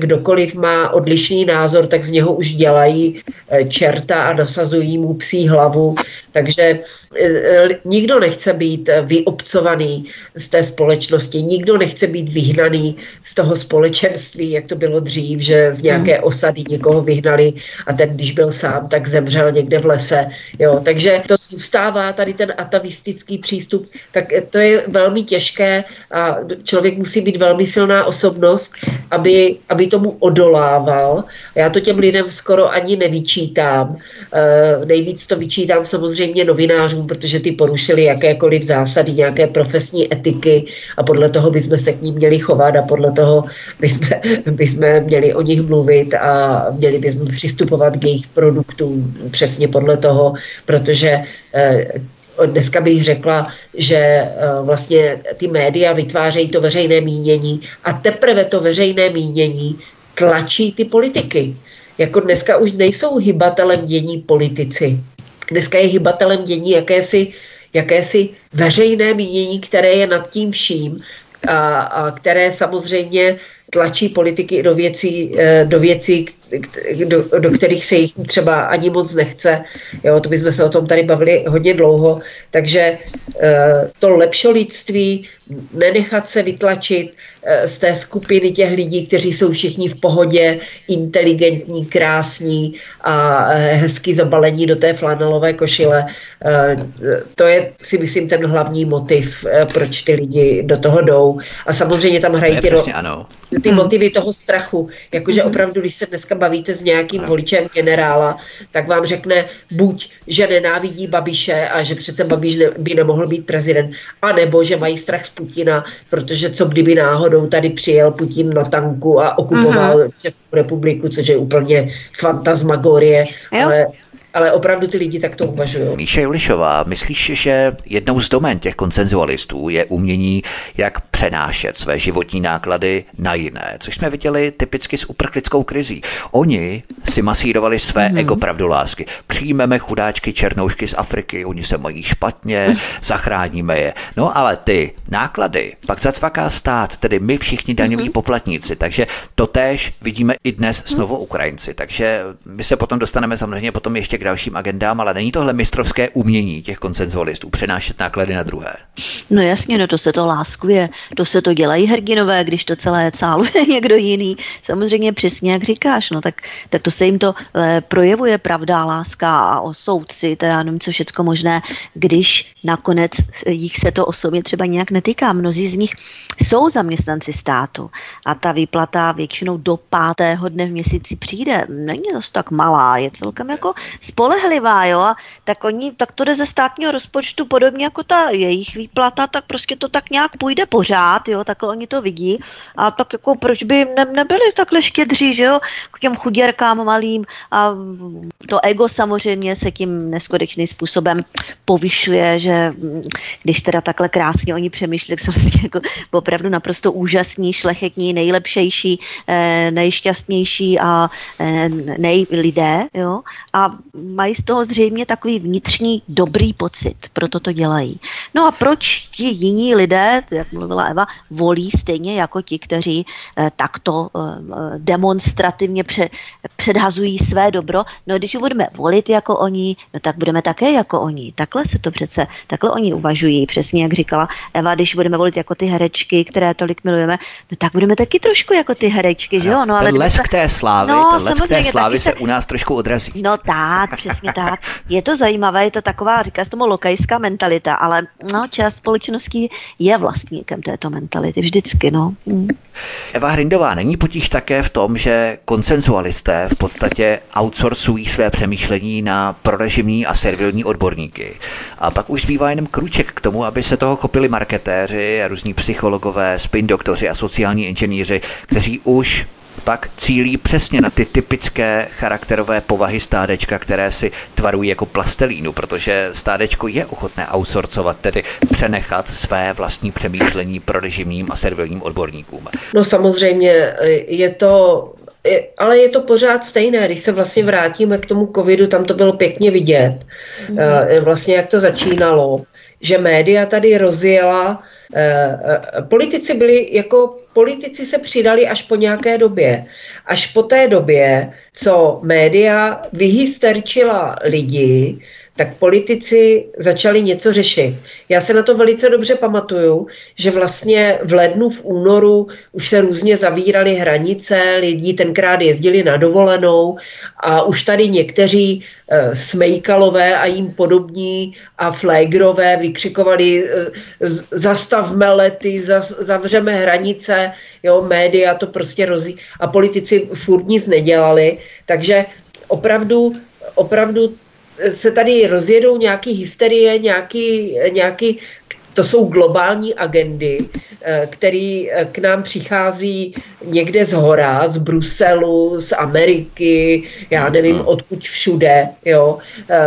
kdokoliv má odlišný názor, tak z něho už dělají čerta a nasazují mu psí hlavu. Takže nikdo nechce být vyobcovaný z té společnosti, nikdo nechce být vyhnaný z toho společenství, jak to bylo dřív, že z nějaké osady někoho vyhnali a ten, když byl sám, tak zemřel někde v lese. Jo, takže to zůstává tady ten atavistický přístup, tak to je velmi těžké a člověk musí být velmi silná osobnost, aby, aby tomu odolával. Já to těm lidem skoro ani nevyčítám. E, nejvíc to vyčítám samozřejmě novinářům, protože ty porušili jakékoliv zásady, nějaké profesní etiky a podle toho bychom se k ním měli chovat a podle toho bychom, bychom měli o nich mluvit a měli bychom přistupovat k jejich produktům přesně podle toho, protože e, dneska bych řekla, že vlastně ty média vytvářejí to veřejné mínění a teprve to veřejné mínění tlačí ty politiky. Jako dneska už nejsou hybatelem dění politici. Dneska je hybatelem dění jakési, jakési veřejné mínění, které je nad tím vším a, a které samozřejmě tlačí politiky do věcí, do věcí, do, do kterých se jich třeba ani moc nechce. Jo, to bychom se o tom tady bavili hodně dlouho. Takže to lepšolidství, nenechat se vytlačit z té skupiny těch lidí, kteří jsou všichni v pohodě, inteligentní, krásní a hezky zabalení do té flanelové košile. To je, si myslím, ten hlavní motiv, proč ty lidi do toho jdou. A samozřejmě tam hrají ty, přesně, ano. ty motivy toho strachu. Jakože opravdu, když se dneska bavíte s nějakým voličem generála, tak vám řekne buď, že nenávidí Babiše a že přece Babiš ne, by nemohl být prezident, anebo že mají strach z Putina, protože co kdyby náhodou tady přijel Putin na tanku a okupoval uh-huh. Českou republiku, což je úplně fantasmagorie, ale ale opravdu ty lidi tak to uvažují. Míša Julišová, myslíš, že jednou z domén těch konsenzualistů je umění, jak přenášet své životní náklady na jiné, což jsme viděli typicky s uprchlickou krizí. Oni si masírovali své mm. ego pravdolásky. Přijmeme chudáčky černoušky z Afriky, oni se mají špatně, mm. zachráníme je. No ale ty náklady pak zacvaká stát, tedy my všichni daňoví mm. poplatníci, takže totéž vidíme i dnes s Novoukrajinci. Takže my se potom dostaneme samozřejmě potom ještě k dalším agendám, ale není tohle mistrovské umění těch konsenzualistů přenášet náklady na druhé? No jasně, no to se to láskuje, to se to dělají hrdinové, když to celé cáluje někdo jiný. Samozřejmě přesně jak říkáš, no tak, tak to se jim to e, projevuje pravda, láska a o soudci, to já nevím co všecko možné, když nakonec jich se to osobně třeba nějak netýká. Mnozí z nich jsou zaměstnanci státu a ta výplata většinou do pátého dne v měsíci přijde. Není to tak malá, je celkem jako spolehlivá, jo, a tak oni, tak to jde ze státního rozpočtu podobně jako ta jejich výplata, tak prostě to tak nějak půjde pořád, jo, takhle oni to vidí a tak jako proč by ne, nebyli takhle štědří, že jo, k těm chuděrkám malým a to ego samozřejmě se tím neskutečným způsobem povyšuje, že když teda takhle krásně oni přemýšlí, tak jsou vlastně jako opravdu naprosto úžasní, šlechetní, nejlepšejší, nejšťastnější a nejlidé, jo, a mají z toho zřejmě takový vnitřní dobrý pocit, proto to dělají. No a proč ti jiní lidé, jak mluvila Eva, volí stejně jako ti, kteří eh, takto eh, demonstrativně pře, předhazují své dobro? No když budeme volit jako oni, no tak budeme také jako oni. Takhle se to přece, takhle oni uvažují, přesně jak říkala Eva, když budeme volit jako ty herečky, které tolik milujeme, no tak budeme taky trošku jako ty herečky, že jo? No, ale ten lesk té slávy, no, ten lesk té slávy se se u nás trošku odrazí. No tak, přesně tak. Je to zajímavé, je to taková, říká se tomu lokajská mentalita, ale no, část společnosti je vlastníkem této mentality vždycky, no. Mm. Eva Hrindová, není potíž také v tom, že konsenzualisté v podstatě outsourcují své přemýšlení na prorežimní a servilní odborníky. A pak už zbývá jenom krůček k tomu, aby se toho chopili marketéři, různí psychologové, spin doktoři a sociální inženýři, kteří už pak cílí přesně na ty typické charakterové povahy stádečka, které si tvarují jako plastelínu, protože stádečko je ochotné outsourcovat, tedy přenechat své vlastní přemýšlení prorežimním a servilním odborníkům. No samozřejmě je to, ale je to pořád stejné, když se vlastně vrátíme k tomu covidu, tam to bylo pěkně vidět, mm. vlastně jak to začínalo. že média tady rozjela, eh, eh, politici byli jako, politici se přidali až po nějaké době. Až po té době, co média vyhysterčila lidi, tak politici začali něco řešit. Já se na to velice dobře pamatuju, že vlastně v lednu, v únoru už se různě zavíraly hranice, lidi tenkrát jezdili na dovolenou a už tady někteří e, Smejkalové a jim podobní a Flégrové vykřikovali e, zastavme lety, zaz, zavřeme hranice, jo, média to prostě rozí a politici furt nic nedělali, takže opravdu, opravdu se tady rozjedou nějaký hysterie, nějaký, nějaký, to jsou globální agendy, který k nám přichází někde z hora, z Bruselu, z Ameriky, já nevím odkud všude, jo,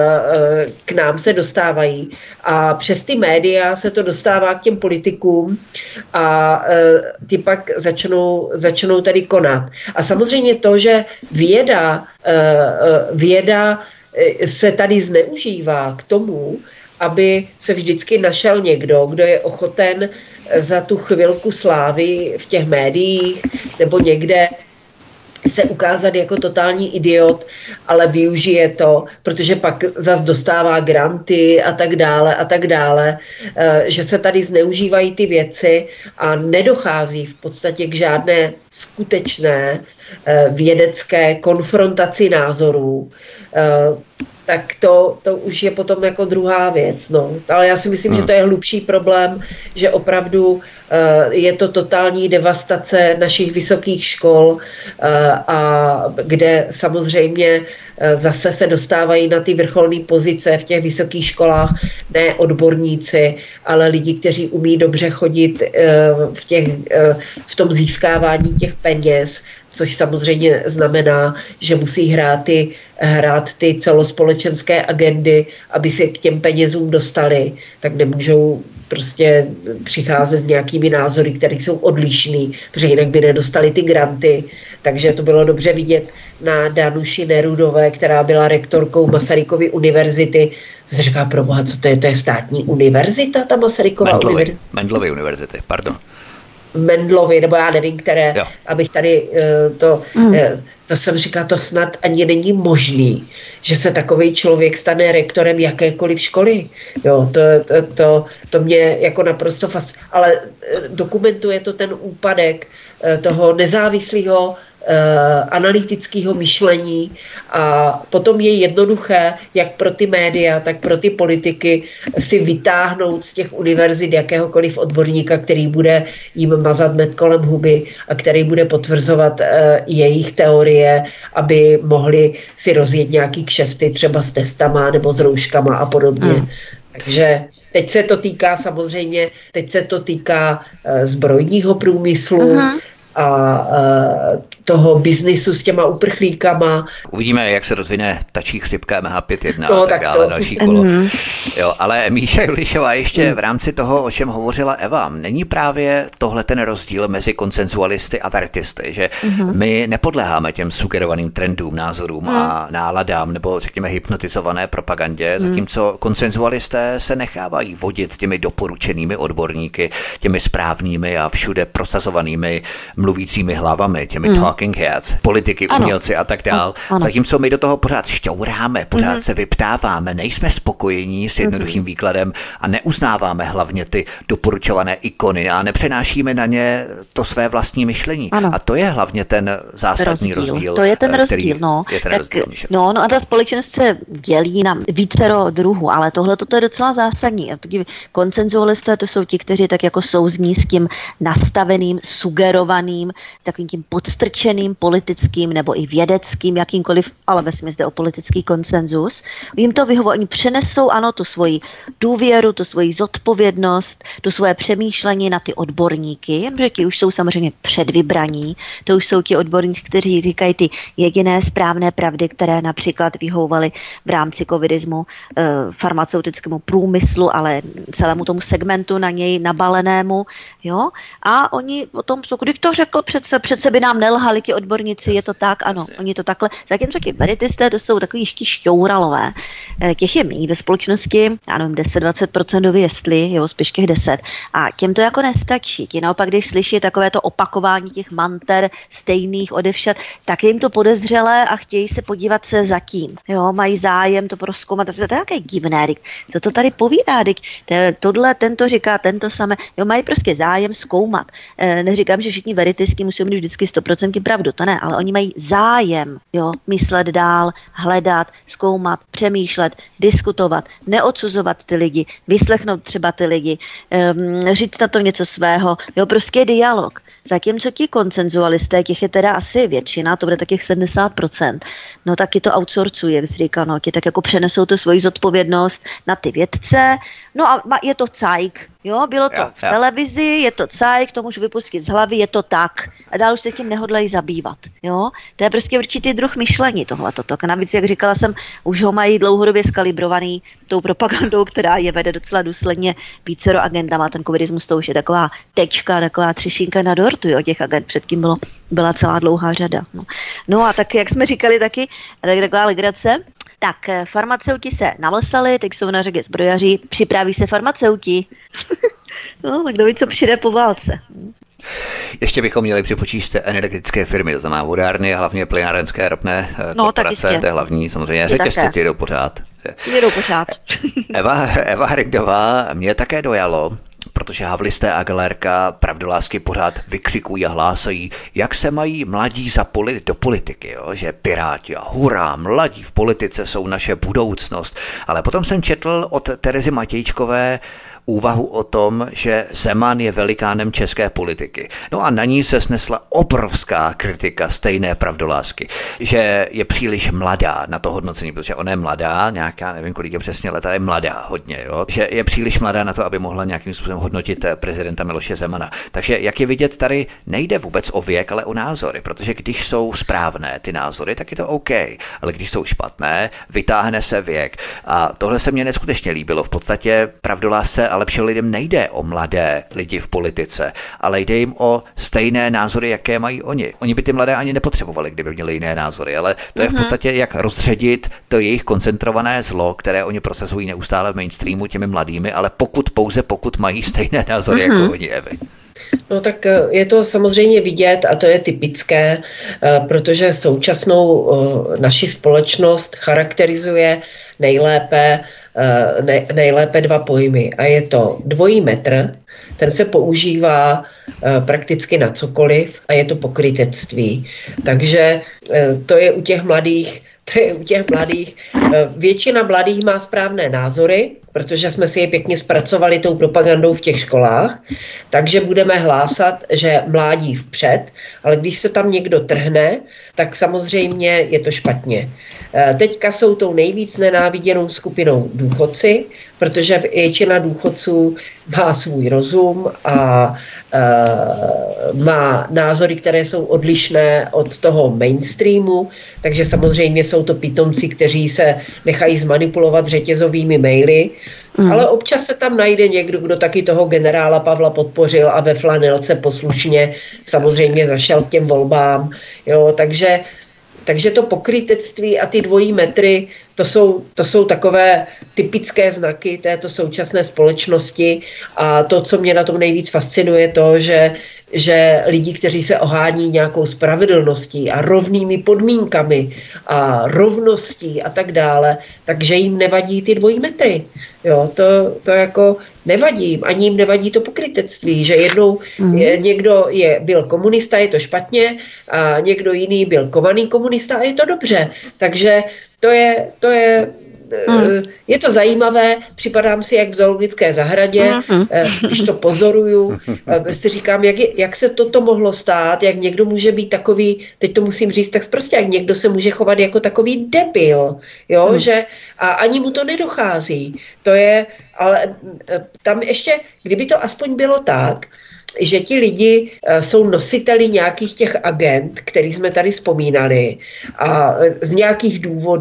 k nám se dostávají. A přes ty média se to dostává k těm politikům a ty pak začnou, začnou tady konat. A samozřejmě to, že věda, věda se tady zneužívá k tomu, aby se vždycky našel někdo, kdo je ochoten za tu chvilku slávy v těch médiích nebo někde se ukázat jako totální idiot, ale využije to, protože pak zas dostává granty a tak dále a tak dále, že se tady zneužívají ty věci a nedochází v podstatě k žádné skutečné vědecké konfrontaci názorů, tak to, to už je potom jako druhá věc. No. Ale já si myslím, hmm. že to je hlubší problém, že opravdu uh, je to totální devastace našich vysokých škol, uh, a kde samozřejmě uh, zase se dostávají na ty vrcholné pozice v těch vysokých školách ne odborníci, ale lidi, kteří umí dobře chodit uh, v, těch, uh, v tom získávání těch peněz, což samozřejmě znamená, že musí hrát ty, hrát ty celospolečenské agendy, aby se k těm penězům dostali, tak nemůžou prostě přicházet s nějakými názory, které jsou odlišný, protože jinak by nedostali ty granty. Takže to bylo dobře vidět na Danuši Nerudové, která byla rektorkou Masarykovy univerzity. Jsi říká, proboha, co to je? To je státní univerzita, ta Masarykova Mendlovy, univerzita? Mendlovy univerzity, pardon. Mendlovy, nebo já nevím, které, jo. abych tady uh, to, mm. uh, to jsem říkala, to snad ani není možný, že se takovej člověk stane rektorem jakékoliv školy. Jo, to, to, to, to mě jako naprosto fas... Ale uh, dokumentuje to ten úpadek uh, toho nezávislého Uh, analytického myšlení a potom je jednoduché, jak pro ty média, tak pro ty politiky si vytáhnout z těch univerzit jakéhokoliv odborníka, který bude jim mazat med kolem huby a který bude potvrzovat uh, jejich teorie, aby mohli si rozjet nějaký kšefty třeba s testama nebo s rouškama a podobně. Hmm. Takže teď se to týká samozřejmě, teď se to týká uh, zbrojního průmyslu, uh-huh. a uh, toho biznisu s těma uprchlíkama. Uvidíme, jak se rozvine ptačí chřipka M H pět jedna no, a tak tak dále, to. další kolo. Jo, ale Míša Julišová ještě v rámci toho, o čem hovořila Eva, není právě tohle ten rozdíl mezi konsenzualisty a vertisty, že uh-huh. my nepodléháme těm sugerovaným trendům, názorům uh-huh. a náladám nebo řekněme hypnotizované propagandě, uh-huh. zatímco konsenzualisté se nechávají vodit těmi doporučenými odborníky, těmi správnými a všude prosazovanými mluvícími hlavami, těmi hmm. talking heads, politiky, ano. umělci a tak dál. Ano. Zatímco my do toho pořád šťouráme, pořád hmm. se vyptáváme, nejsme spokojení s jednoduchým hmm. výkladem a neuznáváme hlavně ty doporučované ikony a nepřenášíme na ně to své vlastní myšlení. Ano. A to je hlavně ten zásadní rozdíl. rozdíl to je ten rozdíl, no. Je ten tak, rozdíl, no, no a ta společnost se dělí na vícero druhů, ale tohle to je docela zásadní. Konsenzualisté to jsou ti, kteří tak jako souzní s tím nastaveným, sugerovaným, takovým tím podstrčeným politickým nebo i vědeckým, jakýmkoliv, ale vesměs jde o politický konsenzus. Jim to vyhovuje, oni přenesou, ano, tu svoji důvěru, tu svoji zodpovědnost, tu svoje přemýšlení na ty odborníky, protože ti už jsou samozřejmě předvybraní, to už jsou ti odborníci, kteří říkají ty jediné správné pravdy, které například vyhovovaly v rámci covidismu e, farmaceutickému průmyslu, ale celému tomu segmentu na něj nabalenému, jo, a oni o tom, když to řekl přece, přece by nám nelhali ti odborníci, je to tak, ano, oni to takhle. Zatímco ti veritisté, to jsou takový ještě šťouralové. Těch je méně ve společnosti, já nevím, deset až dvacet procent jestli, jo, spíš těch deset. A těm to jako nestačí. Ti naopak, když slyší takové to opakování těch manter stejných odevšad, tak jim to podezřelé a chtějí se podívat se zatím. Jo, mají zájem to prozkoumat. To je nějaké divné, co to tady povídá, tohle, tento říká, tento samé. Jo, mají prostě zájem zkoumat. E, neříkám, že všichni veritistky musí mít vždycky sto procent pravdu, to ne, ale oni mají zájem, jo, myslet dál, hledat, zkoumat, přemýšlet, diskutovat, neodsuzovat ty lidi, vyslechnout třeba ty lidi, um, říct na to něco svého, jo, prostě dialog. Zatímco ti konsenzualisté, těch je teda asi většina, to bude takých sedmdesát procent, no taky to outsourcují, jak jsi říkal, no, ti tak jako přenesou tu svoji zodpovědnost na ty vědce, no a je to cajk, jo, bylo to jo, v televizi, je to cajk, to můžu vypustit z hlavy, je to tak. A dál už se tím nehodlají zabývat, jo. To je prostě určitý druh myšlení tohleto. A navíc, jak říkala jsem, už ho mají dlouhodobě skalibrovaný tou propagandou, která je vede docela důsledně vícero agendama. Ten covidismus to už je taková tečka, taková třešínka na dortu, jo, těch agent. Předtím bylo, byla celá dlouhá řada. No. no a tak, jak jsme říkali taky, tak taková legrace, tak farmaceuti se namlsali, teď jsou na řadě zbrojaři, připraví se farmaceuti. No, tak kdo ví, co přijde po válce. Ještě bychom měli připočíst energetické firmy, to znamená vodárny, hlavně plynárenské ropné no, korporace, to je hlavní, samozřejmě řetězce ty jdou pořád. Jdou pořád. Eva, Eva Hrindová mě také dojalo, protože havlisté a Galérka pravdolásky pořád vykřikují a hlásají, jak se mají mladí zapolit do politiky, jo? Že piráti a hurá, mladí v politice jsou naše budoucnost. Ale potom jsem četl od Terezy Matějčkové úvahu o tom, že Zeman je velikánem české politiky. No a na ní se snesla obrovská kritika stejné pravdolásky, že je příliš mladá na to hodnocení, protože ona je mladá, nějaká, nevím kolik je přesně leta, je mladá hodně, jo? Že je příliš mladá na to, aby mohla nějakým způsobem hodnotit prezidenta Miloše Zemana. Takže jak je vidět, tady nejde vůbec o věk, ale o názory, protože když jsou správné ty názory, tak je to OK, ale když jsou špatné, vytáhne se věk. A tohle se mně neskutečně líbilo. V podstatě pravdolásce ale všem lidem nejde o mladé lidi v politice, ale jde jim o stejné názory, jaké mají oni. Oni by ty mladé ani nepotřebovali, kdyby měli jiné názory, ale to je v podstatě jak rozředit to jejich koncentrované zlo, které oni prosazují neustále v mainstreamu těmi mladými, ale pokud pouze pokud mají stejné názory mm-hmm. jako oni, Evy. No tak je to samozřejmě vidět a to je typické, protože současnou naši společnost charakterizuje nejlépe Ne, nejlépe dva pojmy a je to dvojí metr, ten se používá e, prakticky na cokoliv a je to pokrytectví. Takže e, to je u těch mladých, to je u těch mladých, e, většina mladých má správné názory, protože jsme si je pěkně zpracovali tou propagandou v těch školách, takže budeme hlásat, že mládí vpřed, ale když se tam někdo trhne, tak samozřejmě je to špatně. Teďka jsou tou nejvíc nenáviděnou skupinou důchodci, protože většina důchodců má svůj rozum a Uh, má názory, které jsou odlišné od toho mainstreamu, takže samozřejmě jsou to pitomci, kteří se nechají zmanipulovat řetězovými maily, mm. ale občas se tam najde někdo, kdo taky toho generála Pavla podpořil a ve flanelce poslušně samozřejmě zašel k těm volbám. Jo, takže Takže to pokrytectví a ty dvojí metry, to jsou, to jsou takové typické znaky této současné společnosti a to, co mě na tom nejvíc fascinuje, to, že, že lidi, kteří se ohání nějakou spravedlností a rovnými podmínkami a rovností a tak dále, takže jim nevadí ty dvojí metry. Jo, to, to jako nevadí jim, ani jim nevadí to pokrytectví, že jednou mm. je, někdo je, byl komunista, je to špatně a někdo jiný byl kovaný komunista a je to dobře. Takže to je, to je, mm. je to zajímavé, připadám si jak v zoologické zahradě, mm. když to pozoruju, si říkám, jak, je, jak se toto mohlo stát, jak někdo může být takový, teď to musím říct tak prostě, jak někdo se může chovat jako takový debil, jo, mm. že a ani mu to nedochází. To je, ale tam ještě, kdyby to aspoň bylo tak, že ti lidi jsou nositeli nějakých těch agent, který jsme tady vzpomínali a z nějakých důvodů.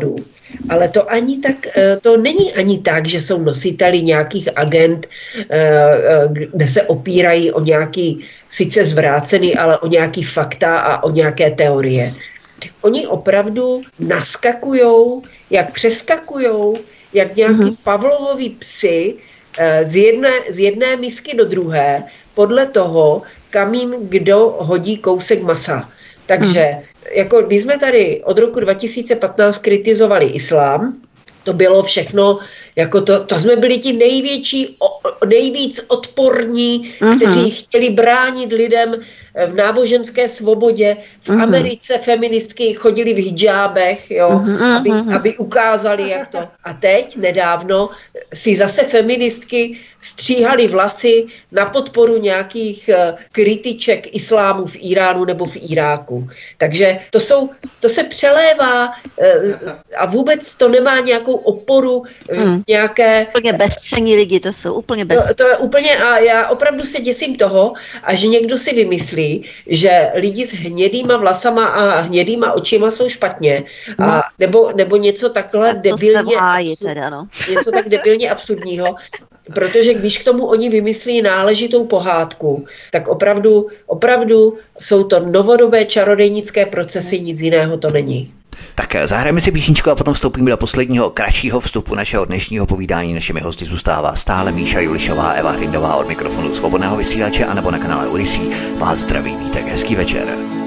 ale to ani tak, to není ani tak, že jsou nositeli nějakých agent, kde se opírají o nějaký, sice zvrácený, ale o nějaký fakta a o nějaké teorie. Oni opravdu naskakujou, jak přeskakujou, jak nějaký mm-hmm. Pavlovovi psy z jedné, z jedné misky do druhé, podle toho, kam jim kdo hodí kousek masa. Takže, mm. jako když jsme tady od roku dva tisíce patnáct kritizovali islám, to bylo všechno, jako to, to jsme byli ti největší, o, nejvíc odporní, mm-hmm. kteří chtěli bránit lidem v náboženské svobodě. V mm-hmm. Americe feministky chodili v hidžábech, jo, mm-hmm. aby, aby ukázali, jak to. A teď, nedávno, si zase feministky stříhali vlasy na podporu nějakých uh, kritiček islámu v Iránu nebo v Iráku. Takže to, jsou, to se přelévá uh, a vůbec to nemá nějakou oporu v mm. nějaké... Úplně bezcenní lidi, to jsou úplně bezcenní. To, to je úplně, a já opravdu se děsím toho, a že někdo si vymyslí, že lidi s hnědýma vlasama a hnědýma očima jsou špatně, a, nebo, nebo něco takhle debilně, absur, teda, no. něco tak debilně absurdního, protože když k tomu oni vymyslí náležitou pohádku, tak opravdu, opravdu jsou to novodobé čarodejnické procesy, nic jiného to není. Tak zahrajeme si písničku a potom vstoupíme do posledního kratšího vstupu našeho dnešního povídání. Našimi hosty zůstává stále Míša Julišová, Eva Hrindová od mikrofonu Svobodného vysílače a nebo na kanále Ulisí. Vás zdraví Vítek, hezký večer.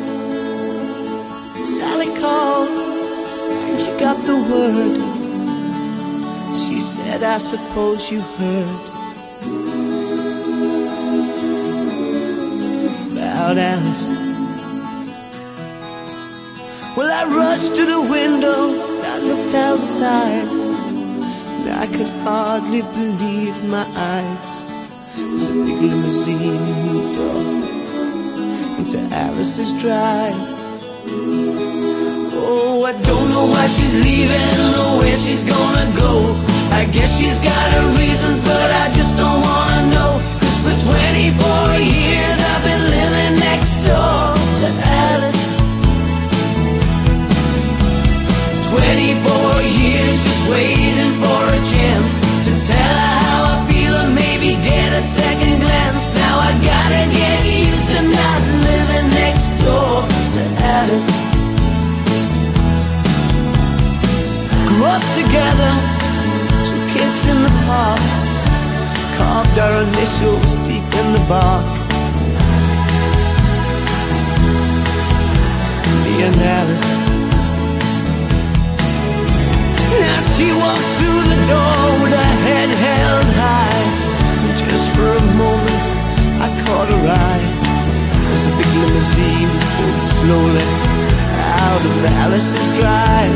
Sally called and she got the word. She said, I suppose you heard about Alice. Well, I rushed to the window, I looked outside, and I could hardly believe my eyes. As a big limousine moved off into Alice's drive. Oh, I don't know why she's leaving or where she's gonna go. I guess she's got her reasons, but I just don't wanna know. 'Cause for twenty-four years I've been living next door to Alice. twenty-four years just waiting for a chance to tell her how I feel or maybe get a second glance. Now I gotta get used to not living next door to Alice. Grew up together, two kids in the park, carved our initials deep in the bark. Me and Alice. Now she walks through the door with her head held high, and just for a moment I caught her eye as the big limousine pulled slowly out of Alice's drive.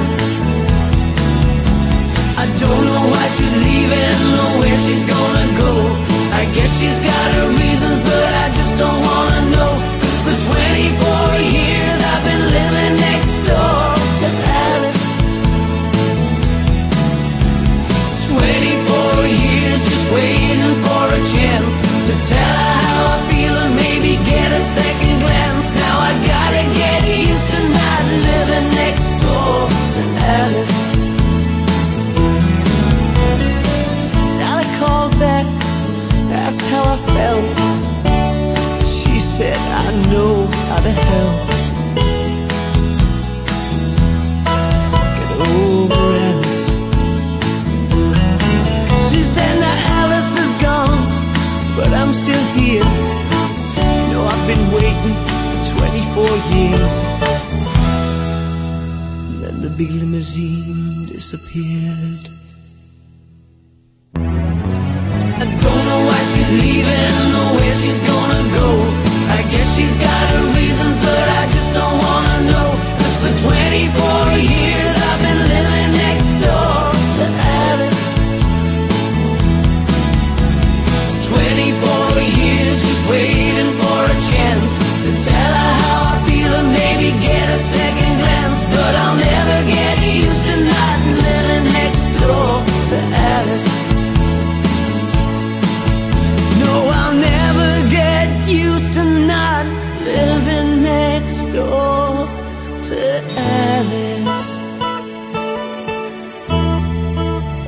I don't know why she's leaving or where she's gonna go. I guess she's got her reasons, but I just don't wanna know. 'Cause for twenty-four years I've been living next door to Alice. twenty-four years just waiting for a chance to tell her how I feel and maybe get a second glance. Now I gotta get used to not living next door to Alice. Sally called back, asked how I felt. She said, I know how to help. Get over Alice. She said, now Alice is gone, but I'm still here. You know, I've been waiting for twenty-four years. And then the big limousine disappeared. I don't know why she's leaving or where she's gonna go. I guess she's got her reasons, but I just don't wanna know. 'Cause for twenty-four years I've been living next door to Alice. twenty-four years just waiting for a chance to tell her how I feel and maybe get a second glance. But I'll never get used to not living next door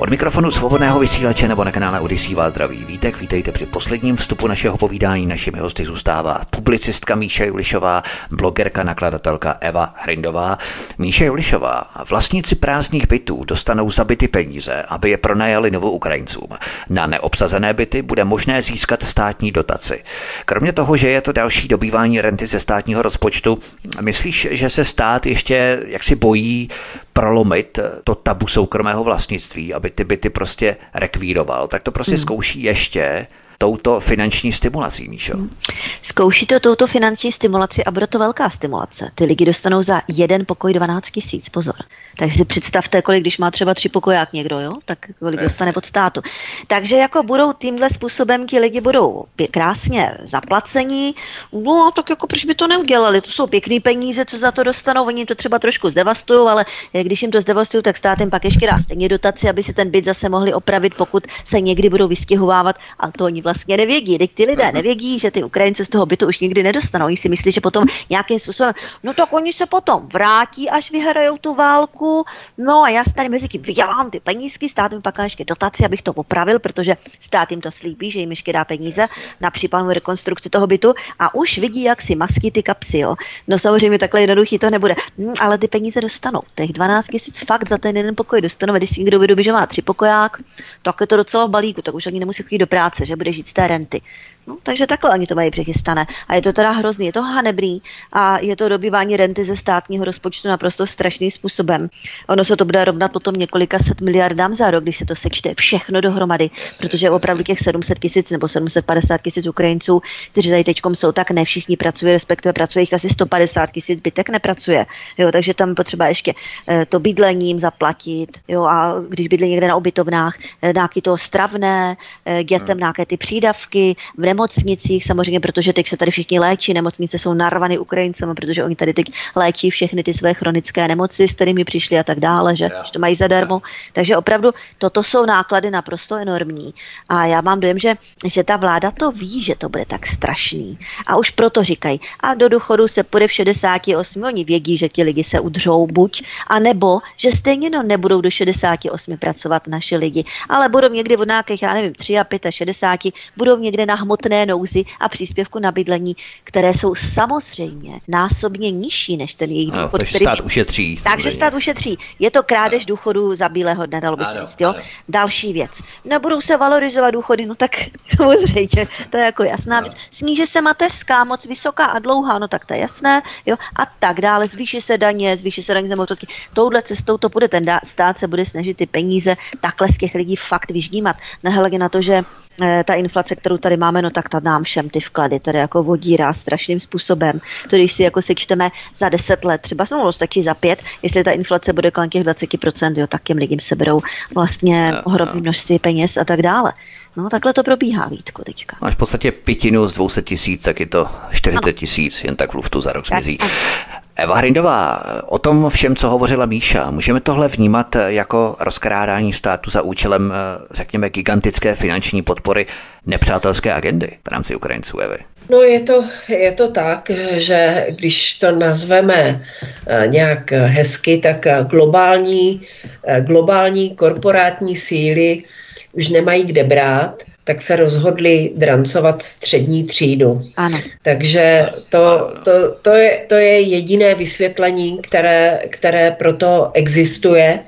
Od mikrofonu Svobodného vysílače nebo na kanále Odyssey vás zdraví Vítek. Vítejte při posledním vstupu našeho povídání. Našimi hosty zůstává publicistka Míša Julišová, blogerka, nakladatelka Eva Hrindová. Míša Julišová, vlastníci prázdných bytů dostanou za byty peníze, aby je pronajali Novoukrajincům. Na neobsazené byty bude možné získat státní dotaci. Kromě toho, že je to další dobývání renty ze státního rozpočtu, myslíš, že se stát ještě jaksi bojí prolomit to tabu soukromého vlastnictví, aby ty byty prostě rekvíroval, tak to prostě hmm. zkouší ještě touto finanční stimulací, Míšo. Hmm. Zkouší to touto finanční stimulaci a bude to velká stimulace. Ty lidi dostanou za jeden pokoj dvanáct tisíc, pozor. Takže si představte, kolik, když má třeba tři pokoják někdo, jo, tak kolik yes. dostane od státu. Takže jako budou tímhle způsobem, ti lidi budou krásně zaplacení, no tak jako proč by to neudělali, to jsou pěkný peníze, co za to dostanou, oni to třeba trošku zdevastují, ale když jim to zdevastují, tak stát jim pak ještě dá stejně dotaci, aby si ten byt zase mohli opravit, pokud se někdy budou vystěhovávat, a to oni vlastně nevědí. Teď ty lidé nevědí, že ty Ukrajinci z toho bytu už nikdy nedostanou. Oni si myslí, že potom nějakým způsobem, no tak oni se potom vrátí, až vyhrajou tu válku. No a já si tady mezi tím vydělám ty penízky, stát mi pak ještě dotaci, abych to opravil, protože stát jim to slíbí, že jim ještě dá peníze na případnou rekonstrukci toho bytu a už vidí, jak si masky ty kapsy, jo. No samozřejmě takhle jednoduchý to nebude, hm, ale ty peníze dostanou. Těch dvanáct tisíc fakt za ten jeden pokoj dostanou, když si někdo vydobí, že má tři pokoják, tak je to docela v balíku, tak už ani nemusí chodit do práce, že bude žít z té renty. No, takže takhle oni to mají přechystané. A je to teda hrozný, je to hanebný a je to dobývání renty ze státního rozpočtu naprosto strašným způsobem. Ono se to bude rovnat potom několika set miliardám za rok, když se to sečte všechno dohromady, protože opravdu těch sedm set tisíc nebo sedm set padesát tisíc Ukrajinců, kteří tady teďkom jsou, tak ne všichni pracují, respektive pracuje jich asi sto padesát tisíc, zbytek nepracuje. Jo, takže tam potřeba ještě e, to bydlením zaplatit, jo, a když bydlí někde na ubytovnách, e, nějaký to stravné, e, dětem nějaké ty přídavky, v nemocnicích samozřejmě, protože teď se tady všichni léčí, nemocnice jsou narvaný Ukrajincami, protože oni tady teď léčí všechny ty své chronické nemoci, s kterými přišli a tak dále, že, že to mají zadarmo. Takže opravdu toto jsou náklady naprosto enormní. A já mám dojem, že, že ta vláda to ví, že to bude tak strašný. A už proto říkají, a do důchodu se půjde v šedesáti osmi, oni vědí, že ti lidi se udřou buď, a nebo, že stejně no nebudou do šedesáti osmi pracovat naši lidi, ale budou někdy od nějakých, já nevím, šedesáti pěti, budou někde na hmotné nouzi a příspěvku na bydlení, které jsou samozřejmě násobně nižší než ten jejich důchod. No, takže který... stát ušetří. Takže stát ušetří. Je to krádež důchodu za bílého dne, dalo by se říct, jo. Další věc. Nebudou se valorizovat důchody, no tak samozřejmě, to je jako jasná věc. Sníží se mateřská, moc vysoká a dlouhá, no tak to je jasné, jo. A tak dále, zvýší se daně, zvýší se daně zemědělství. Touhle cestou to bude, ten stát se bude snažit ty peníze takhle z těch lidí fakt vyždímat. Nehledě na to, že ta inflace, kterou tady máme, no tak ta nám všem ty vklady tady jako vodírá strašným způsobem. To když si jako sečteme za deset let, třeba se mnou stačí za pět, jestli ta inflace bude kolem těch dvacet procent, jo, tak těm lidem se berou vlastně ohromné množství peněz a tak dále. No takhle to probíhá, Vítku, teďka. Máš v podstatě pětinu z dvě stě tisíc, tak je to čtyřicet tisíc, jen tak v luftu za rok zmizí. Eva Hrindová, o tom všem, co hovořila Míša, můžeme tohle vnímat jako rozkrádání státu za účelem, řekněme, gigantické finanční podpory nepřátelské agendy v rámci Ukrajinců, Evy? No je to, je to tak, že když to nazveme nějak hezky, tak globální, globální korporátní síly už nemají kde brát, tak se rozhodli drancovat střední třídu. Ano. Takže to, to, to, je, to je jediné vysvětlení, které, které proto existuje.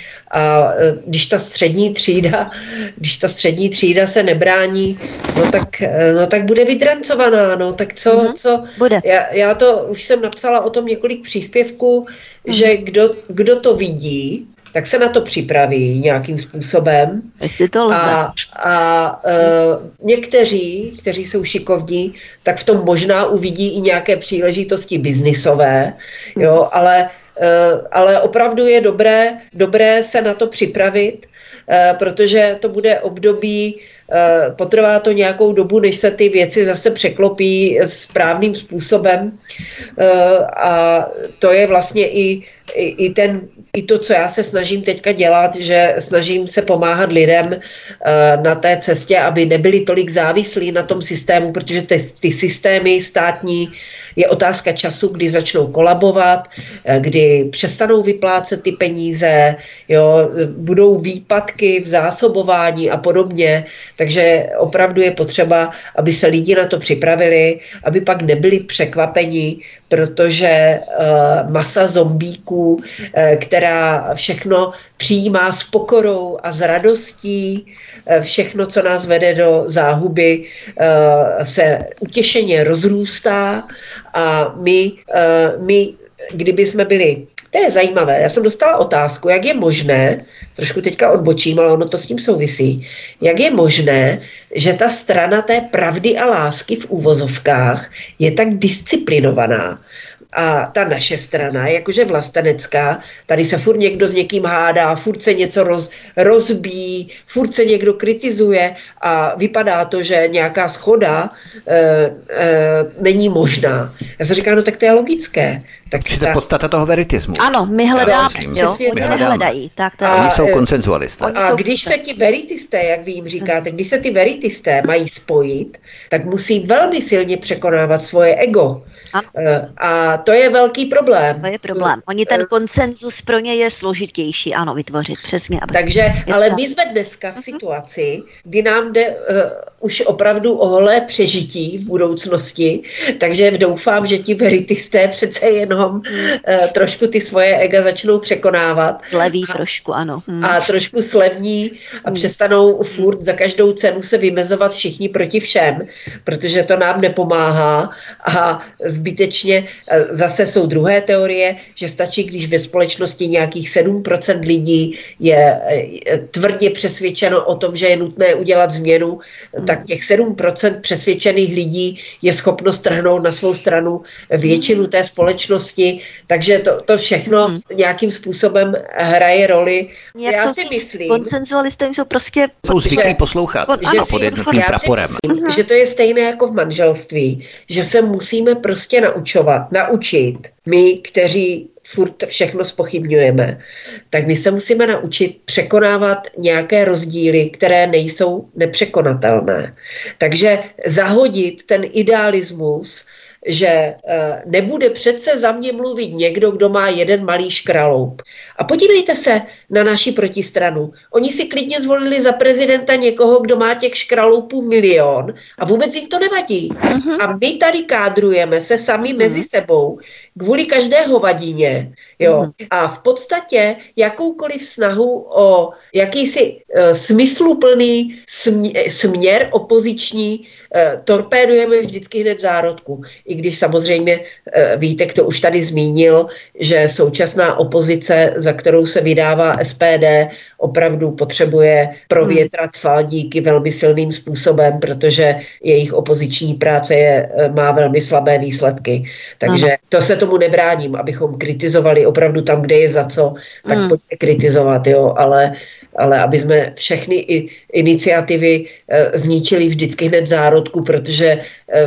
A když ta střední třída, když ta střední třída se nebrání, no tak, no tak bude vydrancovaná, no tak co, mm-hmm. co bude. Já, já to už jsem napsala o tom několik příspěvků, mm-hmm. že kdo, kdo to vidí, tak se na to připraví nějakým způsobem. To lze. A, a e, někteří, kteří jsou šikovní, tak v tom možná uvidí i nějaké příležitosti biznisové, jo, ale, e, ale opravdu je dobré, dobré se na to připravit, e, protože to bude období, e, potrvá to nějakou dobu, než se ty věci zase překlopí správným způsobem, e, a to je vlastně i i, i, ten, i to, co já se snažím teďka dělat, že snažím se pomáhat lidem uh, na té cestě, aby nebyli tolik závislí na tom systému, protože ty, ty systémy státní je otázka času, kdy začnou kolabovat, kdy přestanou vyplácet ty peníze, jo, budou výpadky v zásobování a podobně, takže opravdu je potřeba, aby se lidi na to připravili, aby pak nebyli překvapeni, protože uh, masa zombíků, uh, která všechno přijímá s pokorou a s radostí, uh, všechno, co nás vede do záhuby, uh, se utěšeně rozrůstá a my, uh, my, kdyby jsme byli, to je zajímavé, já jsem dostala otázku, jak je možné, trošku teďka odbočím, ale ono to s tím souvisí, jak je možné, že ta strana té pravdy a lásky v úvozovkách je tak disciplinovaná. A ta naše strana, jakože vlastenecká, tady se furt někdo s někým hádá, furt se něco roz, rozbíjí, furt se někdo kritizuje a vypadá to, že nějaká shoda e, e, není možná. Já jsem říkala, no tak to je logické. Tak to je podstata toho veritismu. Ano, my hledáme, jo, my hledáme. hledají. Tak, tak. A oni jsou konsenzualisté. A když se ti veritisté, jak vy jim říkáte, když se ty veritisté mají spojit, tak musí velmi silně překonávat svoje ego. Ano. A to je velký problém. To je problém. Oni ten konsenzus pro ně je složitější, ano, vytvořit, přesně. Aby... Takže, ale my jsme dneska v situaci, kdy nám jde uh, už opravdu o holé přežití v budoucnosti, takže doufám, že ti veritisté přece jenom uh, trošku ty svoje ega začnou překonávat. Sleví trošku, ano. Hmm. A trošku slevní a hmm. přestanou furt za každou cenu se vymezovat všichni proti všem, protože to nám nepomáhá a zbytečně zase jsou druhé teorie, že stačí, když ve společnosti nějakých sedm procent lidí je tvrdě přesvědčeno o tom, že je nutné udělat změnu, hmm. tak těch sedm procent přesvědčených lidí je schopno strhnout na svou stranu většinu té společnosti, takže to, to všechno hmm. nějakým způsobem hraje roli. Jak já si myslím... Konsenzualisté jsou prostě... Jsou zvyklí poslouchat pod, ano, pod jednotným praporem. Myslím, že to je stejné jako v manželství, že se musíme prostě naučovat, naučit my, kteří furt všechno zpochybňujeme, tak my se musíme naučit překonávat nějaké rozdíly, které nejsou nepřekonatelné. Takže zahodit ten idealismus, že nebude přece za mě mluvit někdo, kdo má jeden malý škraloup. A podívejte se na naši protistranu. Oni si klidně zvolili za prezidenta někoho, kdo má těch škraloupů milion a vůbec jim to nevadí. Uh-huh. A my tady kádrujeme se sami uh-huh. mezi sebou kvůli každé hovadině. Jo? Uh-huh. A v podstatě jakoukoliv snahu o jakýsi uh, smysluplný směr, směr opoziční uh, torpédujeme vždycky hned v zárodku. I když samozřejmě Vítek to už tady zmínil, že současná opozice, za kterou se vydává S P D, opravdu potřebuje provětrat faldíky velmi silným způsobem, protože jejich opoziční práce je, má velmi slabé výsledky. Takže Aha. to se tomu nebráním, abychom kritizovali opravdu tam, kde je za co, tak hmm. pojďme kritizovat, jo, ale ale aby jsme všechny i iniciativy e, zničili vždycky hned zárodku, protože e,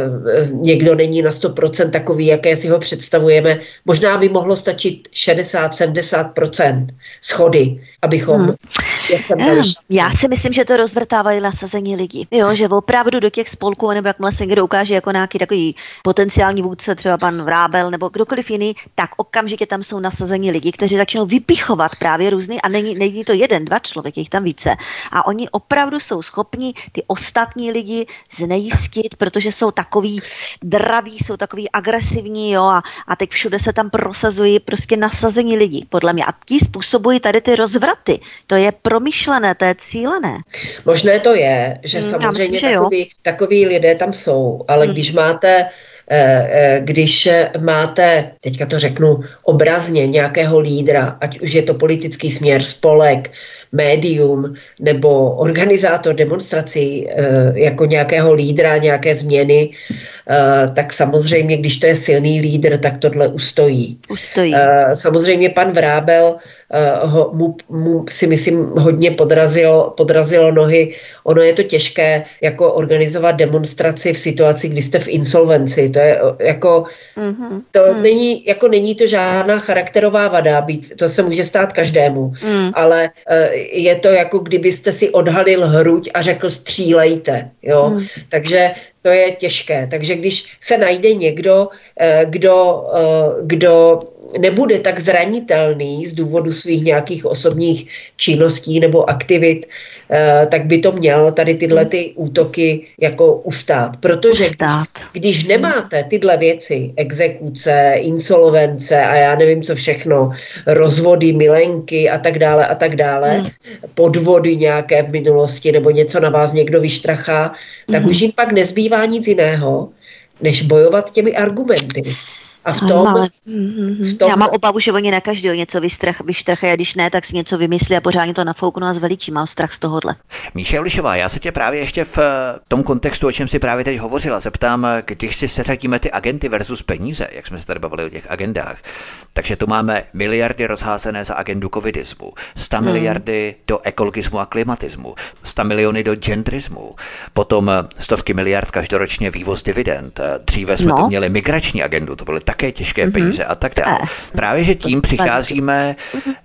někdo není na sto procent takový, jaké si ho představujeme. Možná by mohlo stačit šedesát až sedmdesát procent shody, abychom... Hmm. Já, já si myslím, že to rozvrtávají nasazení lidí. Jo, že opravdu do těch spolků, nebo jakmile se někdo ukáže jako nějaký takový potenciální vůdce, třeba pan Vrábel nebo kdokoliv jiný, tak okamžitě tam jsou nasazení lidi, kteří začnou vypichovat právě různý, a není, není to jeden, dva člověk, jich tam více. A oni opravdu jsou schopni ty ostatní lidi znejistit, protože jsou takový draví, jsou takový agresivní, jo, a, a teď všude se tam prosazují prostě nasazení lidí, podle mě. A ti způsobují tady ty rozvraty. To je promyšlené, to je cílené. Možné to je, že hmm, samozřejmě myslím, že takový, takový lidé tam jsou, ale hmm. když máte když máte, teďka to řeknu obrazně, nějakého lídra, ať už je to politický směr, spolek, médium nebo organizátor demonstrací jako nějakého lídra, nějaké změny, tak samozřejmě, když to je silný lídr, tak tohle ustojí. Ustojí. Samozřejmě pan Vrábel ho, mu, mu si myslím hodně podrazilo, podrazilo nohy. Ono je to těžké jako organizovat demonstraci v situaci, kdy jste v insolvenci. To je jako, mm-hmm. to mm. není, jako není to žádná charakterová vada, být, to se může stát každému, mm. ale je to jako kdybyste si odhalil hruď a řekl střílejte, jo, mm. takže to je těžké. Takže když se najde někdo, kdo, kdo nebude tak zranitelný z důvodu svých nějakých osobních činností nebo aktivit, tak by to měl tady tyhle ty útoky jako ustát. Protože když, když nemáte tyhle věci, exekuce, insolvence a já nevím co všechno, rozvody, milenky a tak dále a tak dále, mm. podvody nějaké v minulosti nebo něco na vás někdo vyštrachá, tak mm. už jim pak nezbývá nic jiného, než bojovat těmi argumenty. A v tom, ale, v tom... Já mám obavu, že oni na každého něco vystrach, vyštrachají, a když ne, tak si něco vymyslí a pořádně to nafouknou a zveličí. Mám strach z tohohle. Míša Lišová, já se tě právě ještě v tom kontextu, o čem si právě teď hovořila, zeptám, když si seřadíme ty agenty versus peníze, jak jsme se tady bavili o těch agendách, takže tu máme miliardy rozházené za agendu covidismu, sto hmm. miliardy do ekologismu a klimatismu, sto miliony do genderismu, potom stovky miliard každoročně vývoz dividend, dříve jsme no. tu měli migrační agendu, to byly také těžké mm-hmm. peníze a tak dále. Právě, že tím přicházíme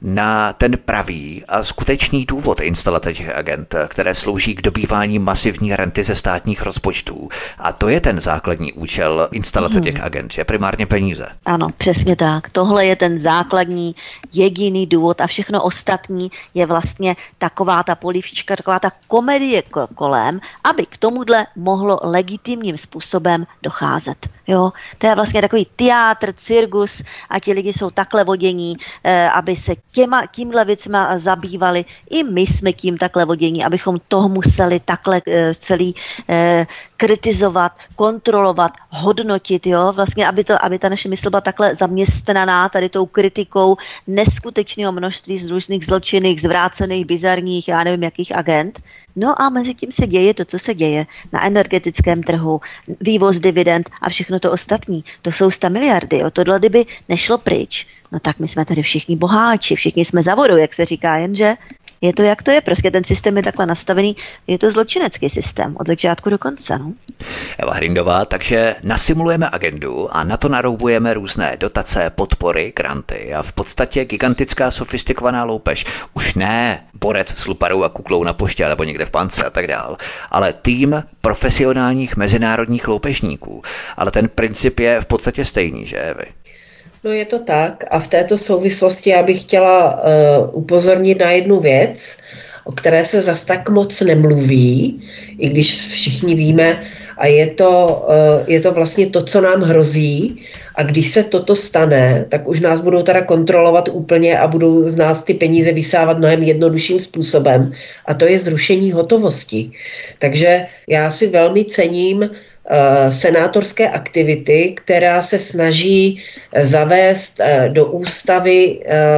na ten pravý a skutečný důvod instalace těch agent, které slouží k dobývání masivní renty ze státních rozpočtů. A to je ten základní účel instalace mm. těch agent, je primárně peníze. Ano, přesně tak. Tohle je ten základní, jediný důvod a všechno ostatní je vlastně taková ta polívčička, taková ta komedie kolem, aby k tomuhle mohlo legitimním způsobem docházet. Jo? To je vlastně takový teátr, cirkus a ti lidi jsou takhle vodění, eh, aby se těma, tímhle věcma zabývali. I my jsme tím takhle vodění, abychom toho museli takhle eh, celý eh, kritizovat, kontrolovat, hodnotit, jo, vlastně, aby, to, aby ta naše mysl byla takhle zaměstnaná tady tou kritikou neskutečného množství z různých zločinných, zvrácených, bizarních, já nevím, jakých agent. No a mezi tím se děje to, co se děje na energetickém trhu, vývoz dividend a všechno to ostatní. To jsou sto miliardy, jo. Tohle kdyby nešlo pryč, no tak my jsme tady všichni boháči, všichni jsme za vodou, jak se říká, jenže je to, jak to je. Prostě ten systém je takhle nastavený, je to zločinecký systém od začátku do konce. No. Eva Hrindová, takže nasimulujeme agendu a na to naroubujeme různé dotace, podpory, granty a v podstatě gigantická sofistikovaná loupež. Už ne borec s luparou a kuklou na poště nebo někde v pance a tak dál, ale tým profesionálních mezinárodních loupežníků. Ale ten princip je v podstatě stejný, že Evy? No je to tak a v této souvislosti já bych chtěla uh, upozornit na jednu věc, o které se zas tak moc nemluví, i když všichni víme, a je to, uh, je to vlastně to, co nám hrozí, a když se toto stane, tak už nás budou teda kontrolovat úplně a budou z nás ty peníze vysávat mnohem jednodušším způsobem, a to je zrušení hotovosti. Takže já si velmi cením senátorské aktivity, která se snaží zavést do ústavy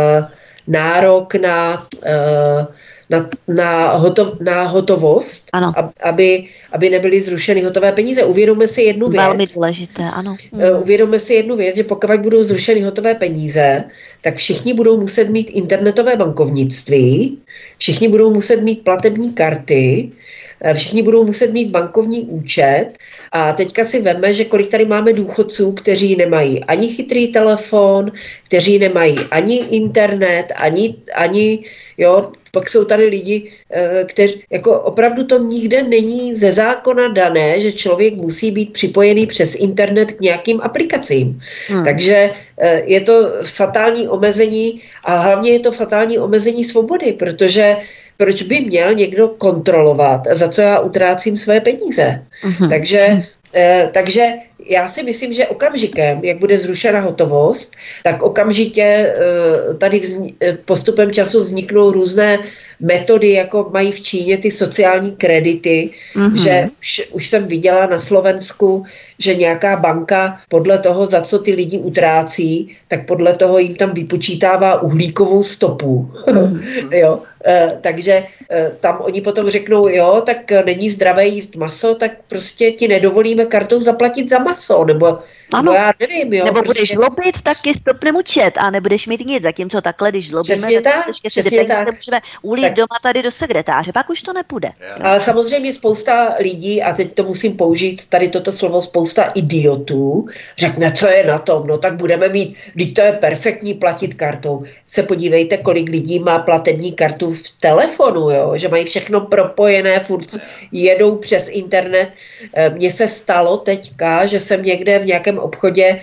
nárok na, na, na, hotov, na hotovost, aby, aby nebyly zrušeny hotové peníze. Uvědomme si jednu věc. Velmi důležité, ano. Uvědomme si jednu věc, že pokud budou zrušeny hotové peníze, tak všichni budou muset mít internetové bankovnictví, všichni budou muset mít platební karty, všichni budou muset mít bankovní účet a teďka si veme, že kolik tady máme důchodců, kteří nemají ani chytrý telefon, kteří nemají ani internet, ani, ani jo, pak jsou tady lidi, kteří, jako opravdu to nikde není ze zákona dané, že člověk musí být připojený přes internet k nějakým aplikacím. Hmm. Takže je to fatální omezení a hlavně je to fatální omezení svobody, protože proč by měl někdo kontrolovat, za co já utrácím své peníze. Uh-huh. Takže, eh, takže já si myslím, že okamžikem, jak bude zrušena hotovost, tak okamžitě eh, tady vzni- postupem času vzniknou různé metody, jako mají v Číně ty sociální kredity, uh-huh. že už, už jsem viděla na Slovensku, že nějaká banka podle toho, za co ty lidi utrácí, tak podle toho jim tam vypočítává uhlíkovou stopu. Uh-huh. jo. E, takže e, tam oni potom řeknou, jo, tak není zdravé jíst maso, tak prostě ti nedovolíme kartou zaplatit za maso, nebo, nebo já nevím. Jo, nebo prostě... budeš zlobit, tak je stopne mučet a nebudeš mít nic, zatímco takhle, když zlobíme, přesně tak, tak, přesně přesně tak. můžeme ulít tak. doma tady do sekretáře, pak už to nepůjde. Ale samozřejmě spousta lidí, a teď to musím použít, tady toto slovo, spousta idiotů, řekne, co je na tom, no tak budeme mít, vždyť to je perfektní platit kartou. Se podívejte, kolik lidí má platební kartu v telefonu, jo? Že mají všechno propojené, furt jedou přes internet. Mně se stalo teďka, že jsem někde v nějakém obchodě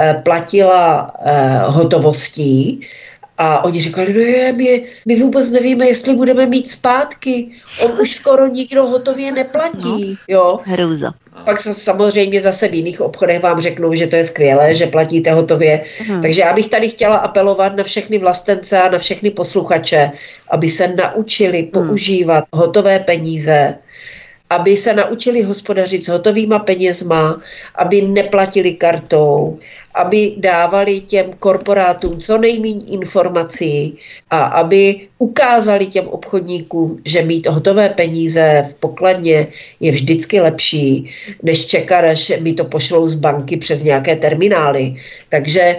platila hotovostí a oni říkali, no je, my, my vůbec nevíme, jestli budeme mít zpátky. On už skoro nikdo hotově neplatí. Jo? Hrůza. Pak samozřejmě zase v jiných obchodech vám řeknou, že to je skvělé, že platíte hotově. Hmm. Takže já bych tady chtěla apelovat na všechny vlastence a na všechny posluchače, aby se naučili používat hmm. hotové peníze, aby se naučili hospodařit s hotovýma penězma, aby neplatili kartou, aby dávali těm korporátům co nejméně informací a aby ukázali těm obchodníkům, že mít hotové peníze v pokladně je vždycky lepší, než čekat, až mi to pošlou z banky přes nějaké terminály. Takže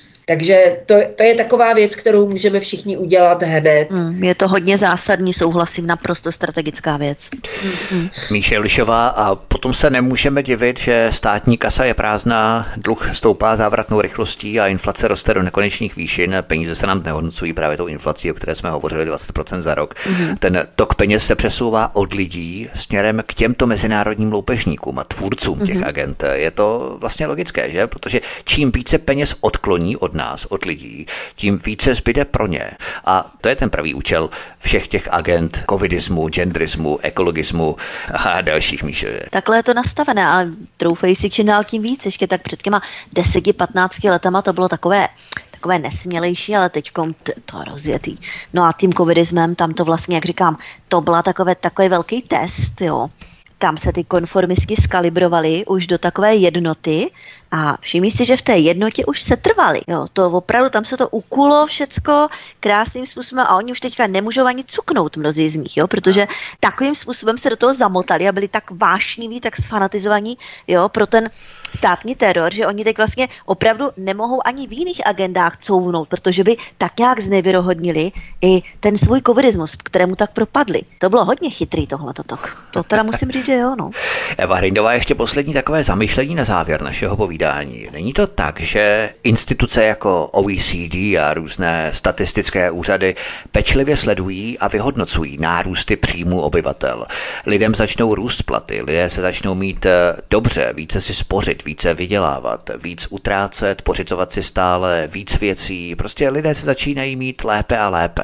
Takže to, to je taková věc, kterou můžeme všichni udělat hned. Mm, je to hodně zásadní, souhlasím, naprosto strategická věc. Mm. Míše Lišová, a potom se nemůžeme divit, že státní kasa je prázdná, dluh stoupá závratnou rychlostí a inflace roste do nekonečných výšin. Peníze se nám nehodnocují právě tou inflací, o které jsme hovořili, dvacet procent za rok. Mm. Ten tok peněz se přesouvá od lidí směrem k těmto mezinárodním loupežníkům a tvůrcům těch mm. agent. Je to vlastně logické, že? Protože čím více peněz odkloní od nás, od lidí, tím více zbyde pro ně. A to je ten pravý účel všech těch agent covidismu, genderismu, ekologismu a dalších, Míšo. Takhle je to nastavené, ale troufej si čím dál tím víc. Ještě tak před těma deseti patnácti letama to bylo takové takové nesmělejší, ale teďkom t- to rozjetý. No a tím covidismem, tam to vlastně, jak říkám, to byla takové, takový velký test, jo. Tam se ty konformistky skalibrovaly už do takové jednoty a všimni si, že v té jednotě už se trvaly. Jo, to opravdu, tam se to ukulo všecko krásným způsobem a oni už teďka nemůžou ani cuknout mnozí z nich, jo, protože takovým způsobem se do toho zamotali a byli tak vášniví, tak sfanatizovaní, jo, pro ten státní teror, že oni teď vlastně opravdu nemohou ani v jiných agendách couvnout, protože by tak nějak znevěrohodnili i ten svůj covidismus, kterému tak propadli. To bylo hodně chytrý tohleto tok. To teda musím říct, že jo, no. Eva Hrindová, ještě poslední takové zamyšlení na závěr našeho povídání. Není to tak, že instituce jako O E C D a různé statistické úřady pečlivě sledují a vyhodnocují nárůsty příjmů obyvatel. Lidem začnou růst platy, lidé se začnou mít dobře, více si spořit, více vydělávat, víc utrácet, pořizovat si stále víc věcí. Prostě lidé se začínají mít lépe a lépe.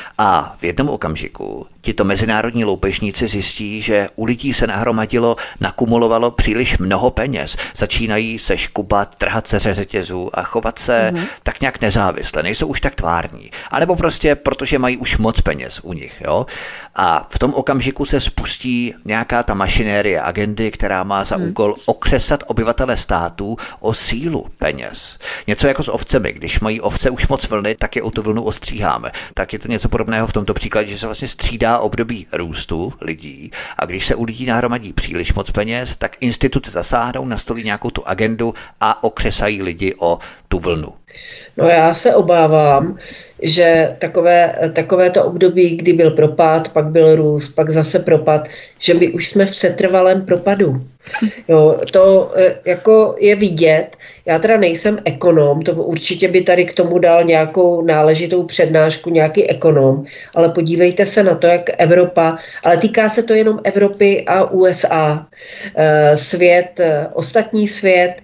A v jednom okamžiku tito mezinárodní loupežníci zjistí, že u lidí se nahromadilo, nakumulovalo příliš mnoho peněz. Začínají se škubat, trhat se řetězů a chovat se mm-hmm. tak nějak nezávisle. Nejsou už tak tvární. A nebo prostě protože mají už moc peněz u nich. Jo? A v tom okamžiku se spustí nějaká ta mašinérie agendy, která má za mm. úkol okřesat obyvatele států o sílu peněz. Něco jako s ovcemi. Když mají ovce už moc vlny, tak je o tu vlnu ostříháme. Tak je to něco podobného v tomto příkladě, že se vlastně střídá období růstu lidí a když se u lidí nahromadí příliš moc peněz, tak instituce zasáhnou, nastolí nějakou tu agendu a okřesají lidi o tu vlnu. No já se obávám, že takové, takové to období, kdy byl propad, pak byl růst, pak zase propad, že my už jsme v setrvalém propadu. Jo, to jako je vidět. Já teda nejsem ekonom, to určitě by tady k tomu dal nějakou náležitou přednášku nějaký ekonom, ale podívejte se na to, jak Evropa, ale týká se to jenom Evropy a U S A. Svět, ostatní svět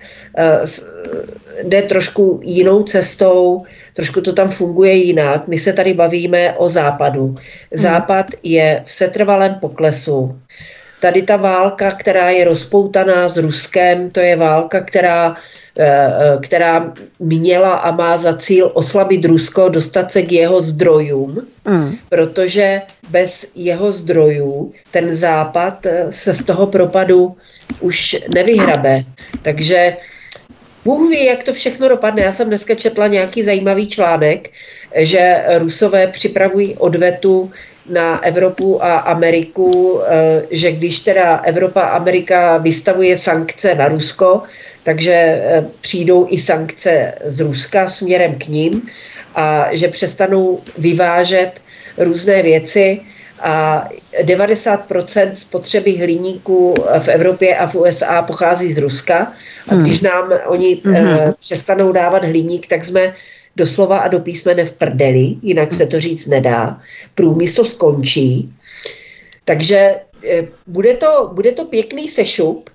jde trošku jinou cestou, trošku to tam funguje jinak. My se tady bavíme o západu. Západ je v setrvalém poklesu. Tady ta válka, která je rozpoutaná s Ruskem, to je válka, která, která měla a má za cíl oslabit Rusko, dostat se k jeho zdrojům, mm. protože bez jeho zdrojů ten západ se z toho propadu už nevyhrabe. Takže Bůh ví, jak to všechno dopadne. Já jsem dneska četla nějaký zajímavý článek, že Rusové připravují odvetu na Evropu a Ameriku, že když teda Evropa a Amerika vystavuje sankce na Rusko, takže přijdou i sankce z Ruska směrem k nim a že přestanou vyvážet různé věci a devadesát procent spotřeby hliníku v Evropě a v U S A pochází z Ruska a když nám oni mm-hmm. přestanou dávat hliník, tak jsme doslova a do písmene v prdeli, jinak se to říct nedá. Průmysl skončí. Takže bude to, bude to pěkný sešup.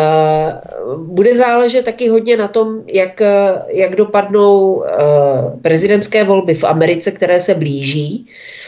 Bude záležet taky hodně na tom, jak, jak dopadnou prezidentské volby v Americe, které se blíží,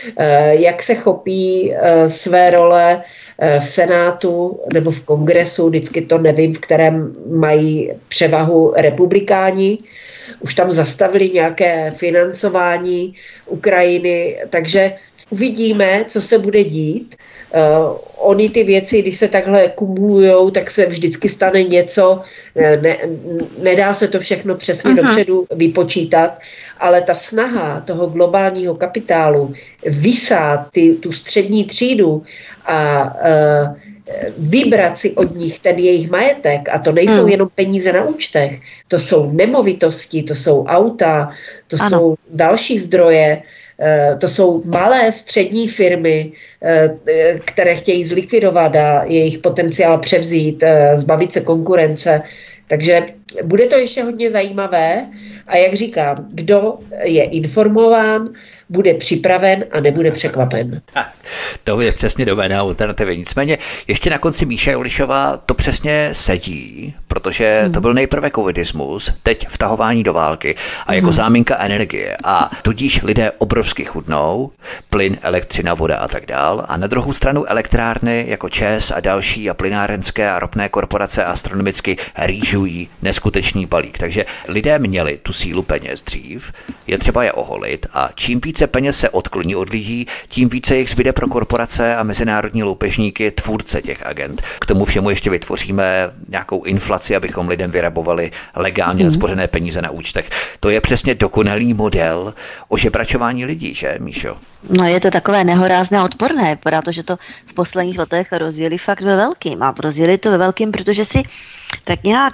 jak se chopí své role v Senátu nebo v Kongresu, vždycky to nevím, v kterém mají převahu republikáni. Už tam zastavili nějaké financování Ukrajiny, takže uvidíme, co se bude dít. Uh, Ony ty věci, když se takhle kumulujou, tak se vždycky stane něco, ne, nedá se to všechno přesně uh-huh. dopředu vypočítat, ale ta snaha toho globálního kapitálu vysát ty, tu střední třídu a uh, vybrat si od nich ten jejich majetek, a to nejsou hmm. jenom peníze na účtech, to jsou nemovitosti, to jsou auta, to ano. jsou další zdroje, to jsou malé střední firmy, které chtějí zlikvidovat a jejich potenciál převzít, zbavit se konkurence. Takže bude to ještě hodně zajímavé a jak říkám, kdo je informován, bude připraven a nebude překvapen. To je přesně doména alternativy. Nicméně ještě na konci Míša Julišová to přesně sedí, protože hmm. to byl nejprve covidismus, teď vtahování do války a jako hmm. záminka energie a tudíž lidé obrovsky chudnou, plyn, elektřina, voda a tak dál a na druhou stranu elektrárny jako ČEZ a další a plynárenské a ropné korporace astronomicky rýžují neskutečný balík. Takže lidé měli tu sílu peněz dřív, je třeba je oholit a čím více peněz se odkloní od lidí, tím více jich zbyde pro korporace a mezinárodní loupežníky, tvůrce těch agent. K tomu všemu ještě vytvoříme nějakou inflaci, abychom lidem vyrabovali legálně naspořené peníze na účtech. To je přesně dokonalý model ožebračování lidí, že, Míšo? No je to takové nehorázné a odporné, protože to v posledních letech rozjeli fakt ve velkým. A rozjeli to ve velkým, protože si tak nějak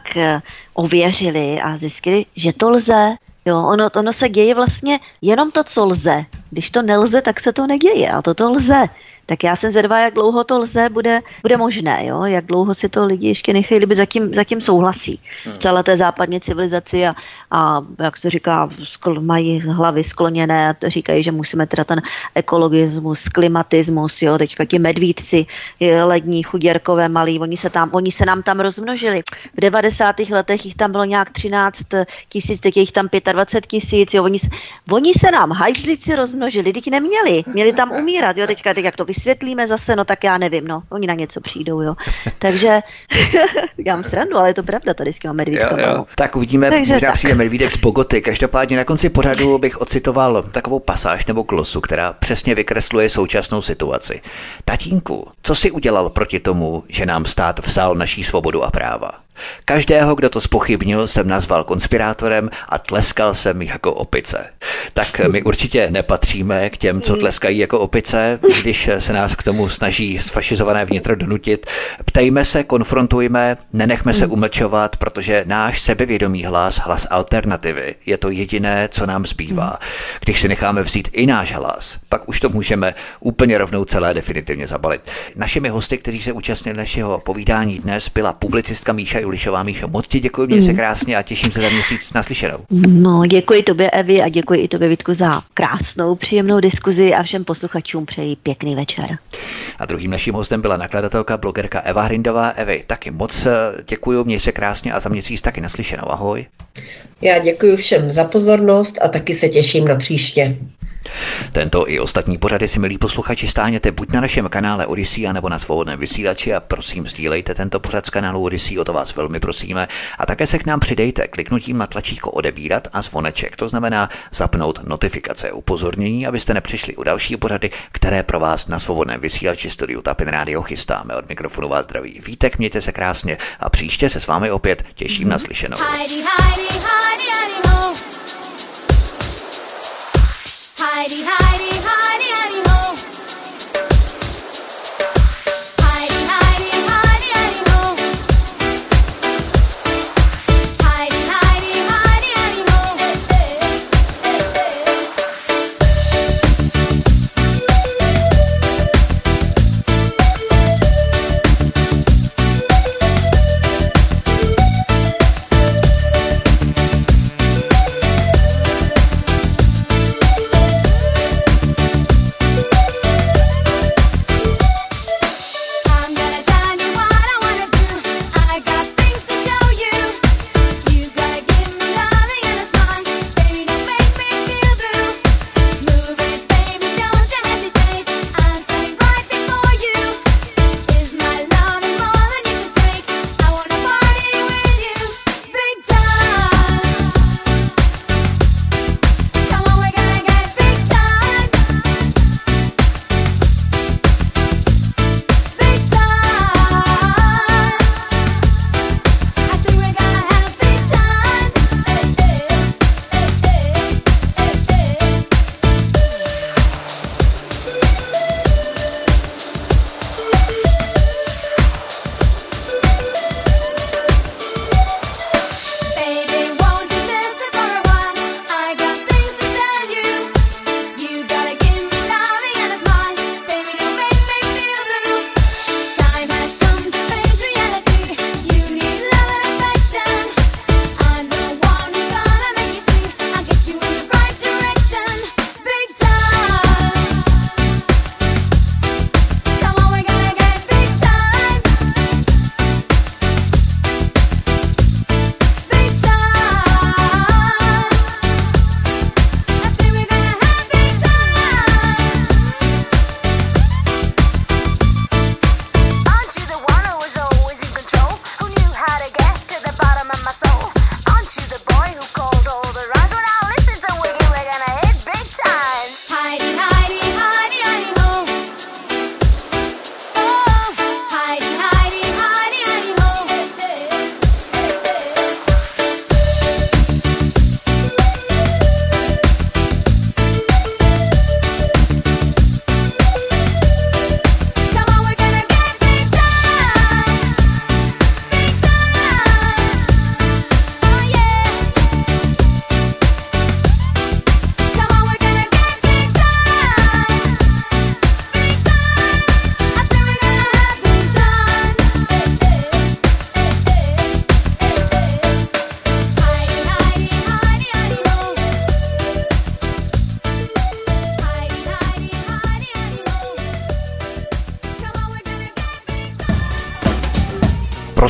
ověřili a zjistili, že to lze. Jo, ono, ono se děje vlastně jenom to, co lze. Když to nelze, tak se to neděje a toto lze. Tak já jsem zvědavá, jak dlouho to lze bude, bude možné, jo? Jak dlouho si to lidi ještě nechají, kdyby zatím, zatím souhlasí v celé té západní civilizaci a, a jak se říká, skl, mají hlavy skloněné a říkají, že musíme teda ten ekologismus, klimatismus, jo? Teďka ti medvídci, lední, chuděrkové, malí, oni se, tam, oni se nám tam rozmnožili. V devadesátých letech jich tam bylo nějak třináct tisíc, teď jich tam dvacet pět tisíc, jo? Oni, oni se nám hajzlici rozmnožili, teď neměli, měli tam umírat, jo? Teďka, teď jak to vysvětlíme zase, no tak já nevím, no, oni na něco přijdou, jo. Takže, já mám srandu, ale je to pravda tady s těma medvídkama. Jo, jo. Tak uvidíme, takže možná tak. Přijde medvídek z Bogoty. Každopádně na konci pořadu bych ocitoval takovou pasáž nebo glosu, která přesně vykresluje současnou situaci. Tatínku, co jsi udělal proti tomu, že nám stát vzal naší svobodu a práva? Každého, kdo to zpochybnil, jsem nazval konspirátorem a tleskal jsem jako opice. Tak my určitě nepatříme k těm, co tleskají jako opice, když se nás k tomu snaží sfašizované vnitro donutit. Ptejme se, konfrontujme, nenechme se umlčovat, protože náš sebevědomý hlas, hlas alternativy, je to jediné, co nám zbývá. Když si necháme vzít i náš hlas, pak už to můžeme úplně rovnou celé definitivně zabalit. Našimi hosty, kteří se účastnili našeho povídání dnes, byla publicistka Míša Julišová. Míšo, moc ti děkuji, měj se krásně a těším se za měsíc naslyšenou. No, děkuji tobě, Evi, a děkuji i tobě, Vítku, za krásnou, příjemnou diskuzi a všem posluchačům přeji pěkný večer. A druhým naším hostem byla nakladatelka, blogerka Eva Hrindová. Evi, taky moc děkuji, měj se krásně a za měsíc taky naslyšenou. Ahoj. Já děkuji všem za pozornost a taky se těším na příště. Tento i ostatní pořady si, milí posluchači, stáhněte buď na našem kanále Odyssey, nebo na svobodném vysílači a prosím sdílejte tento pořad z kanálu Odyssey, o to vás velmi prosíme. A také se k nám přidejte kliknutím na tlačítko odebírat a zvoneček, to znamená zapnout notifikace, upozornění, abyste nepřišli u další pořady, které pro vás na svobodném vysílači studiu Tapin Radio chystáme. Od mikrofonu vás zdraví Vítek, mějte se krásně a příště se s vámi opět těším na slyšenou. Heidi, Heidi, Heidi, Heidi, ho. Heidi, Heidi, Heidi, Heidi, ho. Heidi, Heidi, Heidi, Heidi, ho.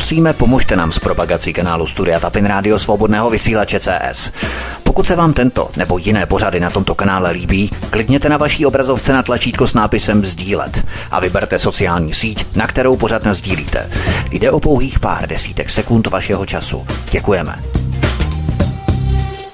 Prosíme, pomožte nám s propagací kanálu Studia Tapin Rádio Svobodného vysílače C S. Pokud se vám tento nebo jiné pořady na tomto kanále líbí, klikněte na vaší obrazovce na tlačítko s nápisem sdílet a vyberte sociální síť, na kterou pořad nasdílíte. Jde o pouhých pár desítek sekund vašeho času. Děkujeme.